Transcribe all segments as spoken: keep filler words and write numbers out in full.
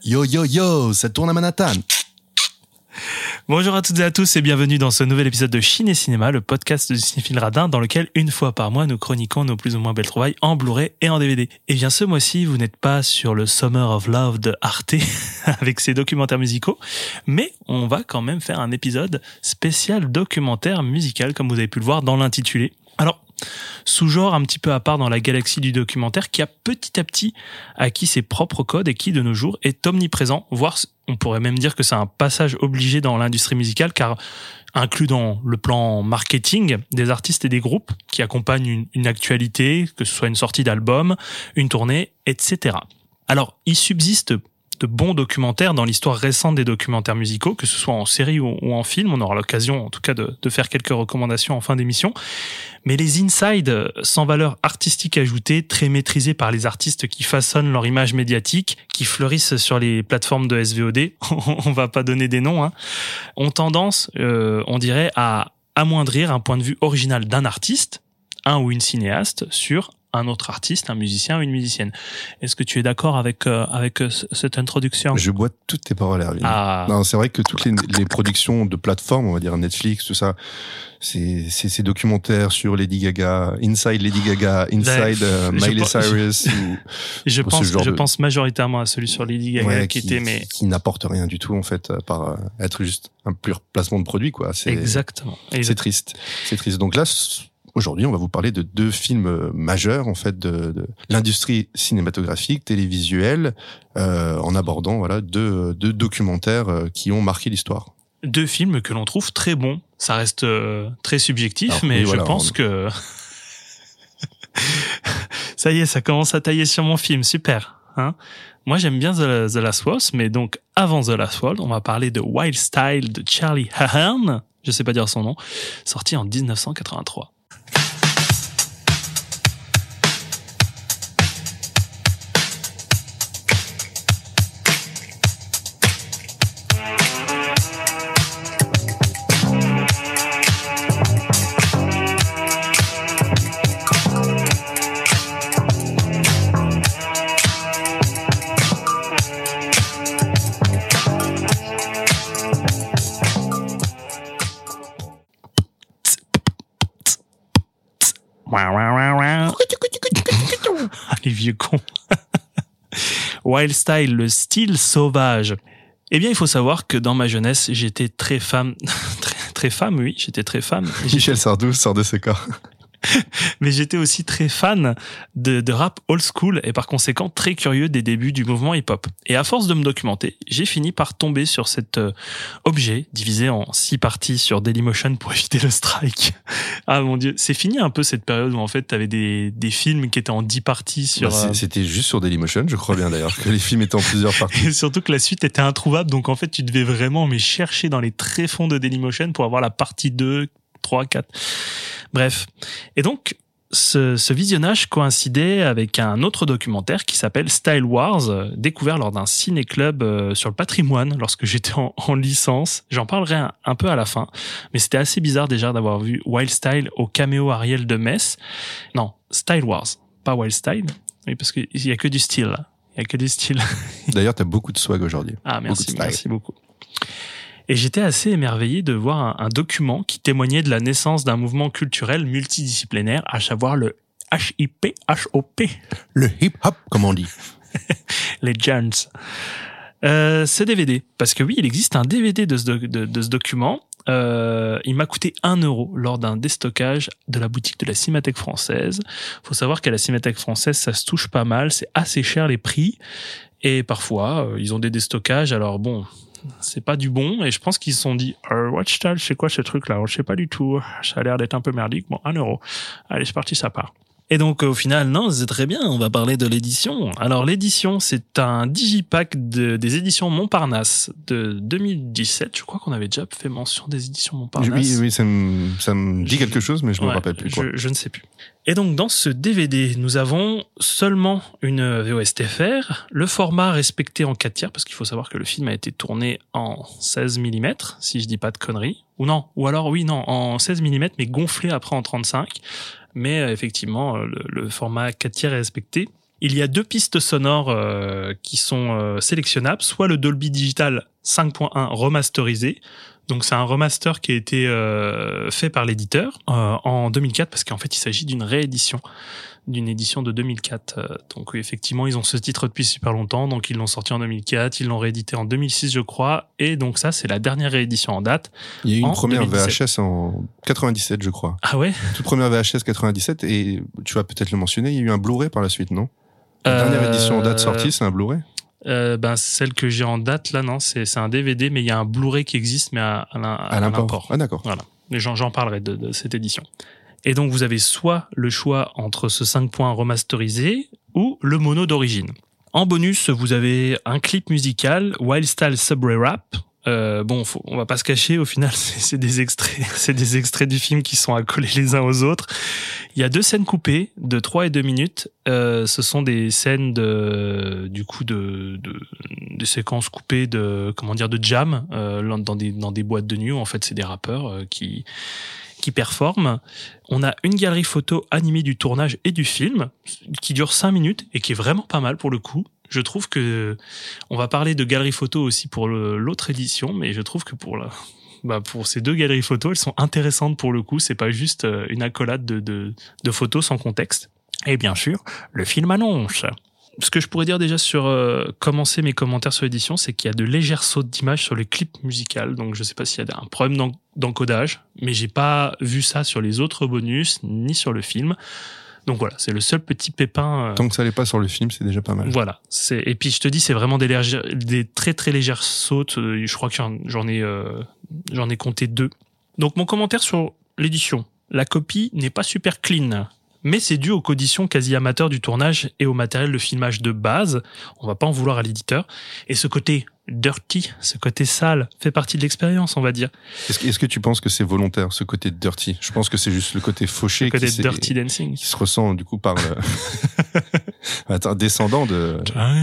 Yo yo yo, ça tourne à Manhattan. Bonjour à toutes et à tous et bienvenue dans ce nouvel épisode de Ciné Cinéma, le podcast du cinéphile radin dans lequel une fois par mois nous chroniquons nos plus ou moins belles trouvailles en Blu-ray et en D V D. Et bien ce mois-ci, vous n'êtes pas sur le Summer of Love de Arte avec ses documentaires musicaux, mais on va quand même faire un épisode spécial documentaire musical comme vous avez pu le voir dans l'intitulé. Alors, sous-genre un petit peu à part dans la galaxie du documentaire qui a petit à petit acquis ses propres codes et qui de nos jours est omniprésent, voire on pourrait même dire que c'est un passage obligé dans l'industrie musicale car inclus dans le plan marketing des artistes et des groupes qui accompagnent une, une actualité, que ce soit une sortie d'album, une tournée, et cetera. Alors, il subsiste de bons documentaires dans l'histoire récente des documentaires musicaux, que ce soit en série ou, ou en film. On aura l'occasion, en tout cas, de, de faire quelques recommandations en fin d'émission. Mais les insides, sans valeur artistique ajoutée, très maîtrisés par les artistes qui façonnent leur image médiatique, qui fleurissent sur les plateformes de S V O D, on va pas donner des noms, hein, ont tendance, euh, on dirait, à amoindrir un point de vue original d'un artiste, un ou une cinéaste, sur un autre artiste, un musicien ou une musicienne. Est-ce que tu es d'accord avec euh, avec euh, cette introduction ? Je bois toutes tes paroles, Erwin. Ah. Non, c'est vrai que toutes les, les productions de plateformes, on va dire Netflix, tout ça, c'est c'est ces documentaires sur Lady Gaga, Inside Lady Gaga, Inside euh, Miley Cyrus. Je, ou, je ou pense, je de... pense majoritairement à celui sur Lady Gaga ouais, qui, qui était mais qui, qui n'apporte rien du tout en fait, à part euh, être juste un pur placement de produit, quoi. C'est exactement. C'est exactement. triste, c'est triste. Donc là. Aujourd'hui, on va vous parler de deux films majeurs en fait de, de l'industrie cinématographique, télévisuelle, euh, en abordant voilà deux, deux documentaires qui ont marqué l'histoire. Deux films que l'on trouve très bons. Ça reste euh, très subjectif, Alors, mais oui, voilà, je pense on... que ça y est, ça commence à tailler sur mon film. Super, hein. Moi, j'aime bien The, The Last Waltz, mais donc avant The Last Waltz, on va parler de Wild Style de Charlie Ahern, je sais pas dire son nom, sorti en dix-neuf cent quatre-vingt-trois. Les vieux cons. Wild Style, le style sauvage. Eh bien, il faut savoir que dans ma jeunesse, j'étais très femme, très, très femme, oui, j'étais très femme. Michel Sardou sort de ce corps. Mais j'étais aussi très fan de, de rap old school et par conséquent très curieux des débuts du mouvement hip-hop. Et à force de me documenter, j'ai fini par tomber sur cet euh, objet divisé en six parties sur Dailymotion pour éviter le strike. Ah mon Dieu, c'est fini un peu cette période où en fait t'avais des, des films qui étaient en dix parties sur... Bah, c'était juste sur Dailymotion, je crois bien d'ailleurs, que les films étaient en plusieurs parties. Et surtout que la suite était introuvable, donc en fait tu devais vraiment mais chercher dans les tréfonds de Dailymotion pour avoir la partie deux, trois, quatre... Bref. Et donc, ce, ce visionnage coïncidait avec un autre documentaire qui s'appelle Style Wars, euh, découvert lors d'un ciné-club euh, sur le patrimoine lorsque j'étais en, en licence. J'en parlerai un, un peu à la fin, mais c'était assez bizarre déjà d'avoir vu Wild Style au caméo Ariel de Metz. Non, Style Wars, pas Wild Style, oui, parce qu'il y a que du style là. Il y a que du style. D'ailleurs, t'as beaucoup de swag aujourd'hui. Ah, merci, merci beaucoup. Et j'étais assez émerveillé de voir un, un document qui témoignait de la naissance d'un mouvement culturel multidisciplinaire, à savoir le H I P H O P. Le hip-hop, comme on dit. Les Jones. Euh, ce D V D, parce que oui, il existe un D V D de ce, de, de ce document. Euh, il m'a coûté un euro lors d'un déstockage de la boutique de la Cinémathèque française. Faut savoir qu'à la Cinémathèque française, ça se touche pas mal, c'est assez cher les prix. Et parfois, euh, ils ont des déstockages, alors bon... c'est pas du bon, et je pense qu'ils se sont dit euh, Watch Style, c'est quoi ce truc là, je sais pas du tout, ça a l'air d'être un peu merdique. Bon, un euro, allez, c'est parti, ça part. Et donc au final, non, c'est très bien, on va parler de l'édition. Alors l'édition, c'est un digipack de, des éditions Montparnasse de deux mille dix-sept. Je crois qu'on avait déjà fait mention des éditions Montparnasse. Oui, oui, ça me, ça me dit quelque chose, mais je me ouais, rappelle plus. Quoi. Je, je ne sais plus. Et donc dans ce D V D, nous avons seulement une V O S T F R, le format respecté en quatre tiers, parce qu'il faut savoir que le film a été tourné en seize millimètres, si je dis pas de conneries. Ou non, ou alors oui, non, en seize millimètres, mais gonflé après en trente-cinq. Mais euh, effectivement, le, le format quatre tiers est respecté. Il y a deux pistes sonores euh, qui sont euh, sélectionnables, soit le Dolby Digital cinq point un remasterisé. Donc c'est un remaster qui a été euh, fait par l'éditeur euh, en deux mille quatre, parce qu'en fait il s'agit d'une réédition, d'une édition de deux mille quatre. Euh, donc oui, effectivement, ils ont ce titre depuis super longtemps, donc ils l'ont sorti en deux mille quatre, ils l'ont réédité en deux mille six je crois, et donc ça c'est la dernière réédition en date. Il y a eu une en première deux mille dix-sept. V H S en quatre-vingt-dix-sept je crois. Ah ouais. Toute première V H S quatre-vingt-dix-sept, et tu vas peut-être le mentionner, il y a eu un Blu-ray par la suite, non? La Euh... dernière édition en date sortie, c'est un Blu-ray? Euh, ben celle que j'ai en date là, non, c'est c'est un D V D, mais il y a un Blu-ray qui existe, mais à, à, à, à l'import. Ah d'accord. Voilà. Mais j'en j'en parlerai de, de cette édition. Et donc vous avez soit le choix entre ce cinq points remasterisé ou le mono d'origine. En bonus, vous avez un clip musical, Wild Style Subway Rap. Euh, bon, faut, on va pas se cacher, au final, c'est, c'est des extraits, c'est des extraits du film qui sont accolés les uns aux autres. Il y a deux scènes coupées de trois et deux minutes. Euh, ce sont des scènes de, du coup, de, de, de séquences coupées de, comment dire, de jam, euh, dans des, dans des boîtes de nuit où, en fait, c'est des rappeurs euh, qui, qui performent. On a une galerie photo animée du tournage et du film qui dure cinq minutes et qui est vraiment pas mal pour le coup. Je trouve que on va parler de galeries photo aussi pour le, l'autre édition, mais je trouve que pour la, bah pour ces deux galeries photos, elles sont intéressantes pour le coup. C'est pas juste une accolade de, de, de photos sans contexte. Et bien sûr, le film annonce. Ce que je pourrais dire déjà sur euh, commencer mes commentaires sur l'édition, c'est qu'il y a de légères sautes d'images sur les clips musicales. Donc je sais pas s'il y a un problème d'en- d'encodage, mais j'ai pas vu ça sur les autres bonus ni sur le film. Donc voilà, c'est le seul petit pépin. Euh... Tant que ça n'est pas sur le film, c'est déjà pas mal. Voilà. C'est... Et puis je te dis, c'est vraiment des, légères... des très très légères sautes. Je crois que j'en, j'en ai euh... j'en ai compté deux. Donc mon commentaire sur l'édition. La copie n'est pas super clean, mais c'est dû aux conditions quasi amateurs du tournage et au matériel de filmage de base. On va pas en vouloir à l'éditeur. Et ce côté dirty, ce côté sale, fait partie de l'expérience, on va dire. Est-ce que, est-ce que tu penses que c'est volontaire, ce côté dirty? Je pense que c'est juste le côté fauché, le côté qui, dirty dancing, qui se ressent du coup par le Attends, descendant de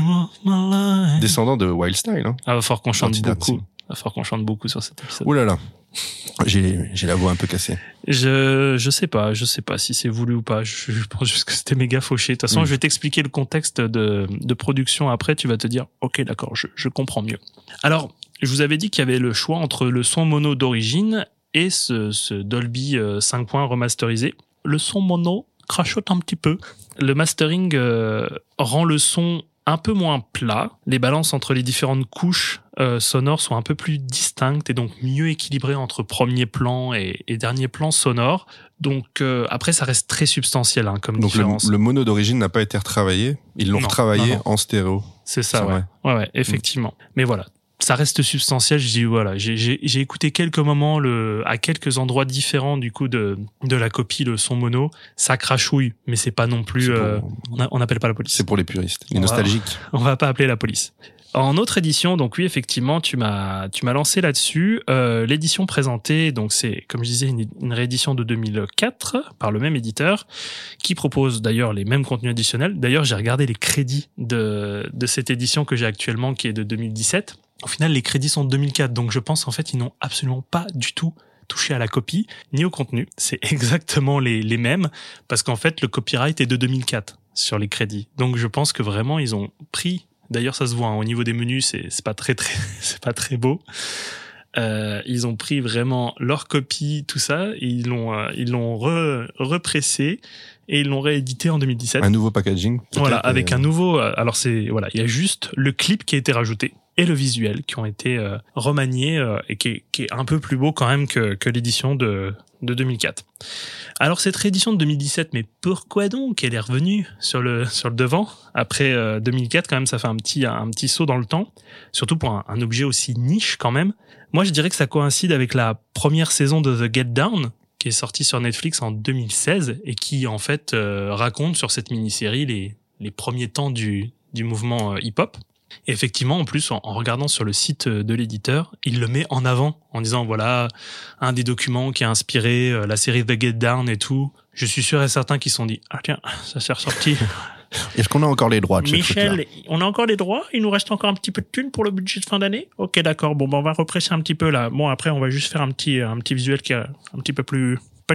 descendant de Wild Style. Hein. Ah, va falloir qu'on chante Dirty beaucoup. dancing. Va falloir qu'on chante beaucoup sur cet épisode. Ouh là là. J'ai, j'ai la voix un peu cassée. Je, je sais pas, je sais pas si c'est voulu ou pas. Je, je pense juste que c'était méga fauché. De toute façon, mmh. je vais t'expliquer le contexte de, de production après. Tu vas te dire, ok, d'accord, je, je comprends mieux. Alors, je vous avais dit qu'il y avait le choix entre le son mono d'origine et ce, ce Dolby cinq points remasterisé. Le son mono crachote un petit peu. Le mastering euh, rend le son un peu moins plat. Les balances entre les différentes couches euh, sonores sont un peu plus distinctes et donc mieux équilibrées entre premier plan et, et dernier plan sonore. Donc euh, après, ça reste très substantiel hein, comme donc différence. Le, le mono d'origine n'a pas été retravaillé. Ils l'ont non, retravaillé non, non. en stéréo. C'est ça, c'est ouais. ouais, ouais, effectivement. Mmh. Mais voilà. Ça reste substantiel. Je dis voilà, j'ai, j'ai, j'ai écouté quelques moments le, à quelques endroits différents du coup de de la copie le son mono. Ça crachouille, mais c'est pas non plus. Pour, euh, on n'appelle pas la police. C'est pour les puristes, les nostalgiques. On va, on va pas appeler la police. En autre édition, donc oui, effectivement, tu m'as tu m'as lancé là-dessus. Euh, l'édition présentée, donc c'est comme je disais une, une réédition de deux mille quatre par le même éditeur, qui propose d'ailleurs les mêmes contenus additionnels. D'ailleurs, j'ai regardé les crédits de de cette édition que j'ai actuellement, qui est de deux mille dix-sept. Au final, les crédits sont de deux mille quatre, donc je pense en fait ils n'ont absolument pas du tout touché à la copie ni au contenu. C'est exactement les les mêmes parce qu'en fait le copyright est de deux mille quatre sur les crédits. Donc je pense que vraiment ils ont pris. D'ailleurs, ça se voit hein, au niveau des menus, c'est c'est pas très très c'est pas très beau. Euh, ils ont pris vraiment leur copie, tout ça, et ils l'ont euh, ils l'ont re, repressé et ils l'ont réédité en deux mille dix-sept. Un nouveau packaging. Voilà, avec euh... un nouveau. Alors c'est voilà, il y a juste le clip qui a été rajouté et le visuel qui ont été euh, remaniés euh, et qui est, qui est un peu plus beau quand même que que l'édition de de deux mille quatre. Alors cette réédition de deux mille dix-sept, mais pourquoi donc elle est revenue sur le sur le devant après euh, deux mille quatre quand même, ça fait un petit un petit saut dans le temps, surtout pour un, un objet aussi niche quand même. Moi je dirais que ça coïncide avec la première saison de The Get Down qui est sortie sur Netflix en deux mille seize et qui en fait euh, raconte sur cette mini-série les les premiers temps du du mouvement euh, hip-hop. Et effectivement, en plus, en, en regardant sur le site de l'éditeur, il le met en avant en disant voilà un des documents qui a inspiré euh, la série The Get Down et tout. Je suis sûr et certain qu'ils se sont dit ah tiens ça s'est ressorti. Est-ce qu'on a encore les droits de Michel, on a encore les droits. Il nous reste encore un petit peu de thunes pour le budget de fin d'année. Ok d'accord. Bon ben on va represser un petit peu là. Bon après on va juste faire un petit un petit visuel qui est un petit peu plus punchy.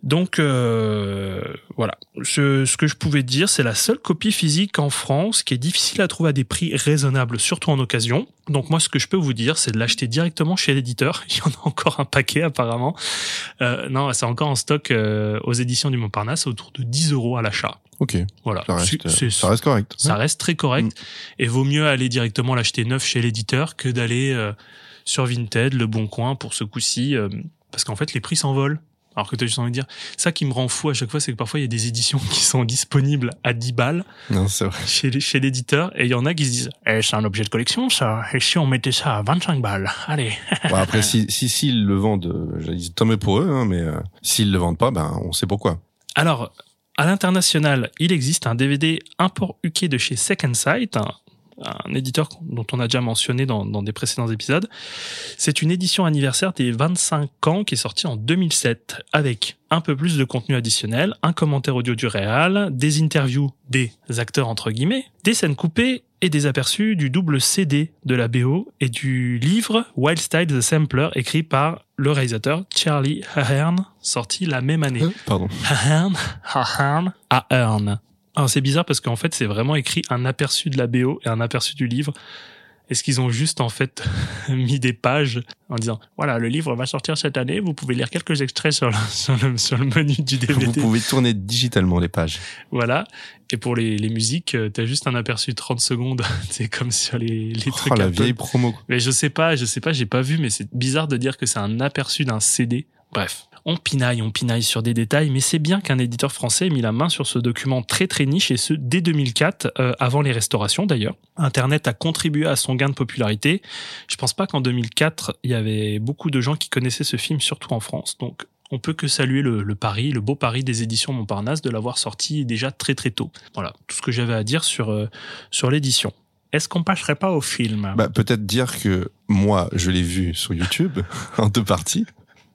Donc euh, voilà, ce, ce que je pouvais dire, c'est la seule copie physique en France qui est difficile à trouver à des prix raisonnables, surtout en occasion. Donc moi, ce que je peux vous dire, c'est de l'acheter directement chez l'éditeur. Il y en a encore un paquet apparemment. Euh, non, c'est encore en stock euh, aux éditions du Montparnasse, autour de dix euros à l'achat. Ok. Voilà. Ça reste, c'est, c'est, ça reste correct. Ça ouais. reste très correct. Mm. Et vaut mieux aller directement l'acheter neuf chez l'éditeur que d'aller euh, sur Vinted, Le Bon Coin pour ce coup-ci, euh, parce qu'en fait les prix s'envolent. Alors que tu as juste envie de dire, ça qui me rend fou à chaque fois, c'est que parfois il y a des éditions qui sont disponibles à dix balles non, c'est vrai. Chez, chez l'éditeur, et il y en a qui se disent eh, c'est un objet de collection ça, et si on mettait ça à vingt-cinq balles, allez. Bon, après, si, si, s'ils le vendent, je dis tant mieux pour eux, hein, mais euh, s'ils le vendent pas, ben, on sait pourquoi. Alors, à l'international, il existe un D V D import U K de chez Second Sight, un, un éditeur dont on a déjà mentionné dans, dans des précédents épisodes. C'est une édition anniversaire des vingt-cinq ans qui est sortie en deux mille sept, avec un peu plus de contenu additionnel, un commentaire audio du réal, des interviews des acteurs entre guillemets, des scènes coupées et des aperçus du double C D de la B O et du livre Wild Style the Sampler, écrit par le réalisateur Charlie Ahern, sorti la même année. Euh, pardon. Ahern, Ahern, Ahern. Alors c'est bizarre parce qu'en fait c'est vraiment écrit un aperçu de la B O et un aperçu du livre. Est-ce qu'ils ont juste en fait mis des pages en disant voilà, le livre va sortir cette année, vous pouvez lire quelques extraits sur le, sur le, sur le menu du D V D. Vous pouvez tourner digitalement les pages. Voilà. Et pour les, les musiques, t'as juste un aperçu de trente secondes. C'est comme sur les, les oh, trucs. la un vieille peu... promo. Mais je sais pas, je sais pas, j'ai pas vu, mais c'est bizarre de dire que c'est un aperçu d'un C D. Bref. On pinaille, on pinaille sur des détails, mais c'est bien qu'un éditeur français ait mis la main sur ce document très très niche, et ce dès deux mille quatre, euh, avant les restaurations d'ailleurs. Internet a contribué à son gain de popularité. Je pense pas qu'en deux mille quatre, il y avait beaucoup de gens qui connaissaient ce film, surtout en France. Donc on peut que saluer le, le pari, le beau pari des éditions Montparnasse de l'avoir sorti déjà très très tôt. Voilà, tout ce que j'avais à dire sur, euh, sur l'édition. Est-ce qu'on passerait pas au film ? Bah, peut-être dire que moi, je l'ai vu sur YouTube, en deux parties.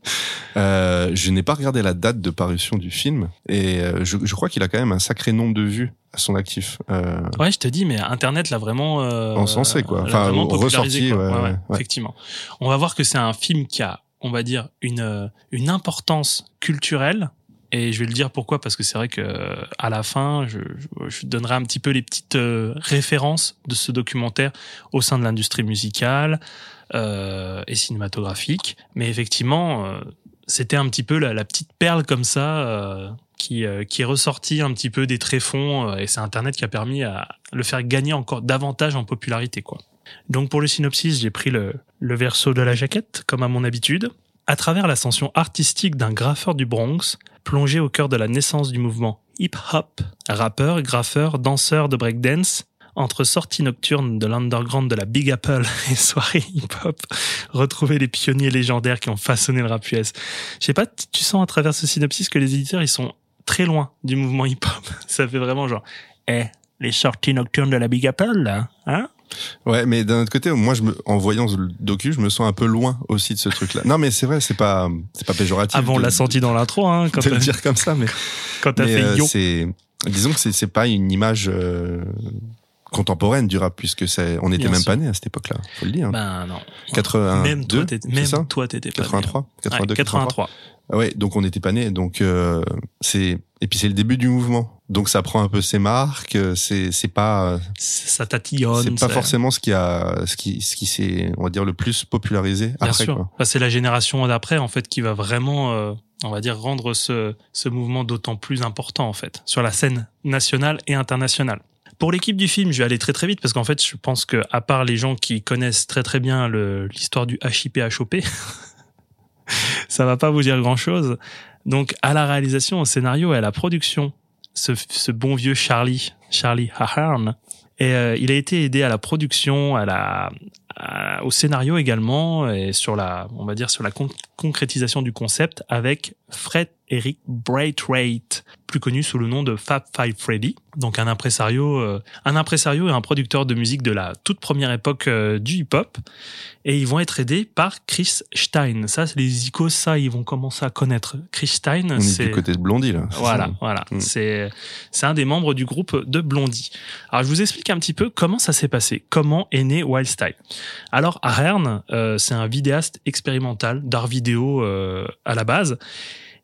Euh, je n'ai pas regardé la date de parution du film, et euh, je, je crois qu'il a quand même un sacré nombre de vues à son actif. Euh... Ouais, je te dis, mais Internet l'a vraiment euh, encensé, quoi. Enfin, ressorti, quoi. Ouais, ouais, ouais, ouais. Effectivement. On va voir que c'est un film qui a, on va dire, une une importance culturelle. Et je vais le dire pourquoi, parce que c'est vrai que à la fin, je, je, je donnerai un petit peu les petites euh, références de ce documentaire au sein de l'industrie musicale euh, et cinématographique. Mais effectivement, euh, c'était un petit peu la, la petite perle comme ça euh, qui, euh, qui est ressortie un petit peu des tréfonds. Euh, et c'est Internet qui a permis à le faire gagner encore davantage en popularité, quoi. Donc pour le synopsis, j'ai pris le, le verso de la jaquette, comme à mon habitude. À travers l'ascension artistique d'un graffeur du Bronx, plongé au cœur de la naissance du mouvement hip-hop, rappeur, graffeur, danseur de breakdance, entre sorties nocturnes de l'underground de la Big Apple et soirées hip-hop, retrouver les pionniers légendaires qui ont façonné le rap U S. Je sais pas, tu sens à travers ce synopsis que les éditeurs, ils sont très loin du mouvement hip-hop. Ça fait vraiment genre, eh, les sorties nocturnes de la Big Apple, là, hein? Ouais, mais d'un autre côté, moi, je me, en voyant le docu, je me sens un peu loin aussi de ce truc-là. Non, mais c'est vrai, c'est pas, c'est pas péjoratif. Avant, on de, l'a senti dans l'intro, hein, quand de le dire comme ça, mais quand t'as mais, fait euh, yo. C'est, disons que c'est, c'est pas une image euh, contemporaine du rap, puisque c'est, on n'était Bien même sûr. pas nés à cette époque-là. Faut le dire. Ben non. quatre-vingt-deux, même toi, t'étais, même ça toi, t'étais pas quatre-vingt-trois, né. quatre-vingt-deux, Ouais, quatre-vingt-trois. Ouais, donc on n'était pas nés. Donc euh, c'est, et puis c'est le début du mouvement. Donc ça prend un peu ses marques. C'est, c'est pas, Ça tatillonne. c'est pas ça... forcément ce qui a, ce qui, ce qui s'est, on va dire, le plus popularisé Bien après, sûr. quoi. Bah, c'est la génération d'après, en fait, qui va vraiment, euh, on va dire, rendre ce, ce mouvement d'autant plus important, en fait, sur la scène nationale et internationale. Pour l'équipe du film, je vais aller très très vite parce qu'en fait, je pense que à part les gens qui connaissent très très bien le, l'histoire du H I P H O P, ça va pas vous dire grand chose. Donc, à la réalisation, au scénario et à la production, ce, ce bon vieux Charlie, Charlie Ahern, et euh, il a été aidé à la production, à la, à, au scénario également, et sur la, on va dire sur la con- concrétisation du concept avec Fred Eric Braithwaite, plus connu sous le nom de Fab Five Freddy, donc un impresario, euh, un impresario et un producteur de musique de la toute première époque euh, du hip-hop. Et ils vont être aidés par Chris Stein. Ça, c'est les icônes, ça, ils vont commencer à connaître. Chris Stein, On c'est... est du côté de Blondie, là. Voilà, Ça. voilà. Mm. C'est, c'est un des membres du groupe de Blondie. Alors, je vous explique un petit peu comment ça s'est passé. Comment est né Wild Style. Alors, Ahern, euh, c'est un vidéaste expérimental d'art vidéo euh, à la base.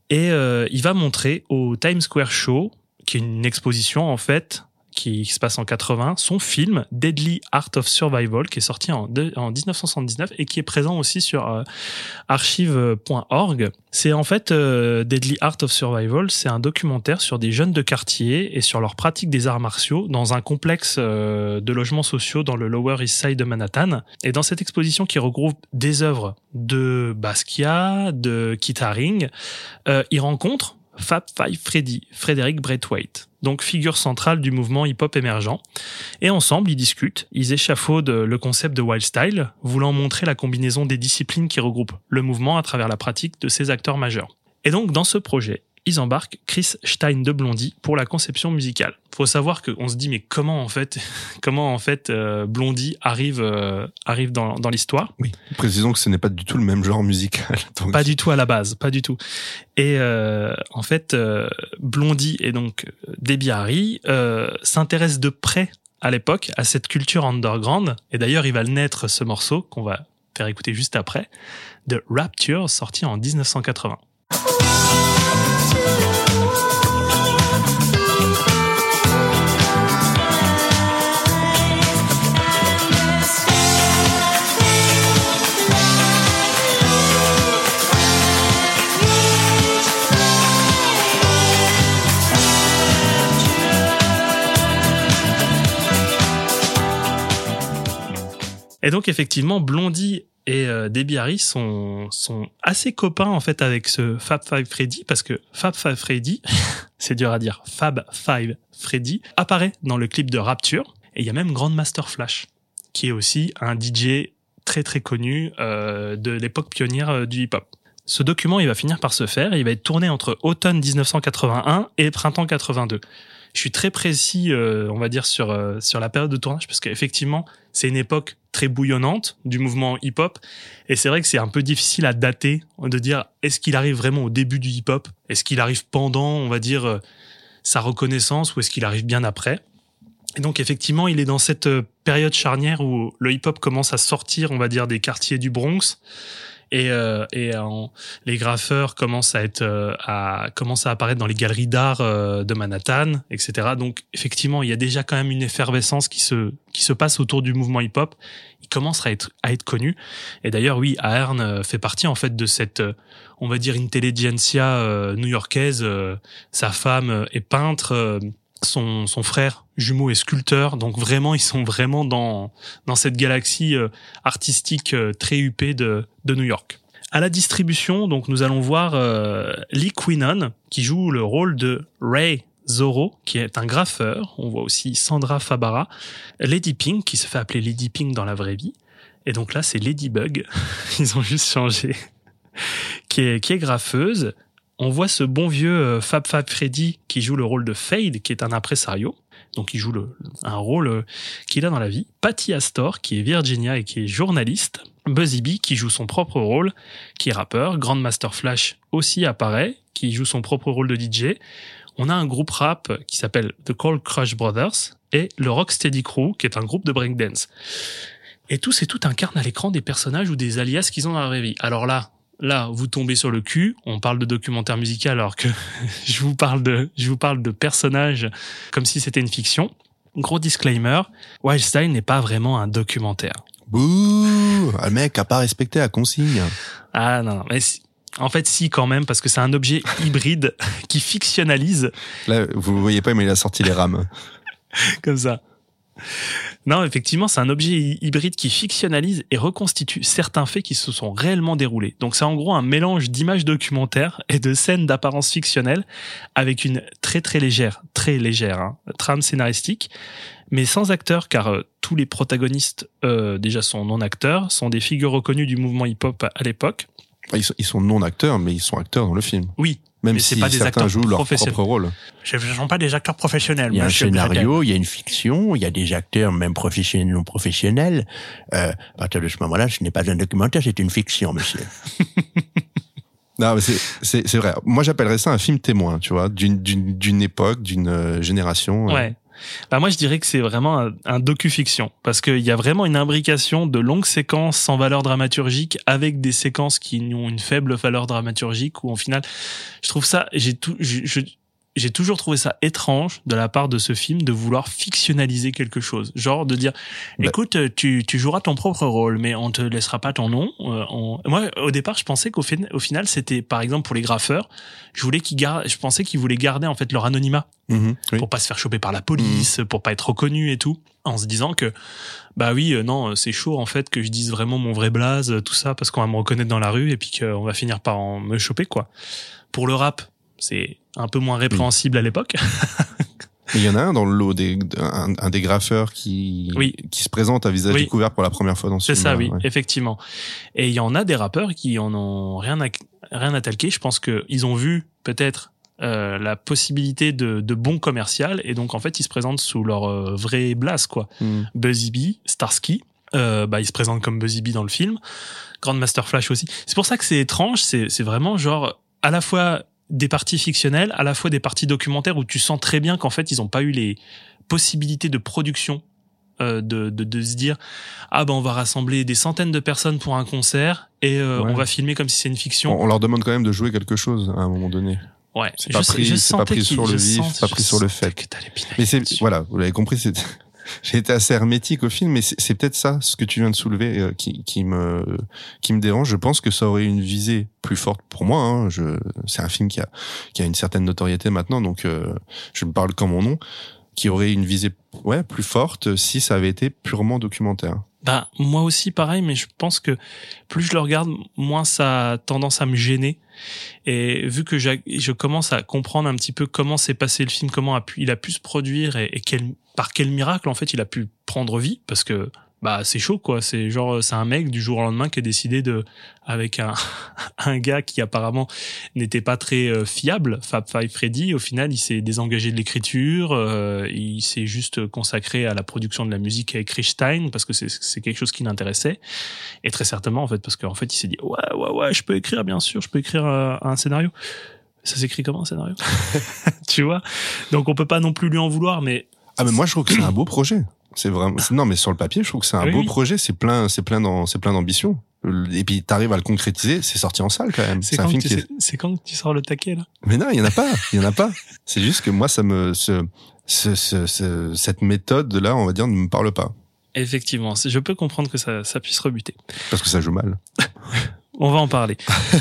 Et euh, il va montrer au Times Square Show, qui est une exposition en fait, qui se passe en quatre-vingts, son film Deadly Art of Survival, qui est sorti en, de, en dix-neuf cent soixante-dix-neuf et qui est présent aussi sur euh, archive point org. C'est en fait euh, Deadly Art of Survival, c'est un documentaire sur des jeunes de quartier et sur leur pratique des arts martiaux dans un complexe euh, de logements sociaux dans le Lower East Side de Manhattan. Et dans cette exposition qui regroupe des œuvres de Basquiat, de Kit Haring, euh, ils rencontrent Fab Five Freddy, Frederick Braithwaite, donc figure centrale du mouvement hip-hop émergent. Et ensemble, ils discutent, ils échafaudent le concept de Wild Style, voulant montrer la combinaison des disciplines qui regroupent le mouvement à travers la pratique de ces acteurs majeurs. Et donc, dans ce projet, ils embarquent Chris Stein de Blondie pour la conception musicale. Faut savoir qu'on se dit, mais comment en fait, comment en fait euh, Blondie arrive, euh, arrive dans, dans l'histoire? Oui, précisons que ce n'est pas du tout le même genre musical. Donc... Pas du tout à la base, pas du tout. Et euh, en fait, euh, Blondie et donc Debbie Harry euh, s'intéressent de près à l'époque à cette culture underground. Et d'ailleurs, il va naître ce morceau qu'on va faire écouter juste après, de Rapture, sorti en dix-neuf cent quatre-vingts. Et donc effectivement, Blondie et euh, Debbie Harry sont sont assez copains en fait avec ce Fab Five Freddy, parce que Fab Five Freddy, c'est dur à dire, Fab Five Freddy apparaît dans le clip de Rapture, et il y a même Grandmaster Flash, qui est aussi un D J très très connu euh, de l'époque pionnière euh, du hip-hop. Ce document, il va finir par se faire, et il va être tourné entre automne dix-neuf cent quatre-vingt-un et printemps quatre-vingt-deux. Je suis très précis, euh, on va dire, sur euh, sur la période de tournage, parce qu'effectivement, c'est une époque très bouillonnante du mouvement hip-hop, et c'est vrai que c'est un peu difficile à dater, de dire est-ce qu'il arrive vraiment au début du hip-hop, est-ce qu'il arrive pendant, on va dire, euh, sa reconnaissance, ou est-ce qu'il arrive bien après. Et donc effectivement, il est dans cette période charnière où le hip-hop commence à sortir, on va dire, des quartiers du Bronx, et euh, et en, les graffeurs commencent à être euh, à commencent à apparaître dans les galeries d'art euh, de Manhattan, et cetera. Donc effectivement, il y a déjà quand même une effervescence qui se qui se passe autour du mouvement hip-hop. Il commence à être à être connu. Et d'ailleurs, oui, Ahern fait partie en fait de cette, on va dire, intelligentsia euh, new-yorkaise. Euh, sa femme est peintre. Euh, Son, son frère jumeau est sculpteur, donc vraiment ils sont vraiment dans dans cette galaxie euh, artistique euh, très huppée de de New York. À la distribution, donc nous allons voir euh, Lee Quinnon qui joue le rôle de Ray Zorro, qui est un graffeur. On voit aussi Sandra Fabara, Lady Pink qui se fait appeler Lady Pink dans la vraie vie, et donc là c'est Ladybug. Ils ont juste changé, qui est qui est graffeuse. On voit ce bon vieux Fab Five Freddy qui joue le rôle de Fade, qui est un impresario. Donc, il joue le, un rôle qu'il a dans la vie. Patty Astor, qui est Virginia et qui est journaliste. Buzzy B, qui joue son propre rôle, qui est rappeur. Grandmaster Flash aussi apparaît, qui joue son propre rôle de D J. On a un groupe rap qui s'appelle The Cold Crush Brothers et le Rocksteady Crew, qui est un groupe de breakdance. Et tous et toutes incarnent à l'écran des personnages ou des alias qu'ils ont dans la vraie vie. Alors là, Là, vous tombez sur le cul. On parle de documentaire musical alors que je vous parle de, je vous parle de personnages comme si c'était une fiction. Gros disclaimer, Wild Style n'est pas vraiment un documentaire. Bouh, le mec a pas respecté la consigne. Ah non, non, mais si, en fait si quand même, parce que c'est un objet hybride qui fictionnalise. Là, vous le voyez pas, mais il a sorti les rames. Comme ça. Non, effectivement, c'est un objet hybride qui fictionnalise et reconstitue certains faits qui se sont réellement déroulés. Donc c'est en gros un mélange d'images documentaires et de scènes d'apparence fictionnelle avec une très très légère, très légère hein, trame scénaristique, mais sans acteurs, car euh, tous les protagonistes euh, déjà sont non-acteurs, sont des figures reconnues du mouvement hip-hop à l'époque. Ils sont, ils sont non-acteurs, mais ils sont acteurs dans le film. Oui. Même mais si c'est pas des certains acteurs jouent leur propre rôle. Ce ne sont pas des acteurs professionnels. Il y a un scénario, Bredel. Il y a une fiction, il y a des acteurs même professionnels, non professionnels. Euh, à partir de ce moment-là, ce n'est pas un documentaire, c'est une fiction, monsieur. Non, mais c'est, c'est, c'est vrai. Moi, j'appellerais ça un film témoin, tu vois, d'une, d'une, d'une époque, d'une euh, génération. Ouais. Bah moi je dirais que c'est vraiment un, un docu-fiction parce qu'il y a vraiment une imbrication de longues séquences sans valeur dramaturgique avec des séquences qui ont une faible valeur dramaturgique où au final je trouve ça j'ai tout je, je j'ai toujours trouvé ça étrange de la part de ce film de vouloir fictionnaliser quelque chose. Genre de dire, écoute, tu, tu joueras ton propre rôle, mais on te laissera pas ton nom. Euh, on... Moi, au départ, je pensais qu'au fin... au final, c'était, par exemple, pour les graffeurs, je voulais qu'ils gardent, je pensais qu'ils voulaient garder, en fait, leur anonymat. Mmh, oui. Pour pas se faire choper par la police, mmh. pour pas être reconnu et tout. En se disant que, bah oui, euh, non, c'est chaud, en fait, que je dise vraiment mon vrai blaze, tout ça, parce qu'on va me reconnaître dans la rue et puis qu'on va finir par en me choper, quoi. Pour le rap, c'est un peu moins répréhensible oui. à l'époque. Il y en a un dans le lot, des, un, un des graffeurs qui, oui. qui se présente à visage oui. découvert pour la première fois dans ce film. C'est ça, oui, ouais. effectivement. Et il y en a des rappeurs qui en ont rien à, rien à talquer. Je pense qu'ils ont vu peut-être euh, la possibilité de, de bon commercial et donc en fait ils se présentent sous leur euh, vrai blase, quoi. Mm. Buzzy B, Starsky, euh, bah ils se présentent comme Buzzy B dans le film. Grandmaster Flash aussi. C'est pour ça que c'est étrange. C'est, c'est vraiment genre à la fois des parties fictionnelles, à la fois des parties documentaires où tu sens très bien qu'en fait ils ont pas eu les possibilités de production euh, de, de de se dire ah ben on va rassembler des centaines de personnes pour un concert et euh, ouais. on va filmer comme si c'est une fiction. On leur demande quand même de jouer quelque chose à un moment donné. Ouais, c'est pas je, pris, je c'est pas pris sur le vif, c'est pas pris sur le fait. Que mais c'est voilà, vous l'avez compris, c'est j'ai été assez hermétique au film, mais c'est, c'est peut-être ça, ce que tu viens de soulever, euh, qui, qui me, qui me dérange. Je pense que ça aurait une visée plus forte pour moi. Hein. Je, c'est un film qui a, qui a une certaine notoriété maintenant, donc euh, je me parle comme mon nom, qui aurait une visée, ouais, plus forte si ça avait été purement documentaire. Bah moi aussi pareil, mais je pense que plus je le regarde, moins ça a tendance à me gêner. Et vu que je commence à comprendre un petit peu comment s'est passé le film, comment a pu, il a pu se produire et, et quel, par quel miracle en fait il a pu prendre vie, parce que bah c'est chaud quoi, c'est genre c'est un mec du jour au lendemain qui a décidé de avec un un gars qui apparemment n'était pas très euh, fiable, Fab Five Freddy, au final il s'est désengagé de l'écriture, euh, il s'est juste consacré à la production de la musique avec Rich Stein parce que c'est c'est quelque chose qui l'intéressait et très certainement en fait parce qu'en fait il s'est dit ouais ouais ouais je peux écrire bien sûr, je peux écrire euh, un scénario. Ça s'écrit comment un scénario? Tu vois? Donc on peut pas non plus lui en vouloir, mais ah mais moi je trouve que c'est un beau projet. C'est vraiment, c'est, non, mais sur le papier, je trouve que c'est un oui, beau oui. projet, c'est plein, c'est plein d'am, c'est plein d'ambition. Et puis, t'arrives à le concrétiser, c'est sorti en salle, quand même. C'est, c'est un film qui sais, est... c'est quand que tu sors le taquet, là? Mais non, il y en a pas, il y en a pas. C'est juste que moi, ça me, ce, ce, ce, ce cette méthode-là, on va dire, ne me parle pas. Effectivement. Je peux comprendre que ça, ça puisse rebuter. Parce que ça joue mal. On va en parler.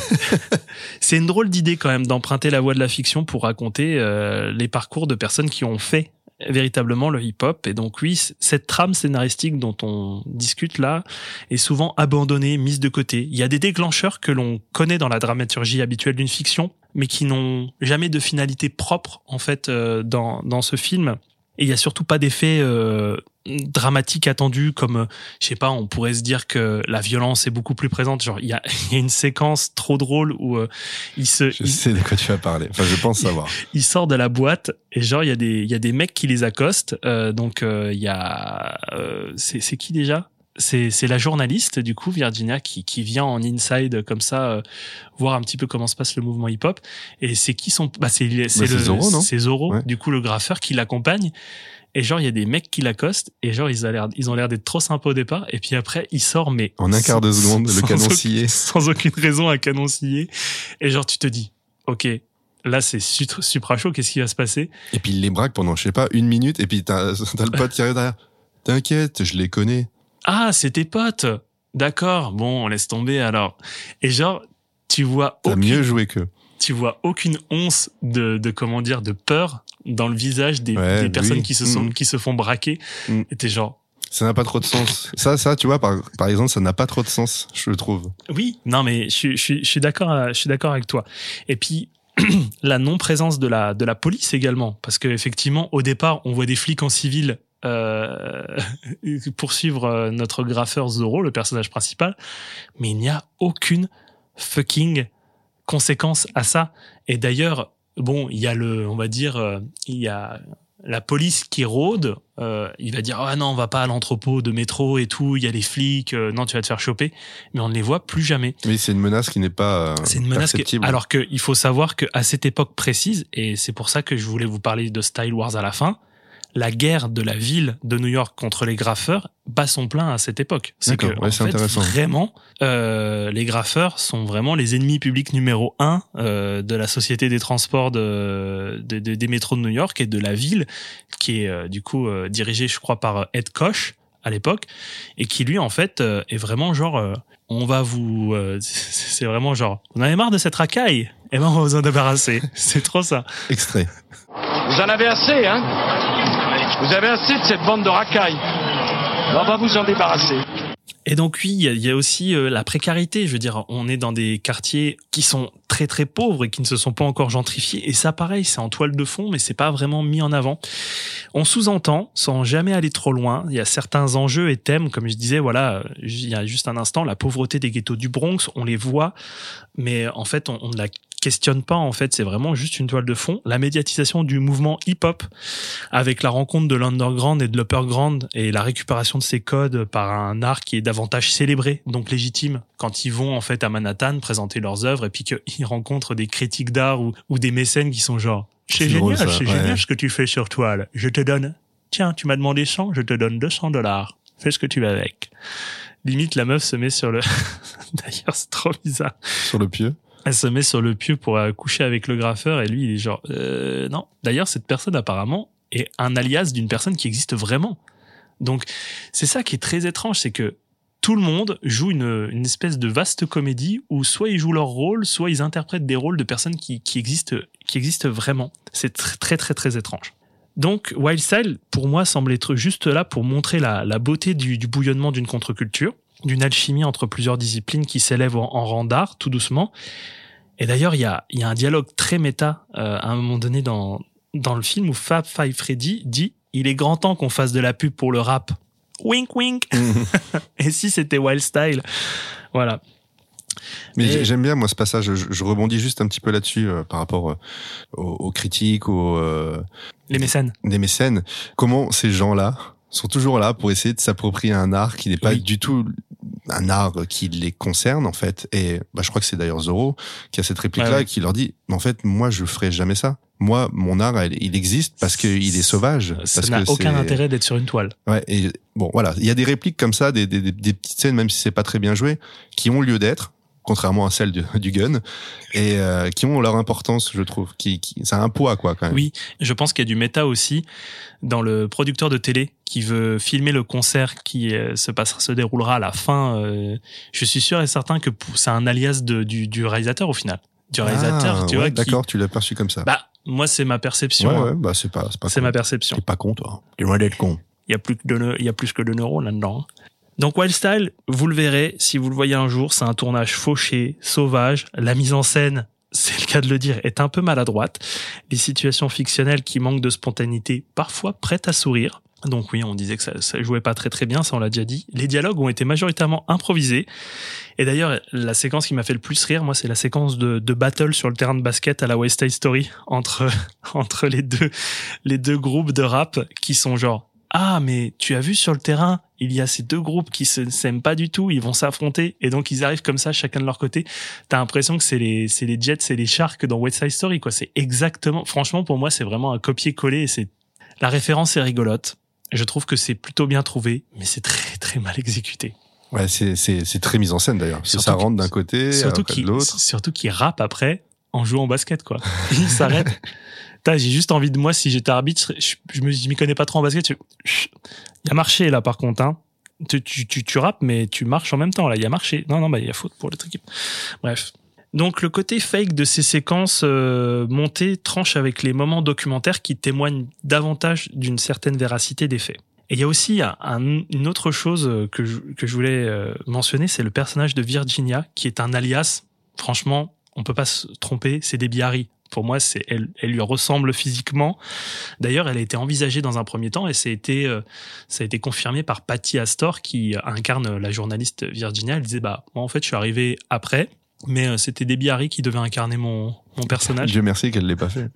C'est une drôle d'idée, quand même, d'emprunter la voie de la fiction pour raconter euh, les parcours de personnes qui ont fait véritablement le hip-hop. Et donc oui, cette trame scénaristique dont on discute là est souvent abandonnée, mise de côté. Il y a des déclencheurs que l'on connaît dans la dramaturgie habituelle d'une fiction, mais qui n'ont jamais de finalité propre en fait euh, dans dans ce film. Et il y a surtout pas d'effet euh, dramatique attendu comme euh, je sais pas, on pourrait se dire que la violence est beaucoup plus présente. Genre il y a il y a une séquence trop drôle où euh, il se je il, sais de quoi tu vas parler. Enfin je pense savoir. Il, il sort de la boîte et genre il y a des il y a des mecs qui les accostent. Euh, donc euh, il y a euh, c'est c'est qui déjà? C'est c'est la journaliste du coup Virginia qui qui vient en inside comme ça euh, voir un petit peu comment se passe le mouvement hip-hop et c'est qui sont bah c'est c'est bah, le c'est Zorro, non c'est Zorro ouais. Du coup le graffeur qui l'accompagne et genre il y a des mecs qui l'accostent et genre ils ont l'air ils ont l'air d'être trop sympas au départ et puis après il sort mais en un quart de seconde le canon scié sans aucune raison un canon scié et genre tu te dis ok là c'est supra chaud, qu'est-ce qui va se passer et puis il les braque pendant je sais pas une minute et puis t'as t'as le pote qui arrive derrière t'inquiète je les connais. Ah, c'est tes potes. D'accord. Bon, on laisse tomber alors. Et genre, tu vois T'as aucune, mieux joué qu'eux. Tu vois aucune once de, de comment dire, de peur dans le visage des, ouais, des personnes oui. qui se sont, mmh. qui se font braquer. Mmh. Et t'es genre. Ça n'a pas trop de sens. ça, ça, tu vois, par, par exemple, ça n'a pas trop de sens, je le trouve. Oui. Non, mais je, je, je suis d'accord, je suis d'accord avec toi. Et puis, la non-présence de la, de la police également. Parce que, effectivement, au départ, on voit des flics en civil Euh, poursuivre notre graffeur Zorro, le personnage principal, mais il n'y a aucune fucking conséquence à ça. Et d'ailleurs, bon, il y a le, on va dire, euh, il y a la police qui rôde. Euh, il va dire ah non, on va pas à l'entrepôt de métro et tout. Il y a les flics. Euh, non, tu vas te faire choper. Mais on ne les voit plus jamais. Oui, c'est une menace qui n'est pas. Euh, c'est une menace qui, alors que il faut savoir que à cette époque précise, et c'est pour ça que je voulais vous parler de Style Wars à la fin. la guerre de la ville de New York contre les graffeurs bat son plein à cette époque. C'est D'accord, que ouais, en c'est fait, intéressant. vraiment, euh, les graffeurs sont vraiment les ennemis publics numéro un euh, de la société des transports de, de, de- des métros de New York et de la ville, qui est euh, du coup euh, dirigée, je crois, par Ed Koch à l'époque, et qui lui en fait euh, est vraiment genre, euh, on va vous, euh, c'est vraiment genre, vous en avez marre de cette racaille, eh ben on va vous en débarrasser. C'est trop ça. Extrait. Vous en avez assez, hein? Vous avez assez de cette bande de racailles. On va vous en débarrasser. Et donc oui, il y a, il y a aussi euh, la précarité. Je veux dire, on est dans des quartiers qui sont très très pauvres et qui ne se sont pas encore gentrifiés. Et ça, pareil, c'est en toile de fond, mais c'est pas vraiment mis en avant. On sous-entend, sans jamais aller trop loin, il y a certains enjeux et thèmes, comme je disais, voilà, euh, il y a juste un instant, la pauvreté des ghettos du Bronx, on les voit, mais en fait, on, on ne la questionne pas, en fait, c'est vraiment juste une toile de fond. La médiatisation du mouvement hip-hop, avec la rencontre de l'underground et de l'upperground et la récupération de ces codes par un art qui est davantage célébré, donc légitime, quand ils vont en fait à Manhattan présenter leurs œuvres et puis qu'ils rencontrent des critiques d'art ou, ou des mécènes qui sont genre « C'est C'est génial, drôle, ça, c'est ouais. génial ce que tu fais sur toile. Je te donne, tiens, tu m'as demandé cent, je te donne deux cents dollars. Fais ce que tu veux avec. » Limite, la meuf se met sur le... D'ailleurs, c'est trop bizarre. Sur le pieu. Elle se met sur le pieu pour euh, coucher avec le graffeur et lui, il est genre, euh, non. D'ailleurs, cette personne, apparemment, est un alias d'une personne qui existe vraiment. Donc, c'est ça qui est très étrange, c'est que tout le monde joue une, une espèce de vaste comédie où soit ils jouent leur rôle, soit ils interprètent des rôles de personnes qui, qui existent, qui existent vraiment. C'est très, très, très, très étrange. Donc, Wild Style, pour moi, semble être juste là pour montrer la, la beauté du, du bouillonnement d'une contre-culture, d'une alchimie entre plusieurs disciplines qui s'élèvent en, en rang d'art, tout doucement. Et d'ailleurs, il y a, il y a un dialogue très méta euh, à un moment donné dans, dans le film où Fab Five Freddy dit « Il est grand temps qu'on fasse de la pub pour le rap. » Wink, wink. Et si c'était Wild Style? Voilà. Mais Et- j'aime bien, moi, ce passage. Je, je rebondis juste un petit peu là-dessus euh, par rapport euh, aux, aux critiques, aux euh, Les mécènes. des mécènes. Comment ces gens-là sont toujours là pour essayer de s'approprier un art qui n'est pas Oui. du tout un art qui les concerne, en fait. Et bah, je crois que c'est d'ailleurs Zorro qui a cette réplique-là Ouais, ouais. et qui leur dit « En fait, moi, je ferai jamais ça. Moi, mon art, elle- il existe parce qu'il est sauvage. » Ça parce n'a que aucun c'est- intérêt d'être sur une toile. Ouais, et bon, voilà. Il y a des répliques comme ça, des, des, des, des petites scènes, même si c'est pas très bien joué, qui ont lieu d'être, contrairement à celle du, du gun, et euh, qui ont leur importance, je trouve. Qui, qui, ça a un poids, quoi, quand même. Oui, je pense qu'il y a du méta aussi dans le producteur de télé qui veut filmer le concert qui euh, se passera, se déroulera à la fin. euh, je suis sûr et certain que pour- c'est un alias de, du, du réalisateur au final. Du réalisateur, Ah, tu ouais, vois. Qui... D'accord, tu l'as perçu comme ça. Bah, moi, c'est ma perception. ouais, hein. ouais, bah c'est pas, c'est pas. C'est con. ma perception. T'es pas con, toi. T'es loin d'être con. Il y a plus que de, neu- il y a plus que de neurones là-dedans. hein. Donc Wild Style, vous le verrez, si vous le voyez un jour, c'est un tournage fauché, sauvage. La mise en scène, c'est le cas de le dire, est un peu maladroite. Les situations fictionnelles qui manquent de spontanéité, parfois prêtes à sourire. Donc oui, on disait que ça, ça jouait pas très très bien, ça on l'a déjà dit. Les dialogues ont été majoritairement improvisés. Et d'ailleurs, la séquence qui m'a fait le plus rire, moi, c'est la séquence de, de battle sur le terrain de basket à la West Side Story entre entre les deux les deux groupes de rap qui sont genre ah mais tu as vu sur le terrain il y a ces deux groupes qui se s'aiment pas du tout, ils vont s'affronter et donc ils arrivent comme ça chacun de leur côté. T'as l'impression que c'est les c'est les Jets et les Sharks dans West Side Story quoi. C'est exactement, franchement pour moi c'est vraiment un copier-coller. Et c'est la référence est rigolote. Je trouve que c'est plutôt bien trouvé, mais c'est très très mal exécuté. Ouais, c'est, c'est, c'est très mis en scène, d'ailleurs. Parce que Surtout ça qu'il- rentre d'un côté, Surtout après de qu'il l'autre. surtout qu'il rappe après en jouant au basket quoi. Il s'arrête. Putain, j'ai juste envie de moi si j'étais arbitre, je, je me je m'y connais pas trop en basket. Je, je- il y a marché là par contre hein. Tu tu tu, tu rappes mais tu marches en même temps là, il y a marché. Non non, bah il y a faute pour l'autre équipe. Bref. Donc le côté fake de ces séquences euh, montées tranche avec les moments documentaires qui témoignent davantage d'une certaine véracité des faits. Et il y a aussi un, un- une autre chose que je, que je voulais euh, mentionner, c'est le personnage de Virginia, qui est un alias. Franchement, on peut pas se tromper, c'est Debbie Harry. Pour moi, c'est elle, elle lui ressemble physiquement. D'ailleurs, elle a été envisagée dans un premier temps et ça a été, euh, ça a été confirmé par Patty Astor, qui incarne la journaliste Virginia. Elle disait, bah, moi, en fait, je suis arrivé après, mais euh, c'était Debbie Harry qui devait incarner mon, mon personnage. Dieu merci qu'elle l'ait pas fait.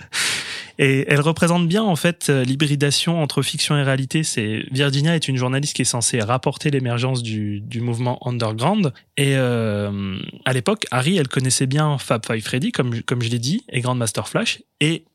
Et elle représente bien en fait euh, l'hybridation entre fiction et réalité. C'est Virginia est une journaliste qui est censée rapporter l'émergence du, du mouvement underground. Et euh, à l'époque, Harry, elle connaissait bien Fab Five Freddy, comme comme je l'ai dit, et Grandmaster Flash. Et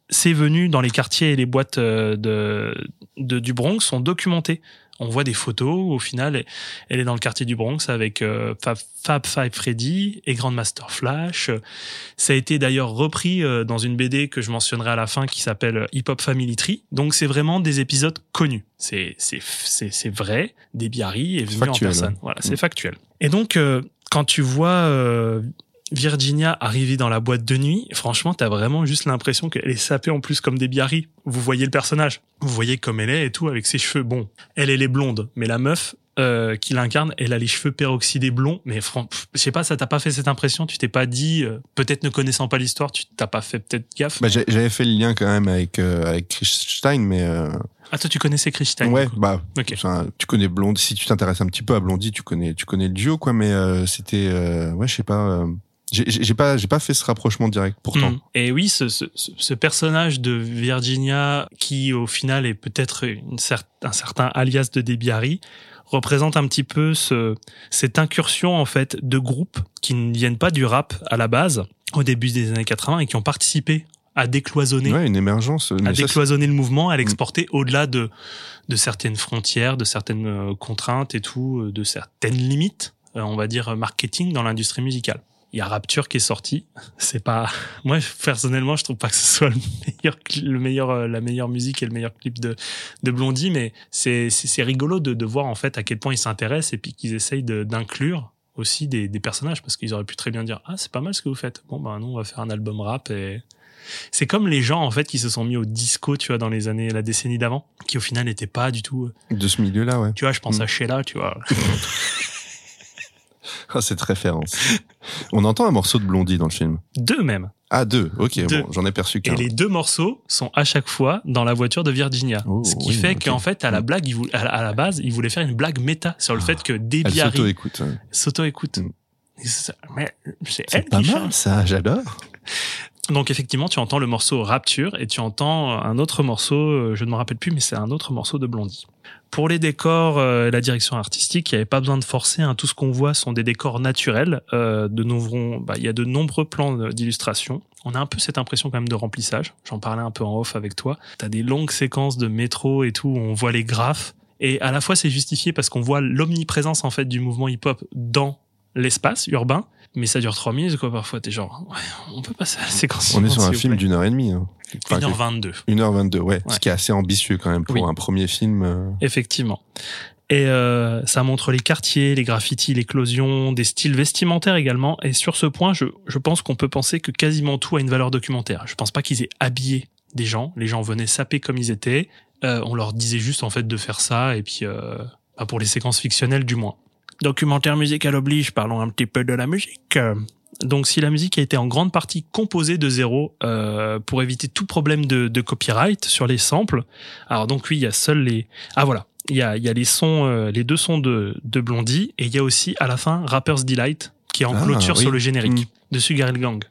ces venues dans les quartiers et les boîtes de, de du Bronx sont documentées. On voit des photos où, au final, elle est dans le quartier du Bronx avec euh, Fab, Fab Five Freddy et Grandmaster Flash. Ça a été d'ailleurs repris euh, dans une B D que je mentionnerai à la fin qui s'appelle Hip Hop Family Tree. Donc c'est vraiment des épisodes connus. C'est c'est c'est, c'est vrai. Debbie Harry est venue en personne. Voilà, c'est mmh. factuel. Et donc euh, quand tu vois euh, Virginia arriver dans la boîte de nuit, franchement, t'as vraiment juste l'impression qu'elle est sapée en plus comme Debbie Harry. Vous voyez le personnage, vous voyez comme elle est et tout avec ses cheveux. Bon, elle, elle est blonde, mais la meuf euh, qui l'incarne, elle a les cheveux peroxydés blonds. Mais fran- je sais pas, ça t'a pas fait cette impression? Tu t'es pas dit, euh, peut-être ne connaissant pas l'histoire, tu t'as pas fait peut-être gaffe? Bah, j'avais fait le lien quand même avec euh, avec Chris Stein, mais euh... ah toi tu connaissais Chris Stein? Ouais, bah okay. Enfin, tu connais Blondie. Si tu t'intéresses un petit peu à Blondie, tu connais tu connais le duo quoi. Mais euh, c'était euh, ouais, je sais pas. Euh... J'ai, j'ai pas, j'ai pas fait ce rapprochement direct, pourtant. Mmh. Et oui, ce, ce, ce personnage de Virginia, qui au final est peut-être une cer- un certain alias de Debbie Harry, représente un petit peu ce, cette incursion en fait de groupes qui ne viennent pas du rap à la base, au début des années quatre-vingts, et qui ont participé à décloisonner, ouais, une émergence, à décloisonner ça, le mouvement, à l'exporter mmh. au-delà de de certaines frontières, de certaines euh, contraintes et tout, de certaines limites, euh, on va dire marketing dans l'industrie musicale. Il y a Rapture qui est sorti. C'est pas, moi, personnellement, je trouve pas que ce soit le meilleur, le meilleur, la meilleure musique et le meilleur clip de, de Blondie, mais c'est, c'est, c'est rigolo de, de voir, en fait, à quel point ils s'intéressent et puis qu'ils essayent de, d'inclure aussi des, des personnages parce qu'ils auraient pu très bien dire, ah, c'est pas mal ce que vous faites. Bon, ben, nous, on va faire un album rap et c'est comme les gens, en fait, qui se sont mis au disco, tu vois, dans les années, la décennie d'avant, qui au final n'étaient pas du tout de ce milieu-là, ouais. Tu vois, je pense mmh. à Sheila, tu vois. Ah, cette référence. On entend un morceau de Blondie dans le film. Deux même. Ah, deux. Ok, deux. Bon, j'en ai perçu qu'un. Et les deux morceaux sont à chaque fois dans la voiture de Virginia. Oh, ce qui oui, fait okay. qu'en fait, à la blague, il voulait, à la base, il voulait faire une blague méta sur le ah, fait que Debbie Harry s'auto-écoute. Ouais. S'auto-écoute. Mm. Mais c'est, c'est elle pas qui mal, chante. Ça, j'adore. Donc effectivement, tu entends le morceau Rapture et tu entends un autre morceau, je ne me rappelle plus, mais c'est un autre morceau de Blondie. Pour les décors, euh, la direction artistique, il n'y avait pas besoin de forcer. Hein. Tout ce qu'on voit sont des décors naturels. Euh, de nombreux, bah, il y a de nombreux plans d'illustration. On a un peu cette impression quand même de remplissage. J'en parlais un peu en off avec toi. T'as des longues séquences de métro et tout où on voit les graphes. Et à la fois, c'est justifié parce qu'on voit l'omniprésence en fait du mouvement hip-hop dans l'espace urbain. Mais ça dure trois minutes, quoi, parfois. T'es genre, ouais, on peut passer à la séquence. On est sur un film d'une heure et demie, hein. Enfin, une heure vingt-deux. Une heure vingt-deux, ouais. ouais. Ce qui est assez ambitieux, quand même, pour oui. un premier film. Euh... Effectivement. Et, euh, ça montre les quartiers, les graffitis, l'éclosion, des styles vestimentaires également. Et sur ce point, je, je pense qu'on peut penser que quasiment tout a une valeur documentaire. Je pense pas qu'ils aient habillé des gens. Les gens venaient saper comme ils étaient. Euh, on leur disait juste, en fait, de faire ça. Et puis, euh, bah, pour les séquences fictionnelles, du moins. Documentaire musical oblige, parlons un petit peu de la musique. Donc si la musique a été en grande partie composée de zéro euh, pour éviter tout problème de, de copyright sur les samples, alors donc oui, il y a seuls les... Ah voilà, il y a, il y a les sons, euh, les deux sons de, de Blondie, et il y a aussi à la fin Rapper's Delight, qui est en ah, clôture oui. sur le générique mmh. de Sugar Hill Gang.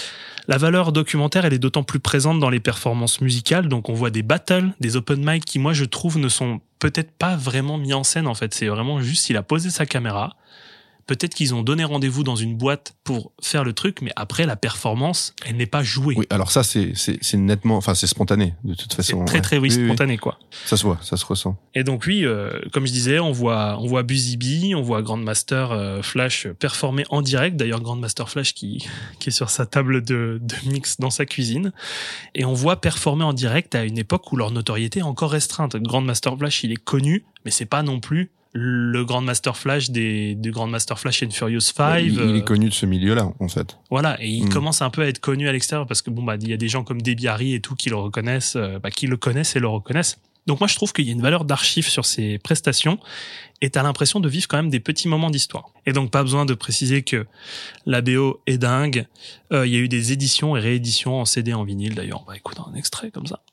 La valeur documentaire, elle est d'autant plus présente dans les performances musicales. Donc, on voit des battles, des open mic qui, moi, je trouve, ne sont peut-être pas vraiment mis en scène, en fait. C'est vraiment juste, il a posé sa caméra. Peut-être qu'ils ont donné rendez-vous dans une boîte pour faire le truc, mais après, la performance, elle n'est pas jouée. Oui, alors ça, c'est, c'est, c'est nettement, enfin, c'est spontané, de toute façon. C'est très, très, oui, oui spontané, oui. quoi. Ça se voit, ça se ressent. Et donc, oui, euh, comme je disais, on voit, on voit Busy Bee, on voit Grandmaster euh, Flash performer en direct. D'ailleurs, Grandmaster Flash qui, qui est sur sa table de, de mix dans sa cuisine. Et on voit performer en direct à une époque où leur notoriété est encore restreinte. Grandmaster Flash, il est connu, mais c'est pas non plus le Grandmaster Flash des, du Grandmaster Flash and Furious five. Il, il est connu de ce milieu-là, en fait. Voilà, et il mmh. commence un peu à être connu à l'extérieur parce que bon bah il y a des gens comme Debbie Harry et tout qui le reconnaissent, euh, bah, qui le connaissent et le reconnaissent. Donc moi je trouve qu'il y a une valeur d'archive sur ces prestations et t'as l'impression de vivre quand même des petits moments d'histoire. Et donc pas besoin de préciser que la B O est dingue. Euh, il y a eu des éditions et rééditions en C D, en vinyle d'ailleurs. On va écouter un extrait comme ça.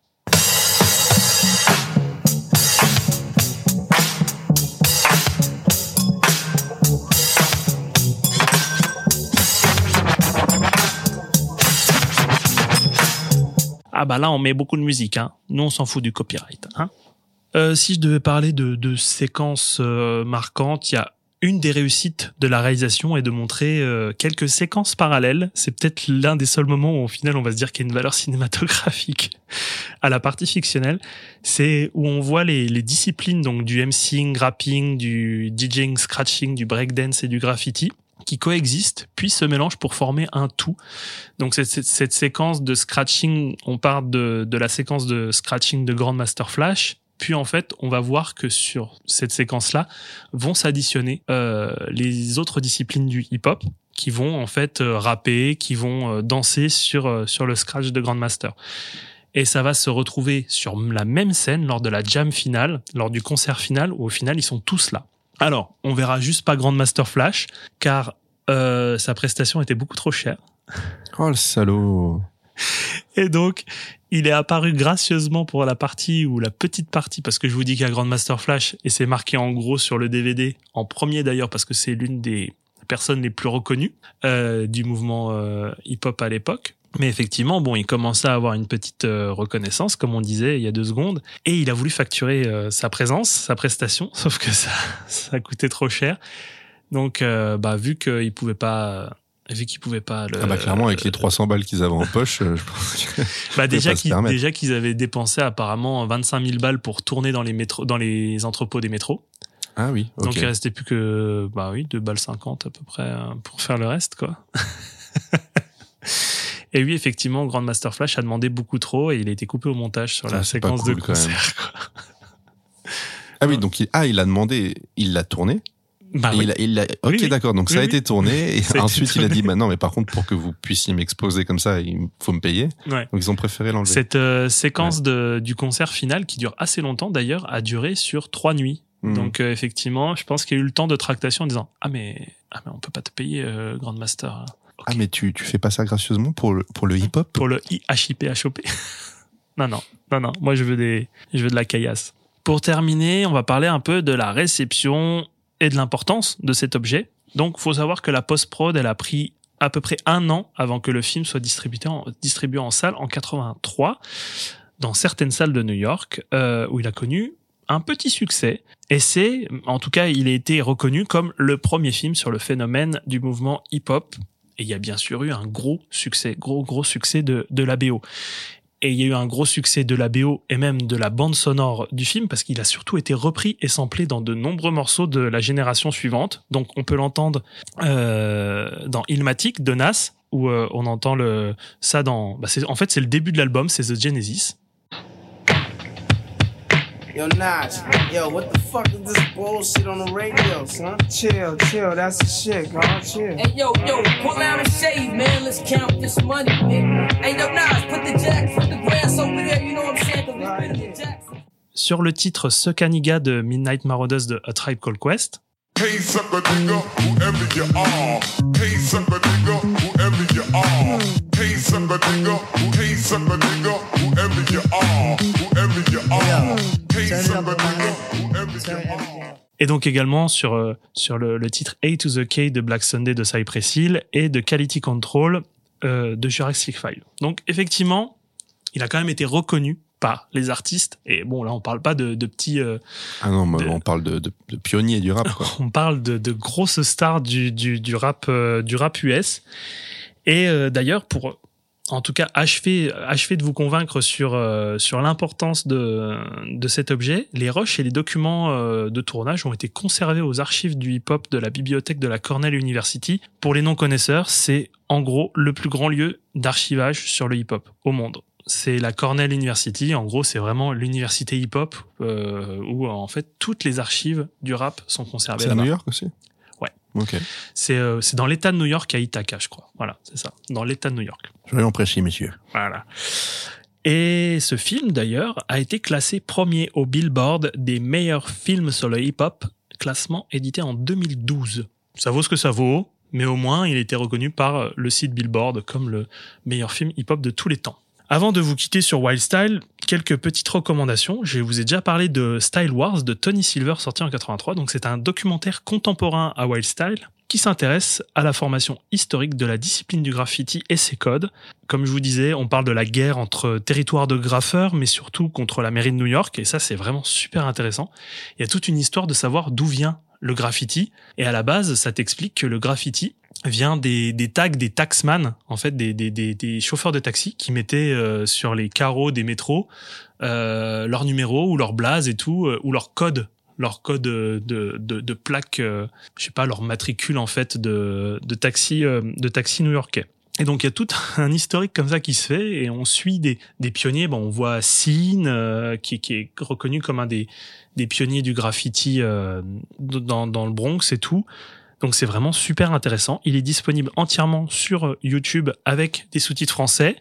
Ah bah là on met beaucoup de musique, hein. Nous on s'en fout du copyright, hein. Euh, si je devais parler de, de séquences euh, marquantes, il y a une des réussites de la réalisation est de montrer euh, quelques séquences parallèles. C'est peut-être l'un des seuls moments où, au final, on va se dire qu'il y a une valeur cinématographique à la partie fictionnelle. C'est où on voit les, les disciplines, donc du MCing, rapping, du DJing, scratching, du breakdance et du graffiti, qui coexistent, puis se mélangent pour former un tout. Donc cette, cette, cette séquence de scratching, on part de, de la séquence de scratching de Grandmaster Flash. Puis en fait, on va voir que sur cette séquence-là vont s'additionner euh, les autres disciplines du hip-hop qui vont en fait euh, rapper, qui vont euh, danser sur euh, sur le scratch de Grandmaster. Et ça va se retrouver sur la même scène lors de la jam finale, lors du concert final, où au final ils sont tous là. Alors, on verra juste pas Grandmaster Flash, car euh, sa prestation était beaucoup trop chère. Oh le salaud. Et donc, il est apparu gracieusement pour la partie ou la petite partie, parce que je vous dis qu'il y a Grandmaster Flash, et c'est marqué en gros sur le D V D, en premier d'ailleurs, parce que c'est l'une des personnes les plus reconnues euh, du mouvement euh, hip-hop à l'époque. Mais effectivement, bon, il commençait à avoir une petite euh, reconnaissance, comme on disait il y a deux secondes, et il a voulu facturer euh, sa présence, sa prestation, sauf que ça, ça coûtait trop cher. Donc, euh, bah, vu qu'il pouvait pas... vu qu'ils pouvaient pas le... Ah bah clairement, avec les trois cents balles qu'ils avaient en poche, je pense que... Bah déjà qu'ils, déjà qu'ils avaient dépensé apparemment vingt-cinq mille balles pour tourner dans les métros, dans les entrepôts des métros. Ah oui, ok. Donc il restait plus que, bah oui, deux balles cinquante à peu près pour faire le reste, quoi. Et oui, effectivement, Grandmaster Flash a demandé beaucoup trop et il a été coupé au montage sur la ah, séquence cool, de concert, quoi. Ah oui, donc il, ah, il a demandé, il l'a tourné. Bah oui. il a, il a, ok, oui, oui. d'accord. Donc oui, ça a oui. été tourné et Ça a ensuite été il a tourné. dit, bah non, mais par contre, pour que vous puissiez m'exposer comme ça, il faut me payer. Ouais. Donc ils ont préféré l'enlever. Cette euh, séquence ouais. de, du concert final, qui dure assez longtemps d'ailleurs, a duré sur trois nuits. Mmh. Donc euh, effectivement, je pense qu'il y a eu le temps de tractation en disant, ah mais, ah mais on peut pas te payer, euh, Grandmaster. Okay. Ah mais tu, tu fais pas ça gracieusement pour le, pour le hip-hop? Pour le H I P H O P. Non, non, non, non. Moi, je veux des, je veux de la caillasse. Pour terminer, on va parler un peu de la réception et de l'importance de cet objet. Donc, faut savoir que la post-prod, elle a pris à peu près un an avant que le film soit distribué en, distribué en salle en quatre-vingt-trois, dans certaines salles de New York, euh, où il a connu un petit succès. Et c'est, en tout cas, il a été reconnu comme le premier film sur le phénomène du mouvement hip-hop. Et il y a bien sûr eu un gros succès, gros, gros succès de, de la B O. Et il y a eu un gros succès de la B O et même de la bande sonore du film parce qu'il a surtout été repris et samplé dans de nombreux morceaux de la génération suivante. Donc on peut l'entendre euh, dans Illmatic de Nas où euh, on entend le ça dans. Bah c'est, en fait c'est le début de l'album, c'est The Genesis. Yo, Nas, yo, what the fuck is this bullshit on the radio, son? Chill, chill, that's the shit, God, chill. Hey, yo, yo, pull out a shave, man, let's count this money, man. Hey, yo, Nas, put the jack, put the grass over there, you know what I'm saying? Cause we spinning the jack. Sur le titre Suckaniga de Midnight Marauders de A Tribe Called Quest. Hey, sucker nigga, whoever you are. Hey, sucker nigga, whoever you are. Hey, sucker nigga, hey, sucker nigga, whoever you are. Whoever you are. Hey, sucker nigga, whoever you are. Et donc également sur euh, sur le, le titre A to the K de Black Sunday de Cypress Hill et de Quality Control euh, de Jurassic Five. Donc effectivement, il a quand même été reconnu par les artistes. Et bon, là, on parle pas de, de petits... Euh, ah non, de, on parle de, de, de pionniers du rap, quoi. On parle de, de grosses stars du, du, du, rap, euh, du rap U S. Et euh, d'ailleurs, pour, en tout cas, achever, achever de vous convaincre sur, euh, sur l'importance de, de cet objet, les rushs et les documents euh, de tournage ont été conservés aux archives du hip-hop de la bibliothèque de la Cornell University. Pour les non-connaisseurs, c'est en gros le plus grand lieu d'archivage sur le hip-hop au monde. C'est la Cornell University, en gros c'est vraiment l'université hip-hop euh, où en fait toutes les archives du rap sont conservées c'est là-bas. C'est à New York aussi ? Ouais. Ok. C'est, euh, c'est dans l'état de New York à Ithaca, je crois. Voilà, c'est ça, dans l'état de New York. Soyons précis, messieurs. Voilà. Et ce film d'ailleurs a été classé premier au Billboard des meilleurs films sur le hip-hop, classement édité en deux mille douze. Ça vaut ce que ça vaut, mais au moins il a été reconnu par le site Billboard comme le meilleur film hip-hop de tous les temps. Avant de vous quitter sur Wild Style, quelques petites recommandations. Je vous ai déjà parlé de Style Wars de Tony Silver sorti en quatre-vingt-trois. Donc c'est un documentaire contemporain à Wild Style qui s'intéresse à la formation historique de la discipline du graffiti et ses codes. Comme je vous disais, on parle de la guerre entre territoires de graffeurs, mais surtout contre la mairie de New York. Et ça, c'est vraiment super intéressant. Il y a toute une histoire de savoir d'où vient le graffiti. Et à la base, ça t'explique que le graffiti vient des, des tags des taxman, en fait, des, des, des, des chauffeurs de taxi qui mettaient euh, sur les carreaux des métros euh, leur numéro ou leur blaze et tout, euh, ou leur code, leur code de, de, de, de plaque, euh, je sais pas, leur matricule en fait de, de taxi, euh, de taxi new-yorkais. Et donc il y a tout un historique comme ça qui se fait et on suit des, des pionniers. Bon, on voit Sin euh, qui, qui est reconnu comme un des, des pionniers du graffiti euh, dans, dans le Bronx et tout. Donc c'est vraiment super intéressant. Il est disponible entièrement sur YouTube avec des sous-titres français.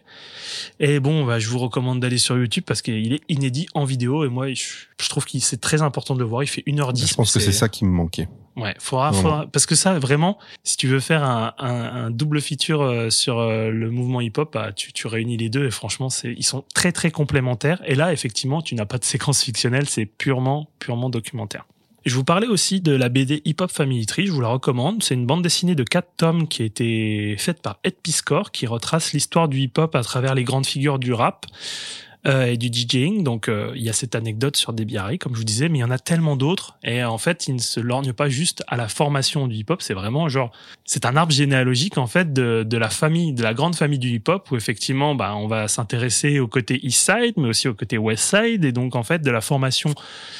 Et bon, bah, je vous recommande d'aller sur YouTube parce qu'il est inédit en vidéo. Et moi, je, je trouve que c'est très important de le voir. Il fait une heure dix. Je pense que c'est ça qui me manquait. Ouais, faudra, faudra, parce que ça, vraiment, si tu veux faire un, un, un double feature sur le mouvement hip-hop, bah, tu, tu réunis les deux et franchement, c'est, ils sont très très complémentaires. Et là, effectivement, tu n'as pas de séquence fictionnelle, c'est purement, purement documentaire. Je vous parlais aussi de la B D Hip Hop Family Tree, je vous la recommande. C'est une bande dessinée de quatre tomes qui a été faite par Ed Piscor, qui retrace l'histoire du hip-hop à travers les grandes figures du rap euh, et du DJing. Donc euh, il y a cette anecdote sur Debbie Harry, comme je vous disais, mais il y en a tellement d'autres. Et en fait, il ne se lorgne pas juste à la formation du hip-hop, c'est vraiment genre, c'est un arbre généalogique en fait de, de la famille, de la grande famille du hip-hop, où effectivement, bah, on va s'intéresser au côté East Side, mais aussi au côté West Side, et donc en fait de la formation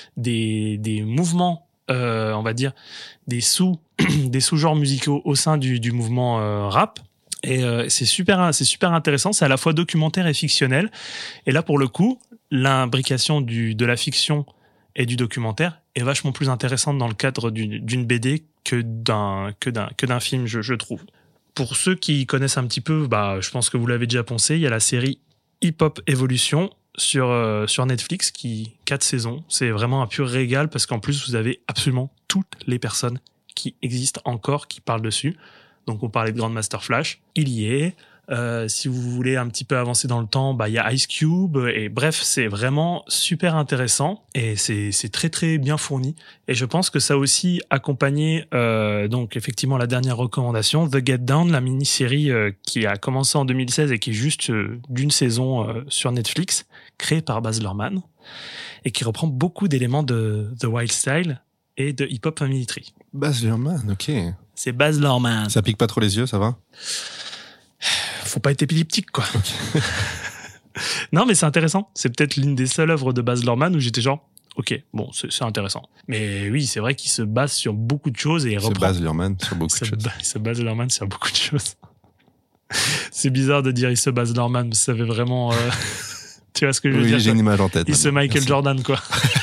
des, des mouvements, euh, on va dire, des sous, des sous-genres musicaux au sein du, du mouvement euh, rap. Et euh, c'est super, c'est super intéressant. C'est à la fois documentaire et fictionnel. Et là, pour le coup, l'imbrication du, de la fiction et du documentaire est vachement plus intéressante dans le cadre d'une, d'une B D que d'un, que d'un, que d'un film, je, je trouve. Pour ceux qui connaissent un petit peu, bah, je pense que vous l'avez déjà pensé, il y a la série Hip Hop Evolution sur euh, sur Netflix, qui quatre saisons. C'est vraiment un pur régal parce qu'en plus vous avez absolument toutes les personnes qui existent encore qui parlent dessus. Donc on parlait de Grandmaster Flash, il y est. Euh, si vous voulez un petit peu avancer dans le temps, bah il y a Ice Cube, et bref, c'est vraiment super intéressant et c'est c'est très très bien fourni. Et je pense que ça a aussi accompagné euh, donc effectivement la dernière recommandation, The Get Down, la mini-série euh, qui a commencé en deux mille seize et qui est juste euh, d'une saison euh, sur Netflix, créée par Baz Luhrmann et qui reprend beaucoup d'éléments de The Wild Style et de Hip Hop Family Tree. Baz Luhrmann, ok. C'est Baz Luhrmann. Ça pique pas trop les yeux, ça va? Faut pas être épileptique, quoi. Okay. Non, mais c'est intéressant. C'est peut-être l'une des seules œuvres de Baz Luhrmann où j'étais genre, ok, bon, c'est, c'est intéressant. Mais oui, c'est vrai qu'il se base sur beaucoup de choses et il reprend. Se Baz Luhrmann sur beaucoup de choses. Il se Baz Luhrmann sur beaucoup de choses. C'est bizarre de dire il se Baz Luhrmann, mais ça fait vraiment. Euh... tu vois ce que je veux oui, dire? J'ai une image en tête. Il se Michael Merci. Jordan, quoi.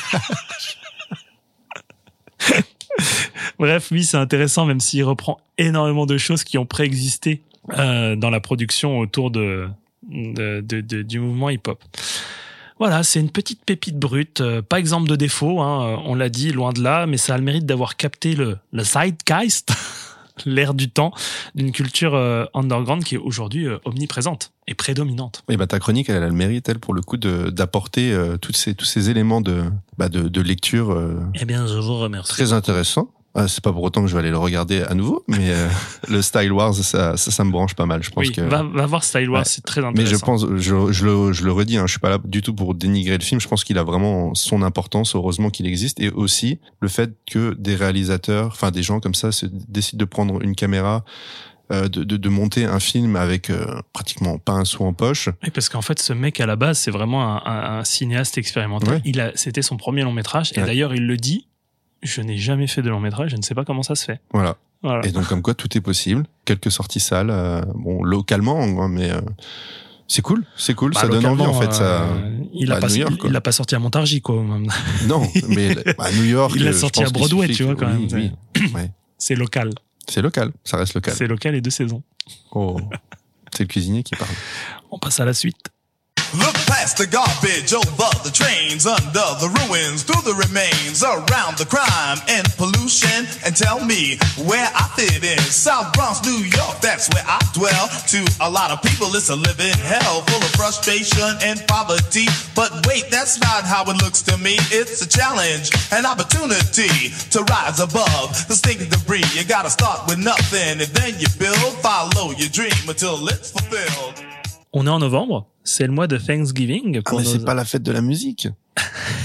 Bref, oui, c'est intéressant, même s'il reprend énormément de choses qui ont préexisté euh, dans la production autour de, de, de, de du mouvement hip-hop. Voilà, c'est une petite pépite brute, euh, pas exemple de défaut, hein, on l'a dit, loin de là, mais ça a le mérite d'avoir capté le, le zeitgeist, l'air du temps, d'une culture euh, underground qui est aujourd'hui euh, omniprésente et prédominante. Et bah ta chronique, elle a le mérite, elle, pour le coup, de d'apporter euh, toutes ces tous ces éléments de bah de, de lecture. Euh, eh bien, je vous remercie. Très intéressant. Ah, c'est pas pour autant que je vais aller le regarder à nouveau, mais euh, le Style Wars, ça, ça, ça me branche pas mal. Je pense oui, que va, va voir Style Wars, ouais. C'est très intéressant. Mais je pense, je, je le, je le redis, hein, je suis pas là du tout pour dénigrer le film. Je pense qu'il a vraiment son importance. Heureusement qu'il existe, et aussi le fait que des réalisateurs, enfin des gens comme ça, se décident de prendre une caméra. Euh, de, de, de monter un film avec euh, pratiquement pas un sou en poche. Oui, parce qu'en fait, ce mec à la base, c'est vraiment un, un, un cinéaste expérimental. Ouais. Il a, c'était son premier long métrage, et ouais. D'ailleurs, il le dit. Je n'ai jamais fait de long métrage, je ne sais pas comment ça se fait. Voilà. voilà. Et donc, comme quoi, tout est possible. Quelques sorties salles, euh, bon, localement, mais euh, c'est cool, c'est cool, bah, ça donne envie, en fait. Ça, euh, il, a bah, pas, New York, il, il a pas sorti à Montargis, quoi. Non, mais à New York. Il l'a sorti à Broadway, tu vois, quand oui, même. Oui. Ouais. C'est local. C'est local, ça reste local. C'est local et deux saisons. Oh, c'est le cuisinier qui parle. On passe à la suite. Look past the garbage, over the trains, under the ruins, through the remains, around the crime and pollution, and tell me where I fit in. South Bronx, New York, that's where I dwell. To a lot of people, it's a living hell, full of frustration and poverty. But wait, that's not how it looks to me. It's a challenge, an opportunity to rise above the stinking debris. You gotta start with nothing, and then you build, follow your dream until it's fulfilled. On est en novembre, c'est le mois de Thanksgiving. Pour ah mais nos... c'est pas la fête de la musique.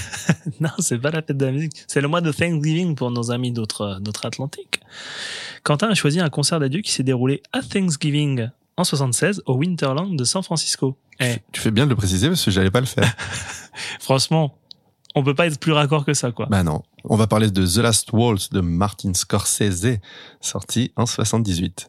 Non, c'est pas la fête de la musique. C'est le mois de Thanksgiving pour nos amis d'autres, d'autres Atlantiques. Quentin a choisi un concert d'adieu qui s'est déroulé à Thanksgiving en soixante-seize au Winterland de San Francisco. Eh, Tu fais bien de le préciser parce que j'allais pas le faire. franchement, on peut pas être plus raccord que ça, quoi. Bah non. On va parler de The Last Waltz de Martin Scorsese, sorti en soixante-dix-huit.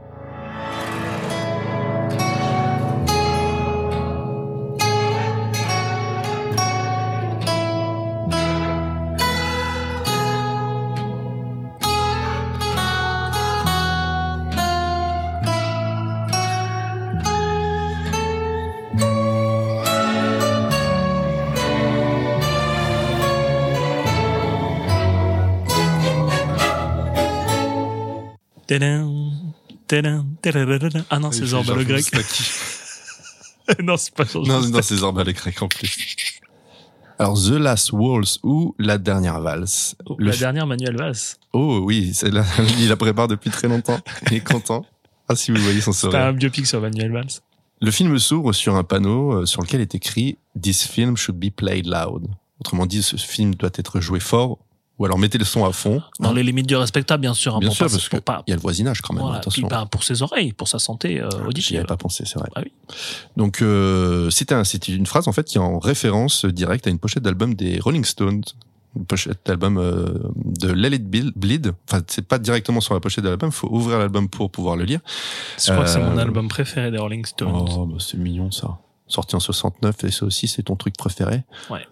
Tadam, tadam, tadadadada. Ah non, c'est Zorba le grec. Non, c'est pas Georges Non, Moustaki. non, c'est Zorba le grec en plus. Alors, The Last Waltz ou La Dernière Valse. Oh, Le la fi- dernière Manuel Valls. Oh oui, c'est là, il la prépare depuis très longtemps. Il est content. Ah, si vous voyez son C'est sourire. un biopic sur Manuel Valls. Le film s'ouvre sur un panneau euh, sur lequel est écrit « This film should be played loud ». Autrement dit, ce film doit être joué fort, ou alors mettez le son à fond. Dans les limites du respectable, bien sûr. hein, Bien pour sûr, pas- parce que pour pas- il y a le voisinage quand même, voilà, attention. puis, bah, pour ses oreilles, pour sa santé euh, J'y auditive. avais pas pensé, c'est vrai. Ah oui. Donc, euh, c'était un, c'était une phrase en fait qui est en référence directe à une pochette d'album des Rolling Stones, une pochette d'album euh, de Let It Be- Bleed. Enfin, c'est pas directement sur la pochette de l'album, faut ouvrir l'album pour pouvoir le lire. Je crois que c'est mon Euh, album préféré des Rolling Stones. Oh, bah, c'est mignon ça. Sorti en soixante-neuf, et ça aussi, c'est ton truc préféré. Ouais.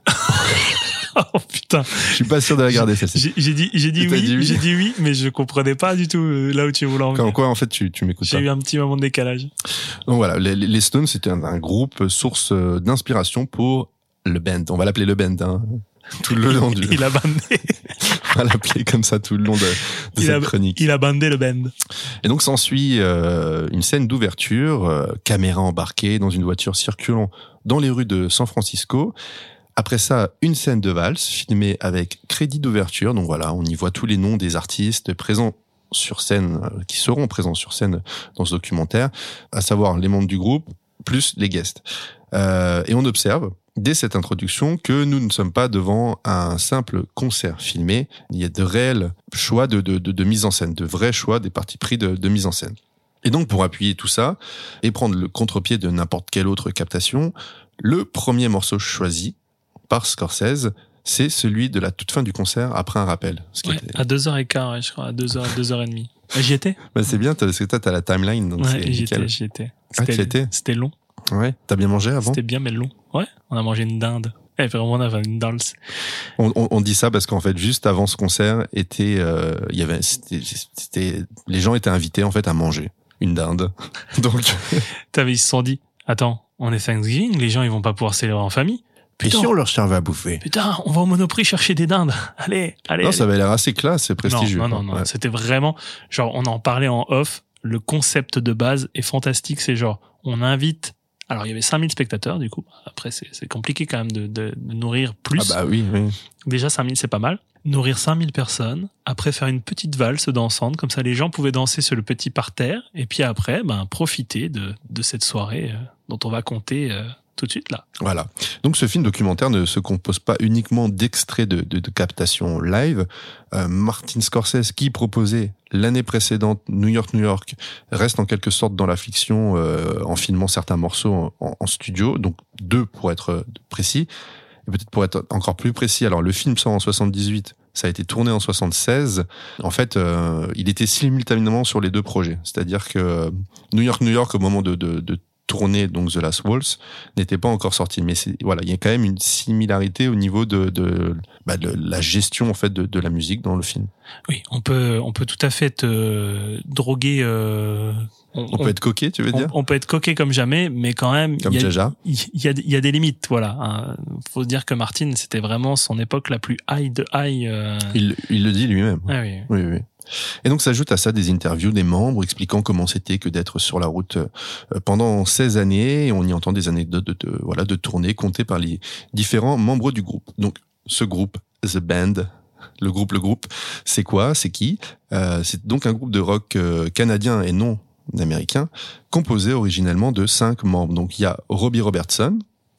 Oh putain. Je suis pas sûr de la garder, ça. c'est- J'ai j'ai dit, j'ai dit Tu t'as oui, dit oui j'ai dit oui, mais je comprenais pas du tout euh, là où tu voulais en Comme venir. quoi, en fait, tu, tu m'écoutes J'ai pas. eu un petit moment de décalage. Donc voilà, les, les Stones, c'était un, un groupe source euh, d'inspiration pour le band. On va l'appeler le band, hein. Tout le long du, Il a bandé, on va l'appeler comme ça tout le long de, de il cette a, chronique. il a bandé le band. Et donc s'ensuit euh, une scène d'ouverture, euh, caméra embarquée dans une voiture circulant dans les rues de San Francisco. Après ça, une scène de valse filmée avec crédit d'ouverture. Donc voilà, on y voit tous les noms des artistes présents sur scène, euh, qui seront présents sur scène dans ce documentaire, à savoir les membres du groupe plus les guests. Euh, et on observe dès cette introduction que nous ne sommes pas devant un simple concert filmé. Il y a de réels choix de, de, de, de mise en scène, de vrais choix des partis pris de, de mise en scène. Et donc, pour appuyer tout ça et prendre le contre-pied de n'importe quelle autre captation, le premier morceau choisi par Scorsese, c'est celui de la toute fin du concert après un rappel. Ce qui Ouais, était- à deux heures et quart, ouais, je crois, à deux heures, deux heures et demie. J'y étais. Bah, c'est bien, t'as- parce que toi, t'as la timeline, donc c'est Ouais, j'y nickel. étais, j'y étais. Ah, tu y étais C'était long. Ouais. T'as bien mangé avant? C'était bien, mais long. Ouais. On a mangé une dinde. Et vraiment, on avait une dinde. On, on, on dit ça parce qu'en fait, juste avant ce concert, était, euh, il y avait, c'était, c'était, les gens étaient invités en fait à manger une dinde. Donc, T'avais, ils se sont dit, attends, on est Thanksgiving, les gens, ils vont pas pouvoir célébrer en famille. Et Putain, si on leur servait à bouffer? putain, on va au Monoprix chercher des dindes. Allez, allez. non, allez. ça avait l'air assez classe et prestigieux. Non, non, quoi. non, non. Ouais. C'était vraiment, genre, on en parlait en off. Le concept de base est fantastique. C'est genre, on invite. Alors, il y avait cinq mille spectateurs, du coup. Après, c'est, c'est compliqué quand même de, de, de nourrir plus. Ah bah oui, oui. Déjà, cinq mille, c'est pas mal. Nourrir cinq mille personnes. Après, faire une petite valse dansante. Comme ça, les gens pouvaient danser sur le petit parterre. Et puis après, ben, profiter de, de cette soirée euh, dont on va compter euh, tout de suite là. Voilà. Donc ce film documentaire ne se compose pas uniquement d'extraits de, de, de captations live. Euh, Martin Scorsese, qui proposait l'année précédente New York, New York, reste en quelque sorte dans la fiction euh, en filmant certains morceaux en, en studio. Donc deux pour être précis. Et peut-être pour être encore plus précis, alors le film sort en soixante-dix-huit, ça a été tourné en soixante-seize. En fait, euh, il était simultanément sur les deux projets. C'est-à-dire que New York, New York, au moment de, de, de tourner donc The Last Waltz, n'était pas encore sorti. Mais c'est, voilà, il y a quand même une similarité au niveau de, de, bah, de la gestion en fait de, de la musique dans le film. Oui, on peut, on peut tout à fait te droguer. Euh, On, on peut être coquet, tu veux on, dire on peut être coquet comme jamais, mais quand même, Comme il y, a- Jaja. il y a, il y a des limites. Voilà. Hein. Faut se dire que Martin, c'était vraiment son époque la plus high de high. Euh... Il, il le dit lui-même. Ah oui. Oui, oui. Et donc s'ajoute à ça des interviews des membres expliquant comment c'était que d'être sur la route euh, pendant seize années. Et on y entend des anecdotes de, de, voilà, de tournées comptées par les différents membres du groupe. Donc ce groupe, The Band, le groupe, le groupe, c'est quoi? C'est qui? euh, C'est donc un groupe de rock euh, canadien et non américain, composé originellement de cinq membres. Donc il y a Robbie Robertson,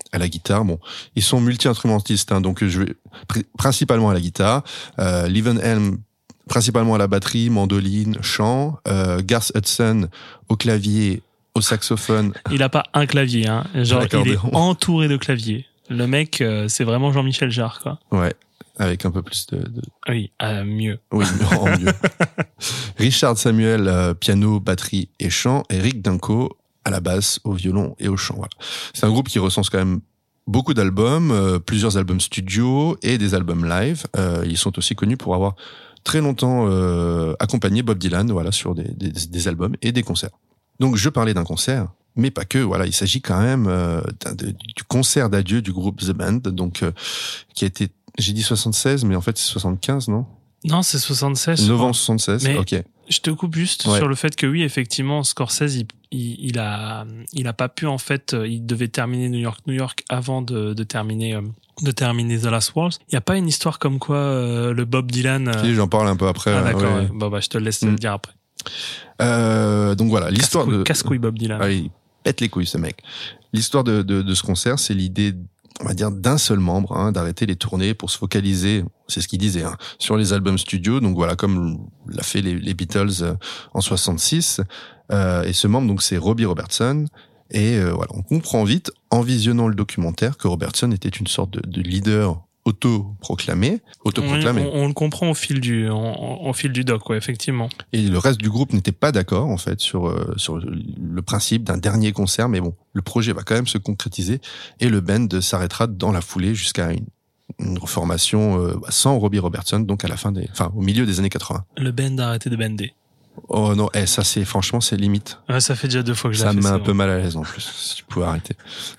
à la guitare. Bon, ils sont multi-instrumentistes, hein, donc je vais pr- principalement à la guitare. Euh, Levon Helm principalement à la batterie, mandoline, chant. Euh, Garth Hudson au clavier, au saxophone. Il a pas un clavier, hein. Genre il est L'accordéon. entouré de claviers. Le mec, euh, c'est vraiment Jean-Michel Jarre, quoi. Ouais, avec un peu plus de... de... Oui, euh, mieux. Oui, en mieux. Richard Samuel, euh, piano, batterie et chant. Et Rick Danko à la basse, au violon et au chant. Voilà. C'est un groupe qui recense quand même beaucoup d'albums, euh, plusieurs albums studio et des albums live. Euh, ils sont aussi connus pour avoir très longtemps euh, accompagné Bob Dylan, voilà, sur des, des, des albums et des concerts. Donc je parlais d'un concert, mais pas que. Voilà, il s'agit quand même euh, d'un, de, du concert d'adieu du groupe The Band, donc euh, qui a été, j'ai dit soixante-seize, mais en fait c'est soixante-quinze, non? Non, c'est soixante-seize. Novembre soixante-seize. Mais ok. Je te coupe juste Ouais. sur le fait que oui, effectivement, Scorsese, il, il, il a, il a pas pu en fait, il devait terminer New York, New York avant de, de terminer, euh, de terminer The Last Waltz. Il y a pas une histoire comme quoi euh, le Bob Dylan. Euh... Si, j'en parle un peu après. Ah d'accord. ouais. Ouais. Bon bah je te laisse Mm. le dire après. Euh, donc voilà, l'histoire Casse-couille, de casse-couille Bob Dylan. Ah, il pète les couilles ce mec. L'histoire de, de, de ce concert, c'est l'idée, on va dire, d'un seul membre, hein, d'arrêter les tournées pour se focaliser, c'est ce qu'il disait, hein, sur les albums studio. Donc voilà, comme l'a fait les, les Beatles euh, en soixante-six. Euh, et ce membre, donc, c'est Robbie Robertson. Et euh, voilà, on comprend vite, en visionnant le documentaire, que Robertson était une sorte de, de leader auto-proclamé, autoproclamé. On, on, on le comprend au fil du, en, au fil du doc, ouais, effectivement. Et le reste du groupe n'était pas d'accord, en fait, sur, euh, sur le principe d'un dernier concert. Mais bon, le projet va quand même se concrétiser et le band s'arrêtera dans la foulée jusqu'à une, une reformation euh, sans Robbie Robertson, donc à la fin des, enfin, au milieu des années quatre-vingts. Le band a arrêté de bander. Oh non, eh, ça c'est, franchement, c'est limite. Ouais, ça fait déjà deux fois que je Ça l'ai me fait. met un c'est peu bon. mal à l'aise en plus, si tu pouvais arrêter.